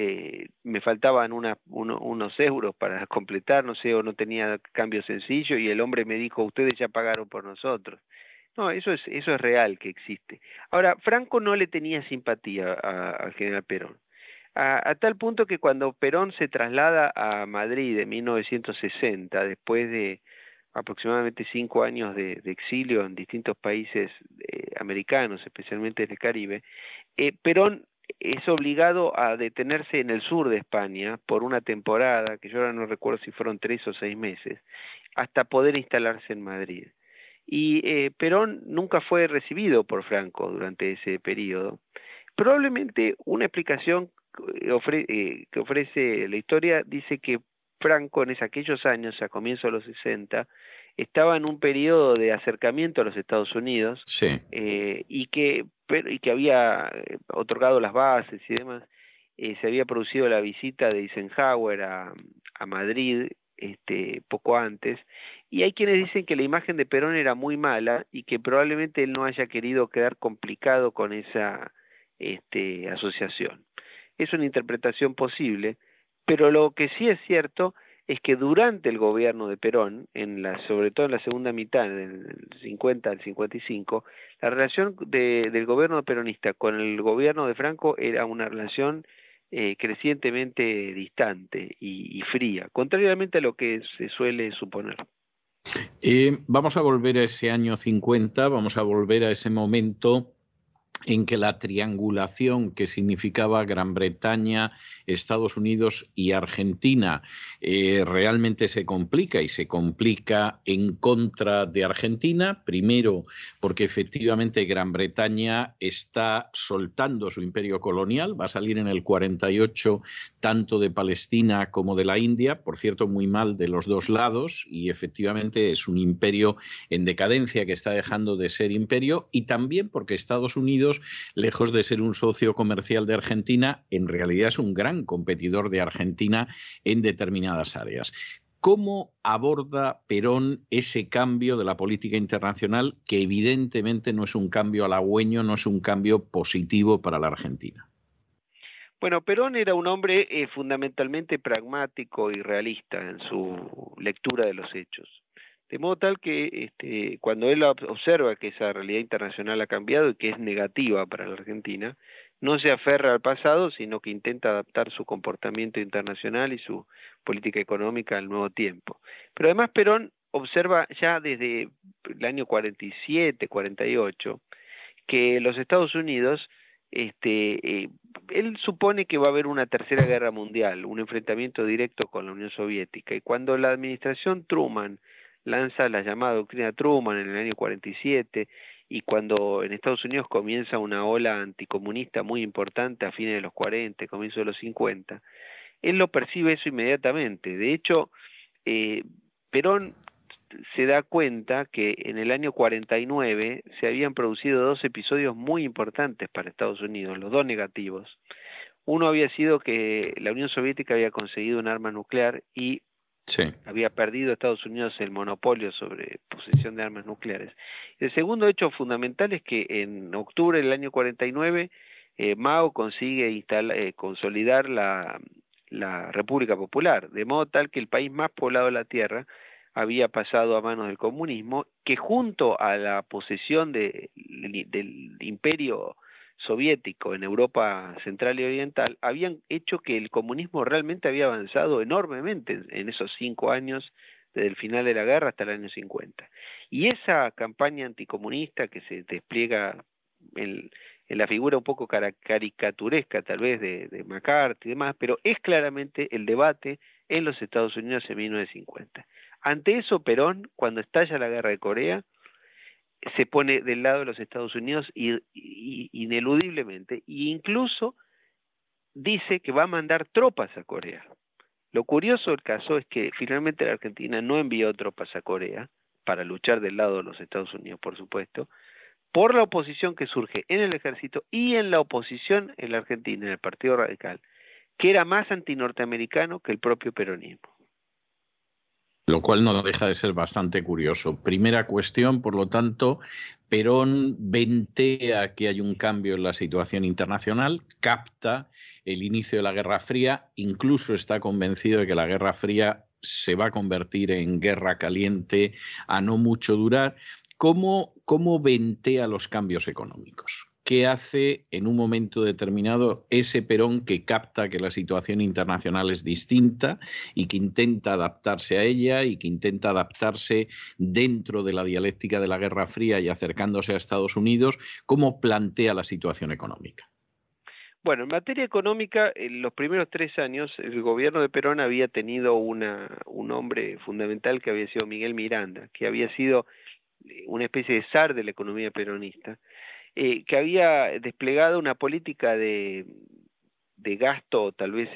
Speaker 6: me faltaban unos euros para completar, no sé, o no tenía cambio sencillo, y el hombre me dijo, ustedes ya pagaron por nosotros. No, eso es real que existe. Ahora, Franco no le tenía simpatía al general Perón, a tal punto que cuando Perón se traslada a Madrid en 1960, después de aproximadamente 5 años de exilio en distintos países americanos, especialmente en el Caribe, Perón es obligado a detenerse en el sur de España por una temporada, que yo ahora no recuerdo si fueron 3 o 6 meses, hasta poder instalarse en Madrid. Y Perón nunca fue recibido por Franco durante ese periodo. Probablemente una explicación que ofrece la historia dice que Franco en aquellos años, a comienzos de los 60, estaba en un periodo de acercamiento a los Estados Unidos,
Speaker 4: sí.
Speaker 6: y que había otorgado las bases y demás. Se había producido la visita de Eisenhower a Madrid poco antes, y hay quienes dicen que la imagen de Perón era muy mala y que probablemente él no haya querido quedar complicado con esa asociación. Es una interpretación posible, pero lo que sí es cierto es que durante el gobierno de Perón, sobre todo en la segunda mitad, del 50 al 55, la relación del gobierno peronista con el gobierno de Franco era una relación crecientemente distante y fría, contrariamente a lo que se suele suponer.
Speaker 4: Vamos a volver a ese año 50, vamos a volver a ese momento en que la triangulación que significaba Gran Bretaña, Estados Unidos y Argentina realmente se complica, y se complica en contra de Argentina, primero porque efectivamente Gran Bretaña está soltando su imperio colonial, va a salir en el 48 tanto de Palestina como de la India, por cierto muy mal de los dos lados, y efectivamente es un imperio en decadencia que está dejando de ser imperio, y también porque Estados Unidos, lejos de ser un socio comercial de Argentina, en realidad es un gran competidor de Argentina en determinadas áreas. ¿Cómo aborda Perón ese cambio de la política internacional, que evidentemente no es un cambio halagüeño, no es un cambio positivo para la Argentina?
Speaker 6: Bueno, Perón era un hombre fundamentalmente pragmático y realista en su lectura de los hechos. De modo tal que cuando él observa que esa realidad internacional ha cambiado y que es negativa para la Argentina, no se aferra al pasado, sino que intenta adaptar su comportamiento internacional y su política económica al nuevo tiempo. Pero además Perón observa ya desde el año 47, 48, que los Estados Unidos, él supone que va a haber una tercera guerra mundial, un enfrentamiento directo con la Unión Soviética, y cuando la administración Truman lanza la llamada doctrina Truman en el año 47, y cuando en Estados Unidos comienza una ola anticomunista muy importante a fines de los 40, comienzo de los 50, él lo percibe eso inmediatamente. De hecho, Perón se da cuenta que en el año 49 se habían producido 2 episodios muy importantes para Estados Unidos, los 2 negativos. Uno había sido que la Unión Soviética había conseguido un arma nuclear y había perdido Estados Unidos el monopolio sobre posesión de armas nucleares. El segundo hecho fundamental es que en octubre del año 49 Mao consigue consolidar la República Popular, de modo tal que el país más poblado de la Tierra había pasado a manos del comunismo, que junto a la posesión del imperio soviético en Europa central y oriental, habían hecho que el comunismo realmente había avanzado enormemente en esos 5 años, desde el final de la guerra hasta el año 50. Y esa campaña anticomunista que se despliega en la figura un poco caricaturesca tal vez de McCarthy y demás, pero es claramente el debate en los Estados Unidos en 1950. Ante eso, Perón, cuando estalla la guerra de Corea, se pone del lado de los Estados Unidos ineludiblemente, e incluso dice que va a mandar tropas a Corea. Lo curioso del caso es que finalmente la Argentina no envió tropas a Corea para luchar del lado de los Estados Unidos, por supuesto, por la oposición que surge en el ejército y en la oposición en la Argentina, en el Partido Radical, que era más antinorteamericano que el propio peronismo.
Speaker 4: Lo cual no deja de ser bastante curioso. Primera cuestión, por lo tanto, Perón ventea que hay un cambio en la situación internacional, capta el inicio de la Guerra Fría, incluso está convencido de que la Guerra Fría se va a convertir en guerra caliente a no mucho durar. ¿Cómo ventea los cambios económicos? ¿Qué hace en un momento determinado ese Perón que capta que la situación internacional es distinta y que intenta adaptarse a ella y que intenta adaptarse dentro de la dialéctica de la Guerra Fría y acercándose a Estados Unidos? ¿Cómo plantea la situación económica?
Speaker 6: Bueno, en materia económica, en los primeros 3 años, el gobierno de Perón había tenido un hombre fundamental que había sido Miguel Miranda, que había sido una especie de zar de la economía peronista, que había desplegado una política de gasto tal vez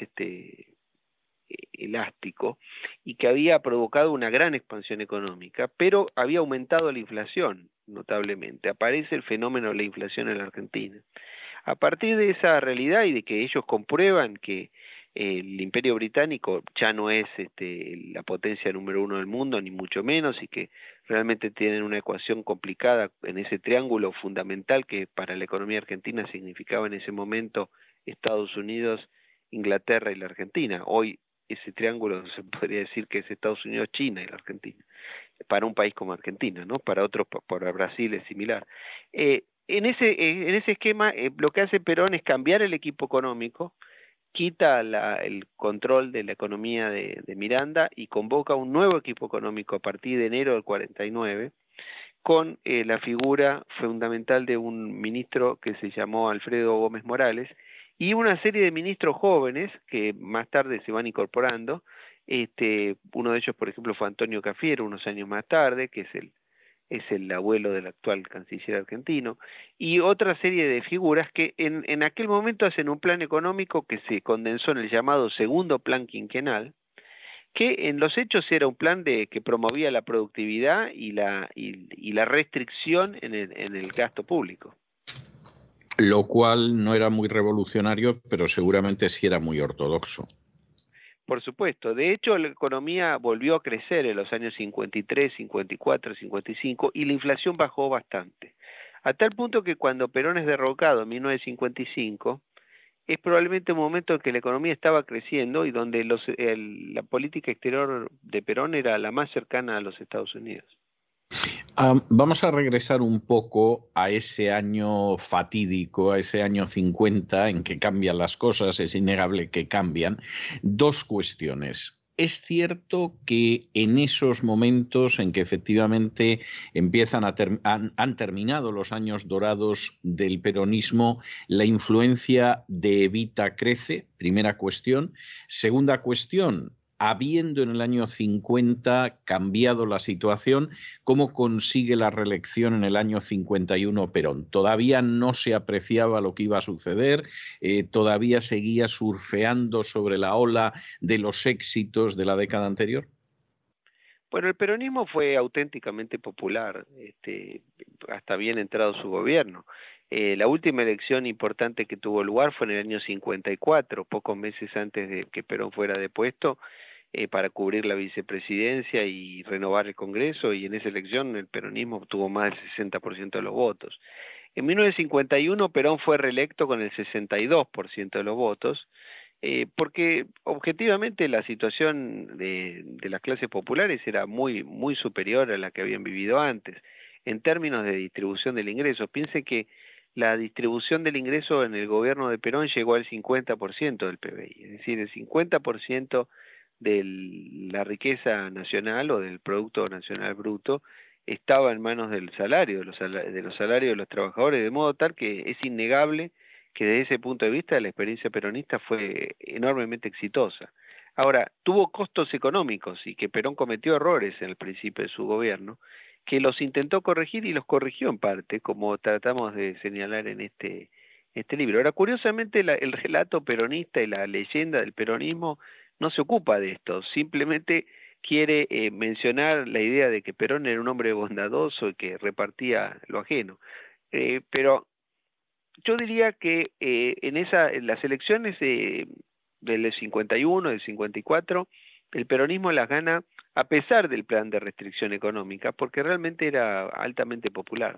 Speaker 6: elástico, y que había provocado una gran expansión económica, pero había aumentado la inflación notablemente. Aparece el fenómeno de la inflación en la Argentina. A partir de esa realidad y de que ellos comprueban que el Imperio Británico ya no es la potencia número 1 del mundo, ni mucho menos, y que realmente tienen una ecuación complicada en ese triángulo fundamental que para la economía argentina significaba en ese momento Estados Unidos, Inglaterra y la Argentina. Hoy ese triángulo se podría decir que es Estados Unidos, China y la Argentina, para un país como Argentina, ¿no? Para otros, para Brasil es similar. En ese esquema, lo que hace Perón es cambiar el equipo económico, quita el control de la economía de Miranda y convoca un nuevo equipo económico a partir de enero del 49, con la figura fundamental de un ministro que se llamó Alfredo Gómez Morales y una serie de ministros jóvenes que más tarde se van incorporando. Uno de ellos, por ejemplo, fue Antonio Cafiero, unos años más tarde, que es el abuelo del actual canciller argentino, y otra serie de figuras que en aquel momento hacen un plan económico que se condensó en el llamado segundo plan quinquenal, que en los hechos era un plan que promovía la productividad y la restricción en el gasto público.
Speaker 4: Lo cual no era muy revolucionario, pero seguramente sí era muy ortodoxo.
Speaker 6: Por supuesto. De hecho, la economía volvió a crecer en los años 53, 54, 55 y la inflación bajó bastante. A tal punto que cuando Perón es derrocado en 1955, es probablemente un momento en que la economía estaba creciendo y donde la política exterior de Perón era la más cercana a los Estados Unidos.
Speaker 4: Vamos a regresar un poco a ese año fatídico, a ese año 50 en que cambian las cosas, es innegable que cambian. 2 cuestiones. Es cierto que en esos momentos en que efectivamente han terminado los años dorados del peronismo, la influencia de Evita crece, primera cuestión. Segunda cuestión, habiendo en el año 50 cambiado la situación, ¿cómo consigue la reelección en el año 51 Perón? Todavía no se apreciaba lo que iba a suceder, todavía seguía surfeando sobre la ola de los éxitos de la década anterior.
Speaker 6: Bueno, el peronismo fue auténticamente popular, hasta bien entrado su gobierno. La última elección importante que tuvo lugar fue en el año 54, pocos meses antes de que Perón fuera depuesto, para cubrir la vicepresidencia y renovar el Congreso, y en esa elección el peronismo obtuvo más del 60% de los votos. En 1951 Perón fue reelecto con el 62% de los votos, porque objetivamente la situación de las clases populares era muy superior a la que habían vivido antes, en términos de distribución del ingreso. Piense que la distribución del ingreso en el gobierno de Perón llegó al 50% del PBI, es decir, el 50% de la riqueza nacional o del Producto Nacional Bruto estaba en manos del salario, de los salarios de los trabajadores, de modo tal que es innegable que desde ese punto de vista la experiencia peronista fue enormemente exitosa. Ahora, tuvo costos económicos y que Perón cometió errores en el principio de su gobierno, que los intentó corregir y los corrigió en parte, como tratamos de señalar en este libro. Ahora, curiosamente, el relato peronista y la leyenda del peronismo no se ocupa de esto, simplemente quiere mencionar la idea de que Perón era un hombre bondadoso y que repartía lo ajeno. Pero yo diría que en las elecciones del 51, del 54, el peronismo las gana a pesar del plan de restricción económica, porque realmente era altamente popular.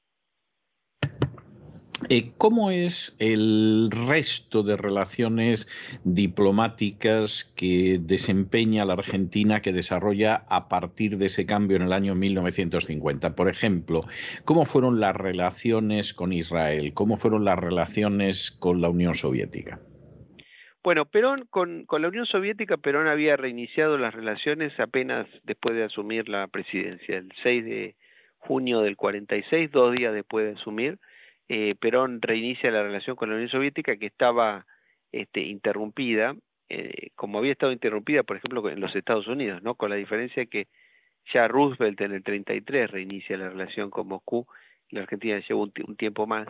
Speaker 4: ¿Cómo es el resto de relaciones diplomáticas que desempeña la Argentina, que desarrolla a partir de ese cambio en el año 1950? Por ejemplo, ¿cómo fueron las relaciones con Israel? ¿Cómo fueron las relaciones con la Unión Soviética?
Speaker 6: Bueno, Perón, con la Unión Soviética, Perón había reiniciado las relaciones apenas después de asumir la presidencia, el 6 de junio del 46, 2 días después de asumir. Perón reinicia la relación con la Unión Soviética, que estaba interrumpida, como había estado interrumpida, por ejemplo, en los Estados Unidos, ¿no? Con la diferencia que ya Roosevelt en el 33 reinicia la relación con Moscú, la Argentina llevó un tiempo más.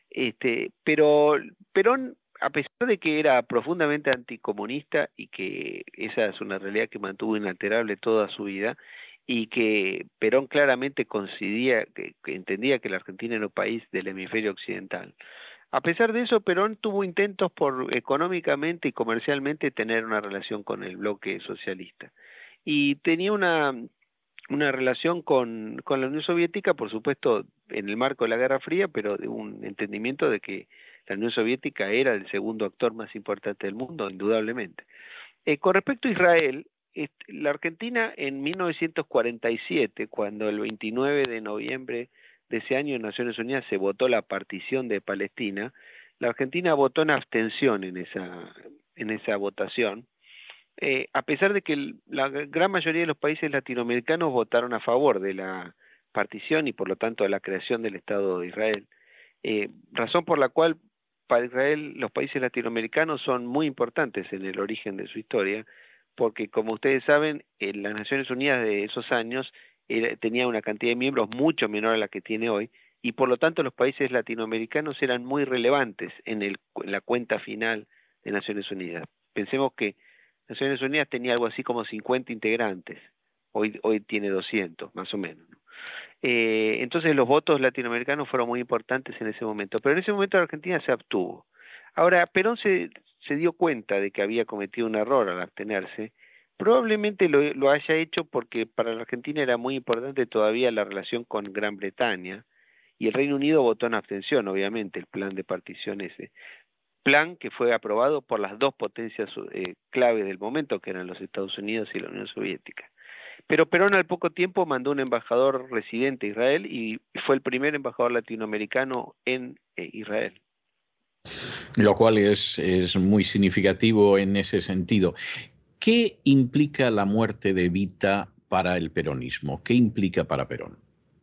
Speaker 6: Pero Perón, a pesar de que era profundamente anticomunista y que esa es una realidad que mantuvo inalterable toda su vida, y que Perón claramente coincidía, que entendía que la Argentina era un país del hemisferio occidental. A pesar de eso, Perón tuvo intentos por económicamente y comercialmente tener una relación con el bloque socialista. Y tenía una relación con la Unión Soviética, por supuesto, en el marco de la Guerra Fría, pero de un entendimiento de que la Unión Soviética era el segundo actor más importante del mundo, indudablemente. Con respecto a Israel, la Argentina en 1947, cuando el 29 de noviembre de ese año en Naciones Unidas se votó la partición de Palestina, la Argentina votó en abstención en esa votación, a pesar de que la gran mayoría de los países latinoamericanos votaron a favor de la partición y por lo tanto de la creación del Estado de Israel, razón por la cual para Israel los países latinoamericanos son muy importantes en el origen de su historia, porque como ustedes saben, en las Naciones Unidas de esos años tenía una cantidad de miembros mucho menor a la que tiene hoy, y por lo tanto los países latinoamericanos eran muy relevantes en la cuenta final de Naciones Unidas. Pensemos que Naciones Unidas tenía algo así como 50 integrantes, hoy tiene 200, más o menos, ¿no? Entonces los votos latinoamericanos fueron muy importantes en ese momento, pero en ese momento la Argentina se abstuvo. Ahora, Perón se dio cuenta de que había cometido un error al abstenerse. Probablemente lo haya hecho porque para la Argentina era muy importante todavía la relación con Gran Bretaña, y el Reino Unido votó en abstención, obviamente, el plan de partición ese. Plan que fue aprobado por las dos potencias clave del momento, que eran los Estados Unidos y la Unión Soviética. Pero Perón al poco tiempo mandó un embajador residente a Israel y fue el primer embajador latinoamericano en Israel.
Speaker 4: Lo cual es muy significativo en ese sentido. ¿Qué implica la muerte de Evita para el peronismo? ¿Qué implica para Perón?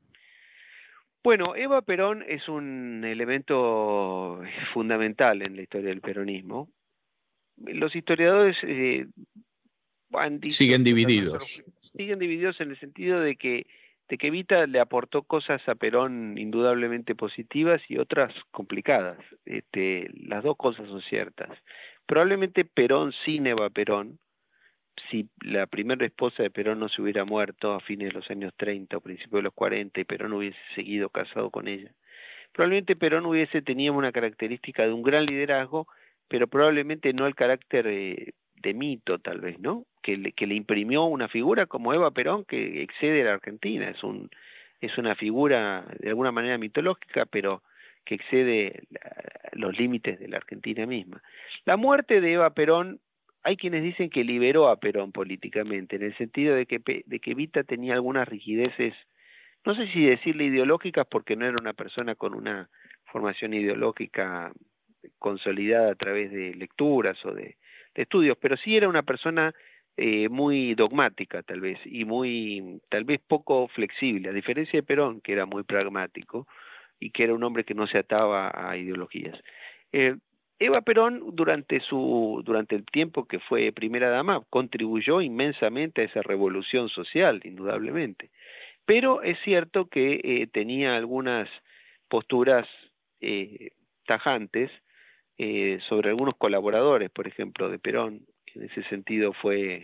Speaker 6: Bueno, Eva Perón es un elemento fundamental en la historia del peronismo. Los historiadores
Speaker 4: siguen divididos.
Speaker 6: Siguen divididos en el sentido de que Evita le aportó cosas a Perón indudablemente positivas y otras complicadas. Las dos cosas son ciertas. Probablemente Perón sin Eva Perón, si la primera esposa de Perón no se hubiera muerto a fines de los años 30 o principios de los 40 y Perón hubiese seguido casado con ella, probablemente Perón hubiese tenido una característica de un gran liderazgo, pero probablemente no el carácter de mito, tal vez, ¿no? Que le imprimió una figura como Eva Perón que excede a la Argentina. Es una figura de alguna manera mitológica, pero que excede los límites de la Argentina misma. La muerte de Eva Perón, hay quienes dicen que liberó a Perón políticamente, en el sentido de que Evita tenía algunas rigideces, no sé si decirle ideológicas, porque no era una persona con una formación ideológica consolidada a través de lecturas o de estudios, pero sí era una persona muy dogmática tal vez, y tal vez poco flexible, a diferencia de Perón, que era muy pragmático y que era un hombre que no se ataba a ideologías. Eva Perón durante el tiempo que fue primera dama contribuyó inmensamente a esa revolución social, indudablemente, pero es cierto que tenía algunas posturas tajantes sobre algunos colaboradores, por ejemplo, de Perón. En ese sentido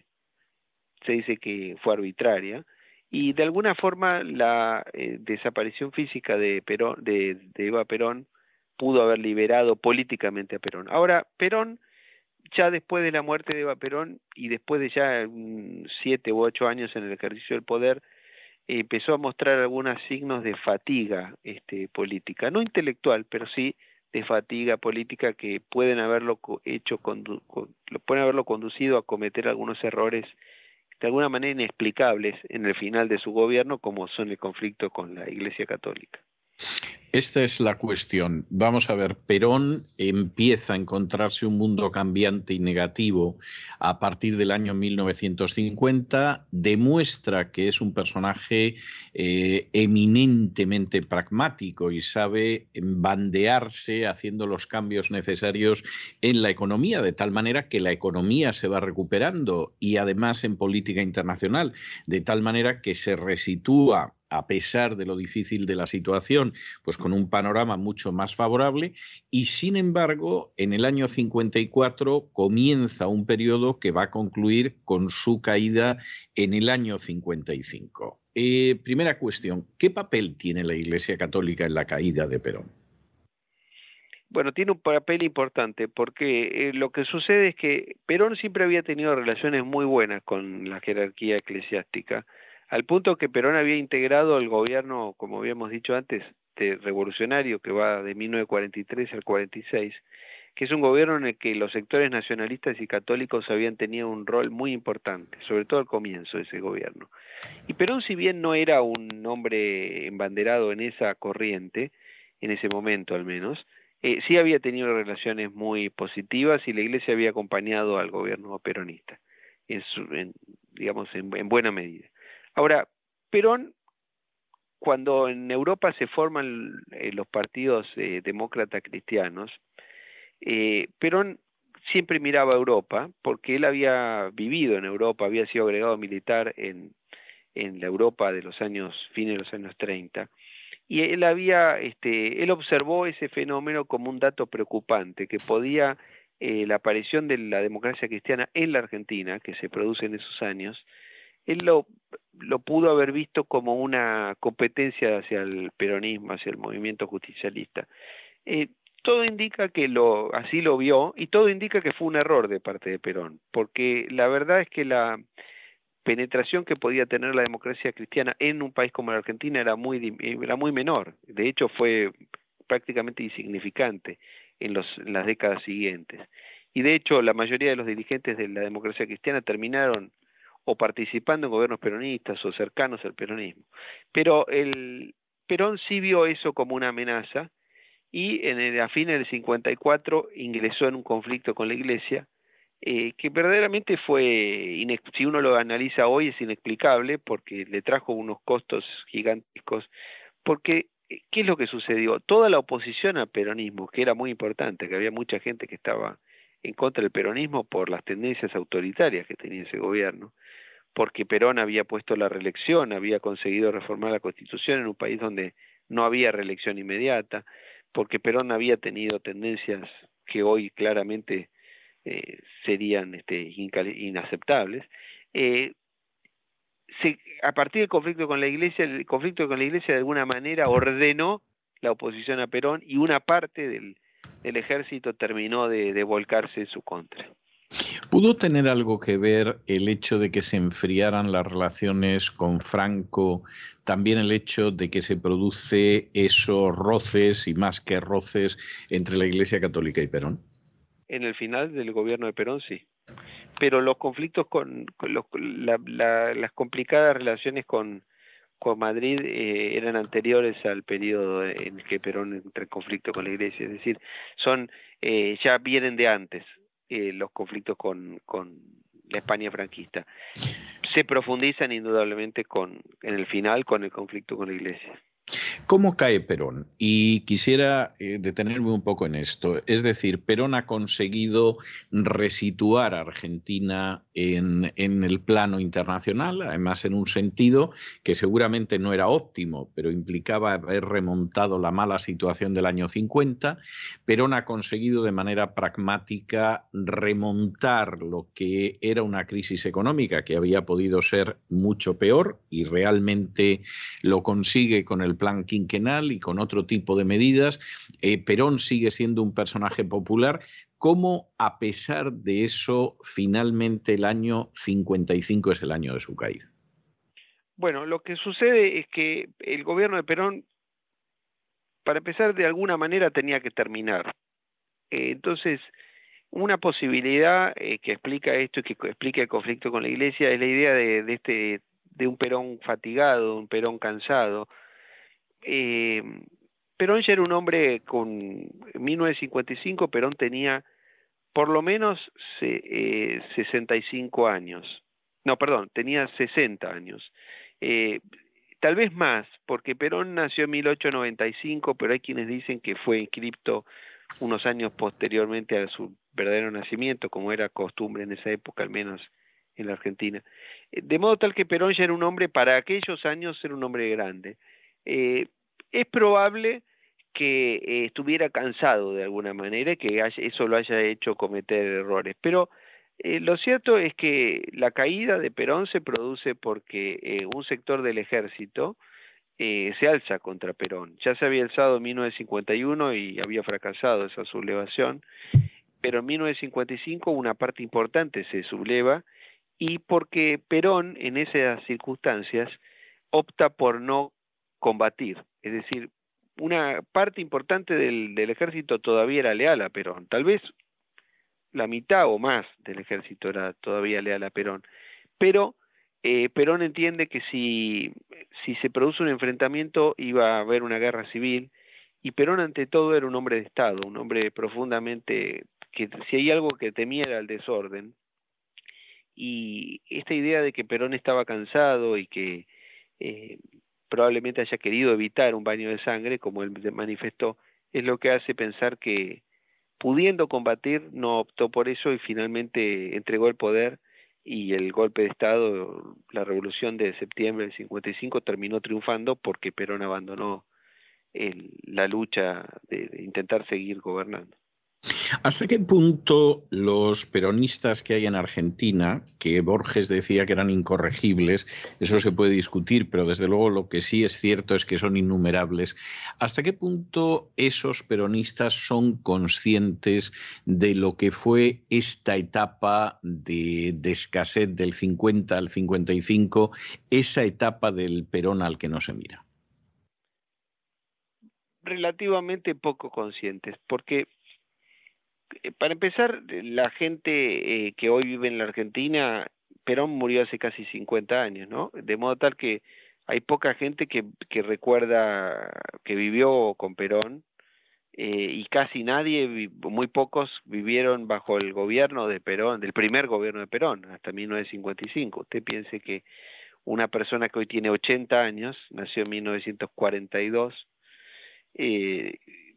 Speaker 6: se dice que fue arbitraria, y de alguna forma la desaparición física de Eva Perón pudo haber liberado políticamente a Perón. Ahora, Perón, ya después de la muerte de Eva Perón y después de ya 7 u 8 años en el ejercicio del poder, empezó a mostrar algunos signos de fatiga política, no intelectual, pero sí de fatiga política, que pueden haberlo conducido a cometer algunos errores de alguna manera inexplicables en el final de su gobierno, como son el conflicto con la Iglesia Católica.
Speaker 4: Esta es la cuestión. Vamos a ver, Perón empieza a encontrarse un mundo cambiante y negativo a partir del año 1950, demuestra que es un personaje eminentemente pragmático y sabe bandearse haciendo los cambios necesarios en la economía, de tal manera que la economía se va recuperando, y además en política internacional, de tal manera que se resitúa, a pesar de lo difícil de la situación, pues con un panorama mucho más favorable. Y sin embargo, en el año 54 comienza un periodo que va a concluir con su caída en el año 55. Primera cuestión, ¿qué papel tiene la Iglesia Católica en la caída de Perón?
Speaker 6: Bueno, tiene un papel importante, porque lo que sucede es que Perón siempre había tenido relaciones muy buenas con la jerarquía eclesiástica, al punto que Perón había integrado el gobierno, como habíamos dicho antes, revolucionario, que va de 1943 al 46, que es un gobierno en el que los sectores nacionalistas y católicos habían tenido un rol muy importante, sobre todo al comienzo de ese gobierno. Y Perón, si bien no era un hombre embanderado en esa corriente, en ese momento al menos, sí había tenido relaciones muy positivas, y la Iglesia había acompañado al gobierno peronista, en buena medida. Ahora, Perón, cuando en Europa se forman los partidos demócratas cristianos, Perón siempre miraba a Europa, porque él había vivido en Europa, había sido agregado militar en la Europa de los fines de los años 30, y él observó ese fenómeno como un dato preocupante, que podía la aparición de la democracia cristiana en la Argentina, que se produce en esos años, él lo pudo haber visto como una competencia hacia el peronismo, hacia el movimiento justicialista. Todo indica que así lo vio, y todo indica que fue un error de parte de Perón, porque la verdad es que la penetración que podía tener la democracia cristiana en un país como la Argentina era muy menor. De hecho, fue prácticamente insignificante en las décadas siguientes. Y de hecho, la mayoría de los dirigentes de la democracia cristiana terminaron o participando en gobiernos peronistas o cercanos al peronismo. Pero Perón sí vio eso como una amenaza, y a fines del 54 ingresó en un conflicto con la Iglesia, que verdaderamente si uno lo analiza hoy, es inexplicable, porque le trajo unos costos gigantescos. Porque, ¿qué es lo que sucedió? Toda la oposición al peronismo, que era muy importante, que había mucha gente que estaba en contra del peronismo por las tendencias autoritarias que tenía ese gobierno, porque Perón había puesto la reelección, había conseguido reformar la Constitución en un país donde no había reelección inmediata, porque Perón había tenido tendencias que hoy claramente serían inaceptables. A partir del conflicto con la Iglesia, el conflicto con la Iglesia de alguna manera ordenó la oposición a Perón y una parte del ejército terminó de volcarse en su contra.
Speaker 4: ¿Pudo tener algo que ver el hecho de que se enfriaran las relaciones con Franco, también el hecho de que se produce esos roces y más que roces entre la Iglesia Católica y Perón?
Speaker 6: En el final del gobierno de Perón sí, pero los conflictos las complicadas relaciones con Madrid eran anteriores al periodo en el que Perón entra en conflicto con la Iglesia, es decir, ya vienen de antes los conflictos con la España franquista. Se profundizan indudablemente en el final con el conflicto con la Iglesia.
Speaker 4: ¿Cómo cae Perón? Y quisiera detenerme un poco en esto. Es decir, Perón ha conseguido resituar a Argentina en el plano internacional, además en un sentido que seguramente no era óptimo, pero implicaba haber remontado la mala situación del año 50. Perón ha conseguido de manera pragmática remontar lo que era una crisis económica que había podido ser mucho peor y realmente lo consigue con el plan quinquenal y con otro tipo de medidas. Perón sigue siendo un personaje popular. ¿Cómo, a pesar de eso, finalmente el año 55 es el año de su caída?
Speaker 6: Bueno, lo que sucede es que el gobierno de Perón, para empezar, de alguna manera tenía que terminar. Entonces, una posibilidad que explica esto y que explica el conflicto con la Iglesia es la idea de un Perón fatigado, un Perón cansado. Perón ya era un hombre en 1955 Perón tenía por lo menos 65 años. No, perdón, tenía 60 años. Tal vez más, porque Perón nació en 1895, pero hay quienes dicen que fue inscripto unos años posteriormente a su verdadero nacimiento, como era costumbre en esa época, al menos en la Argentina. De modo tal que Perón ya era un hombre, para aquellos años era un hombre grande. Es probable que estuviera cansado de alguna manera y que eso lo haya hecho cometer errores, pero lo cierto es que la caída de Perón se produce porque un sector del ejército se alza contra Perón. Ya se había alzado en 1951 y había fracasado esa sublevación, pero en 1955 una parte importante se subleva y porque Perón en esas circunstancias opta por no combatir, es decir, una parte importante del ejército todavía era leal a Perón, tal vez la mitad o más del ejército era todavía leal a Perón, pero Perón entiende que si se produce un enfrentamiento iba a haber una guerra civil, y Perón ante todo era un hombre de Estado, un hombre profundamente, que si hay algo que temía era el desorden, y esta idea de que Perón estaba cansado y que probablemente haya querido evitar un baño de sangre, como él manifestó, es lo que hace pensar que, pudiendo combatir, no optó por eso y finalmente entregó el poder, y el golpe de Estado, la revolución de septiembre del 55, terminó triunfando porque Perón abandonó la lucha de intentar seguir gobernando.
Speaker 4: ¿Hasta qué punto los peronistas que hay en Argentina, que Borges decía que eran incorregibles, eso se puede discutir, pero desde luego lo que sí es cierto es que son innumerables, hasta qué punto esos peronistas son conscientes de lo que fue esta etapa de escasez del 50 al 55, esa etapa del Perón al que no se mira?
Speaker 6: Relativamente poco conscientes, porque para empezar, la gente que hoy vive en la Argentina, Perón murió hace casi 50 años, ¿no? De modo tal que hay poca gente que recuerda que vivió con Perón, y casi nadie, muy pocos vivieron bajo el gobierno de Perón, del primer gobierno de Perón, hasta 1955. Usted piense que una persona que hoy tiene 80 años, nació en 1942,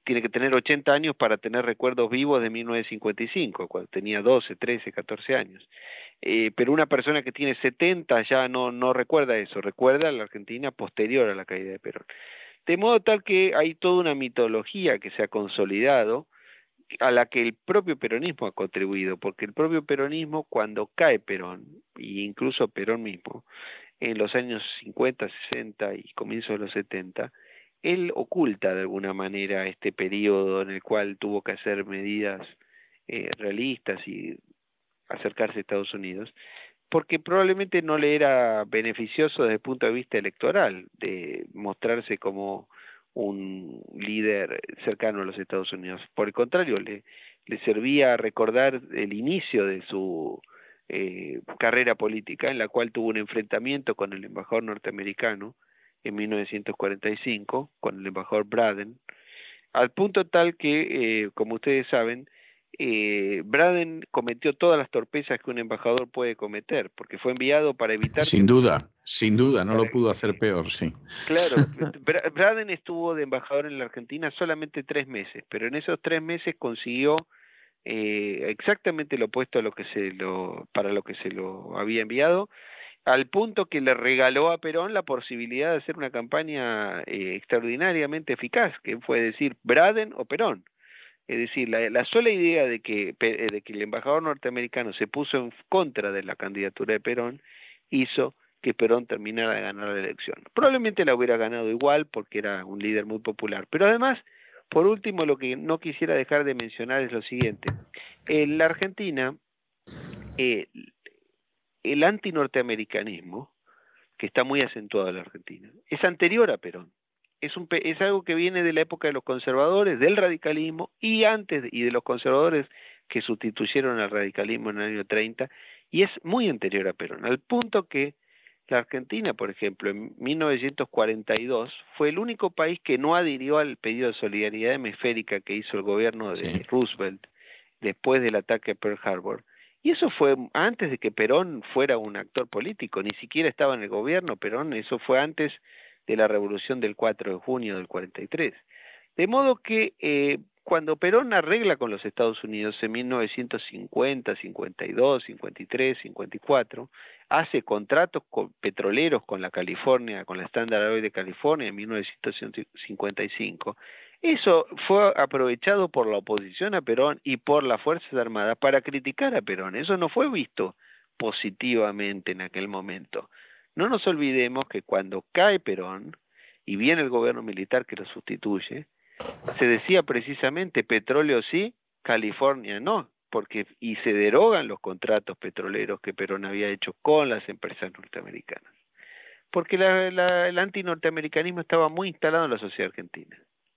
Speaker 6: tiene que tener 80 años para tener recuerdos vivos de 1955, cuando tenía 12, 13, 14 años. Pero una persona que tiene 70 ya no recuerda eso, recuerda la Argentina posterior a la caída de Perón. De modo tal que hay toda una mitología que se ha consolidado, a la que el propio peronismo ha contribuido, porque el propio peronismo, cuando cae Perón, e incluso Perón mismo, en los años 50, 60 y comienzos de los 70, él oculta de alguna manera este periodo en el cual tuvo que hacer medidas realistas y acercarse a Estados Unidos, porque probablemente no le era beneficioso desde el punto de vista electoral, de mostrarse como un líder cercano a los Estados Unidos. Por el contrario, le servía recordar el inicio de su carrera política, en la cual tuvo un enfrentamiento con el embajador norteamericano en 1945, con el embajador Braden, al punto tal que, como ustedes saben, Braden cometió todas las torpezas que un embajador puede cometer, porque fue enviado para evitar...
Speaker 4: Sin duda, no lo pudo hacer peor, sí.
Speaker 6: Claro, Braden estuvo de embajador en la Argentina solamente 3 meses, pero en esos 3 meses consiguió exactamente lo opuesto a para lo que se lo había enviado, al punto que le regaló a Perón la posibilidad de hacer una campaña extraordinariamente eficaz, que fue decir Braden o Perón. Es decir, la sola idea de que el embajador norteamericano se puso en contra de la candidatura de Perón hizo que Perón terminara de ganar la elección. Probablemente la hubiera ganado igual porque era un líder muy popular. Pero además, por último, lo que no quisiera dejar de mencionar es lo siguiente. En la Argentina, el antinorteamericanismo, que está muy acentuado en la Argentina, es anterior a Perón. Es algo que viene de la época de los conservadores, del radicalismo, y de los conservadores que sustituyeron al radicalismo en el año 30, y es muy anterior a Perón, al punto que la Argentina, por ejemplo, en 1942, fue el único país que no adhirió al pedido de solidaridad hemisférica que hizo el gobierno de Roosevelt después del ataque a Pearl Harbor. Y eso fue antes de que Perón fuera un actor político, ni siquiera estaba en el gobierno Perón, eso fue antes de la revolución del 4 de junio del 43. De modo que cuando Perón arregla con los Estados Unidos en 1950, 52, 53, 54, hace contratos petroleros con la California, con la Standard Oil de California en 1955, eso fue aprovechado por la oposición a Perón y por las Fuerzas Armadas para criticar a Perón. Eso no fue visto positivamente en aquel momento. No nos olvidemos que cuando cae Perón y viene el gobierno militar que lo sustituye, se decía precisamente petróleo sí, California no, y se derogan los contratos petroleros que Perón había hecho con las empresas norteamericanas, porque el antinorteamericanismo estaba muy instalado en la sociedad argentina.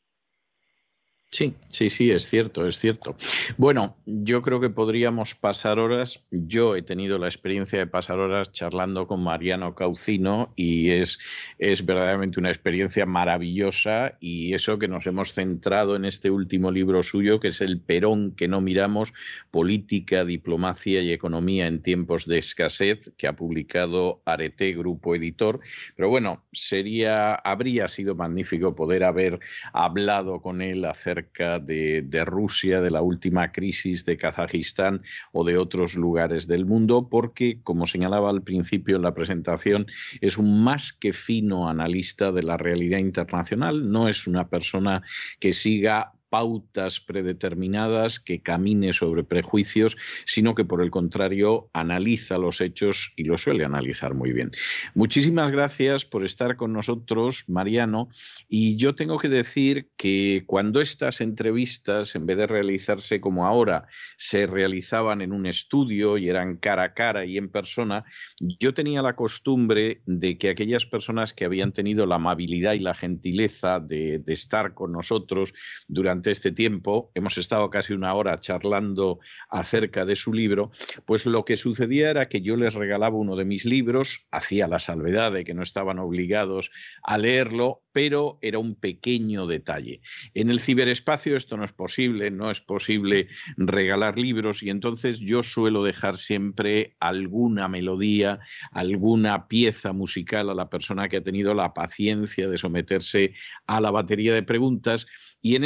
Speaker 4: Sí, es cierto. Bueno, yo creo que podríamos pasar horas. Yo he tenido la experiencia de pasar horas charlando con Mariano Caucino y es verdaderamente una experiencia maravillosa, y eso que nos hemos centrado en este último libro suyo, que es El Perón que no miramos, política, diplomacia y economía en tiempos de escasez, que ha publicado Arete, Grupo Editor. Pero bueno, habría sido magnífico poder haber hablado con él acerca de Rusia, de la última crisis de Kazajistán o de otros lugares del mundo, porque, como señalaba al principio en la presentación, es un más que fino analista de la realidad internacional. No es una persona que siga pautas predeterminadas, que camine sobre prejuicios, sino que por el contrario analiza los hechos y los suele analizar muy bien. Muchísimas gracias por estar con nosotros, Mariano, y yo tengo que decir que cuando estas entrevistas, en vez de realizarse como ahora, se realizaban en un estudio y eran cara a cara y en persona, yo tenía la costumbre de que aquellas personas que habían tenido la amabilidad y la gentileza de estar con nosotros durante este tiempo, hemos estado casi una hora charlando acerca de su libro, pues lo que sucedía era que yo les regalaba uno de mis libros, hacía la salvedad de que no estaban obligados a leerlo, pero era un pequeño detalle. En el ciberespacio esto no es posible regalar libros, y entonces yo suelo dejar siempre alguna melodía, alguna pieza musical a la persona que ha tenido la paciencia de someterse a la batería de preguntas, y en este caso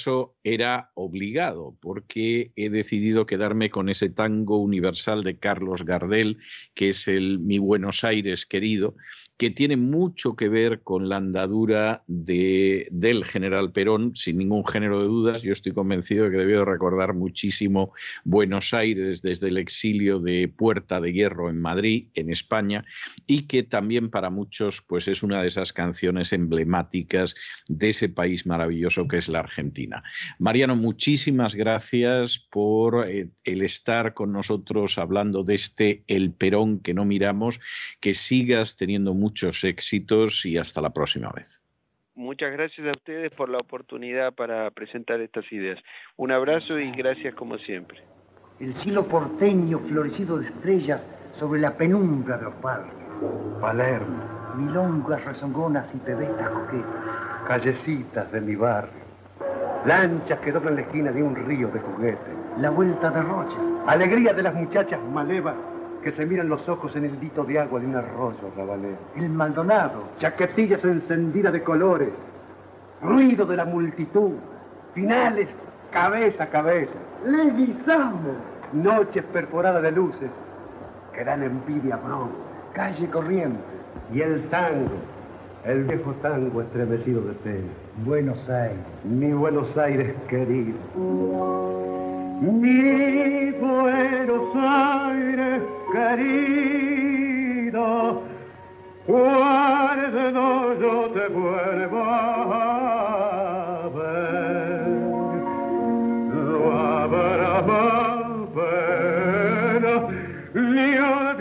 Speaker 4: caso era obligado, porque he decidido quedarme con ese tango universal de Carlos Gardel, que es el Mi Buenos Aires querido, que tiene mucho que ver con la andadura del general Perón, sin ningún género de dudas. Yo estoy convencido de que debió recordar muchísimo Buenos Aires desde el exilio de Puerta de Hierro en Madrid, en España, y que también para muchos pues, es una de esas canciones emblemáticas de ese país maravilloso que es la Argentina. Mariano, muchísimas gracias por el estar con nosotros hablando de El Perón que no miramos, que sigas teniendo muchos éxitos y hasta la próxima vez.
Speaker 6: Muchas gracias a ustedes por la oportunidad para presentar estas ideas. Un abrazo y gracias como siempre.
Speaker 7: El cielo porteño florecido de estrellas sobre la penumbra de los parques.
Speaker 8: Palermo.
Speaker 7: Milongas rezongonas y pebetas coquetas.
Speaker 8: Callecitas de mi barrio. Lanchas que doblan la esquina de un río de juguete.
Speaker 7: La vuelta de Rocha.
Speaker 8: Alegría de las muchachas malevas que se miran los ojos en el dito de agua de un arroyo rabalero.
Speaker 7: El Maldonado.
Speaker 8: Chaquetillas encendidas de colores. Ruido de la multitud. Finales cabeza a cabeza.
Speaker 7: Leguizamo.
Speaker 8: Noches perforadas de luces que dan envidia pronto.
Speaker 7: Calle Corrientes.
Speaker 8: Y el tango, el viejo tango estremecido de pena.
Speaker 7: Buenos Aires.
Speaker 8: Mi Buenos Aires querido. Mi Buenos Aires querido, cuando yo te vuelva a ver, no habrá más pena ni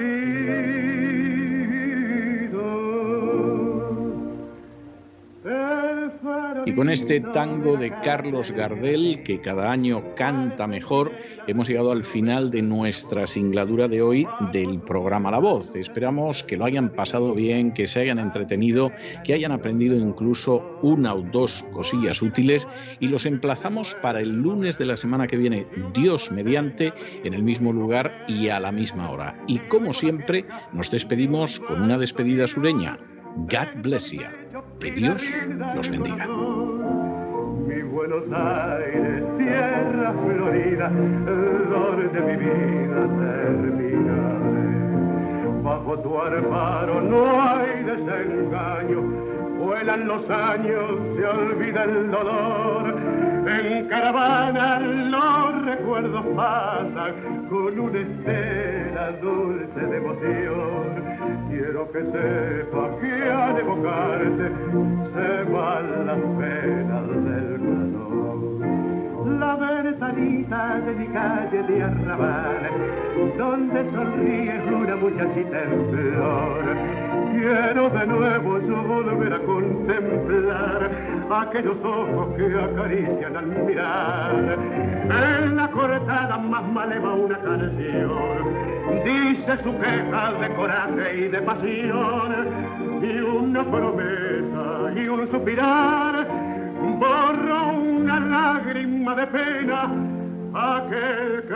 Speaker 4: Y con este tango de Carlos Gardel, que cada año canta mejor, hemos llegado al final de nuestra singladura de hoy del programa La Voz. Esperamos que lo hayan pasado bien, que se hayan entretenido, que hayan aprendido incluso una o dos cosillas útiles, y los emplazamos para el lunes de la semana que viene, Dios mediante, en el mismo lugar y a la misma hora. Y como siempre, nos despedimos con una despedida sureña. God bless you. Que Dios los bendiga.
Speaker 8: Mi Buenos Aires, tierra florida, donde mi vida terminaré. Bajo tu amparo no hay desengaño, vuelan los años, se olvida el dolor. En caravana los recuerdos pasan con una estela dulce de emoción. Quiero que sepa que al evocarte se van las penas del corazón. La ventanita de mi calle de arrabal, donde sonríe una muchachita en flor. Quiero de nuevo yo volver a contemplar aquellos ojos que acarician al mirar. En la cortada más maleva una canción dice su queja de coraje y de pasión, y una promesa y un suspirar borra una lágrima de pena aquel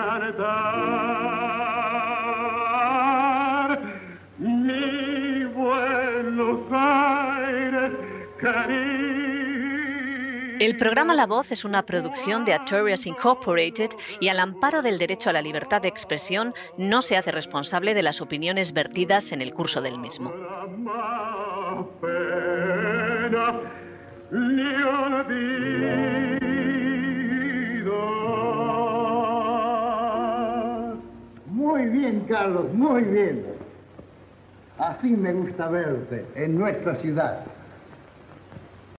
Speaker 8: cantar. Mi Buenos Aires querido.
Speaker 1: El programa La Voz es una producción de Artorias Incorporated y al amparo del derecho a la libertad de expresión no se hace responsable de las opiniones vertidas en el curso del mismo.
Speaker 7: Muy bien, Carlos, muy bien. Así me gusta verte en nuestra ciudad.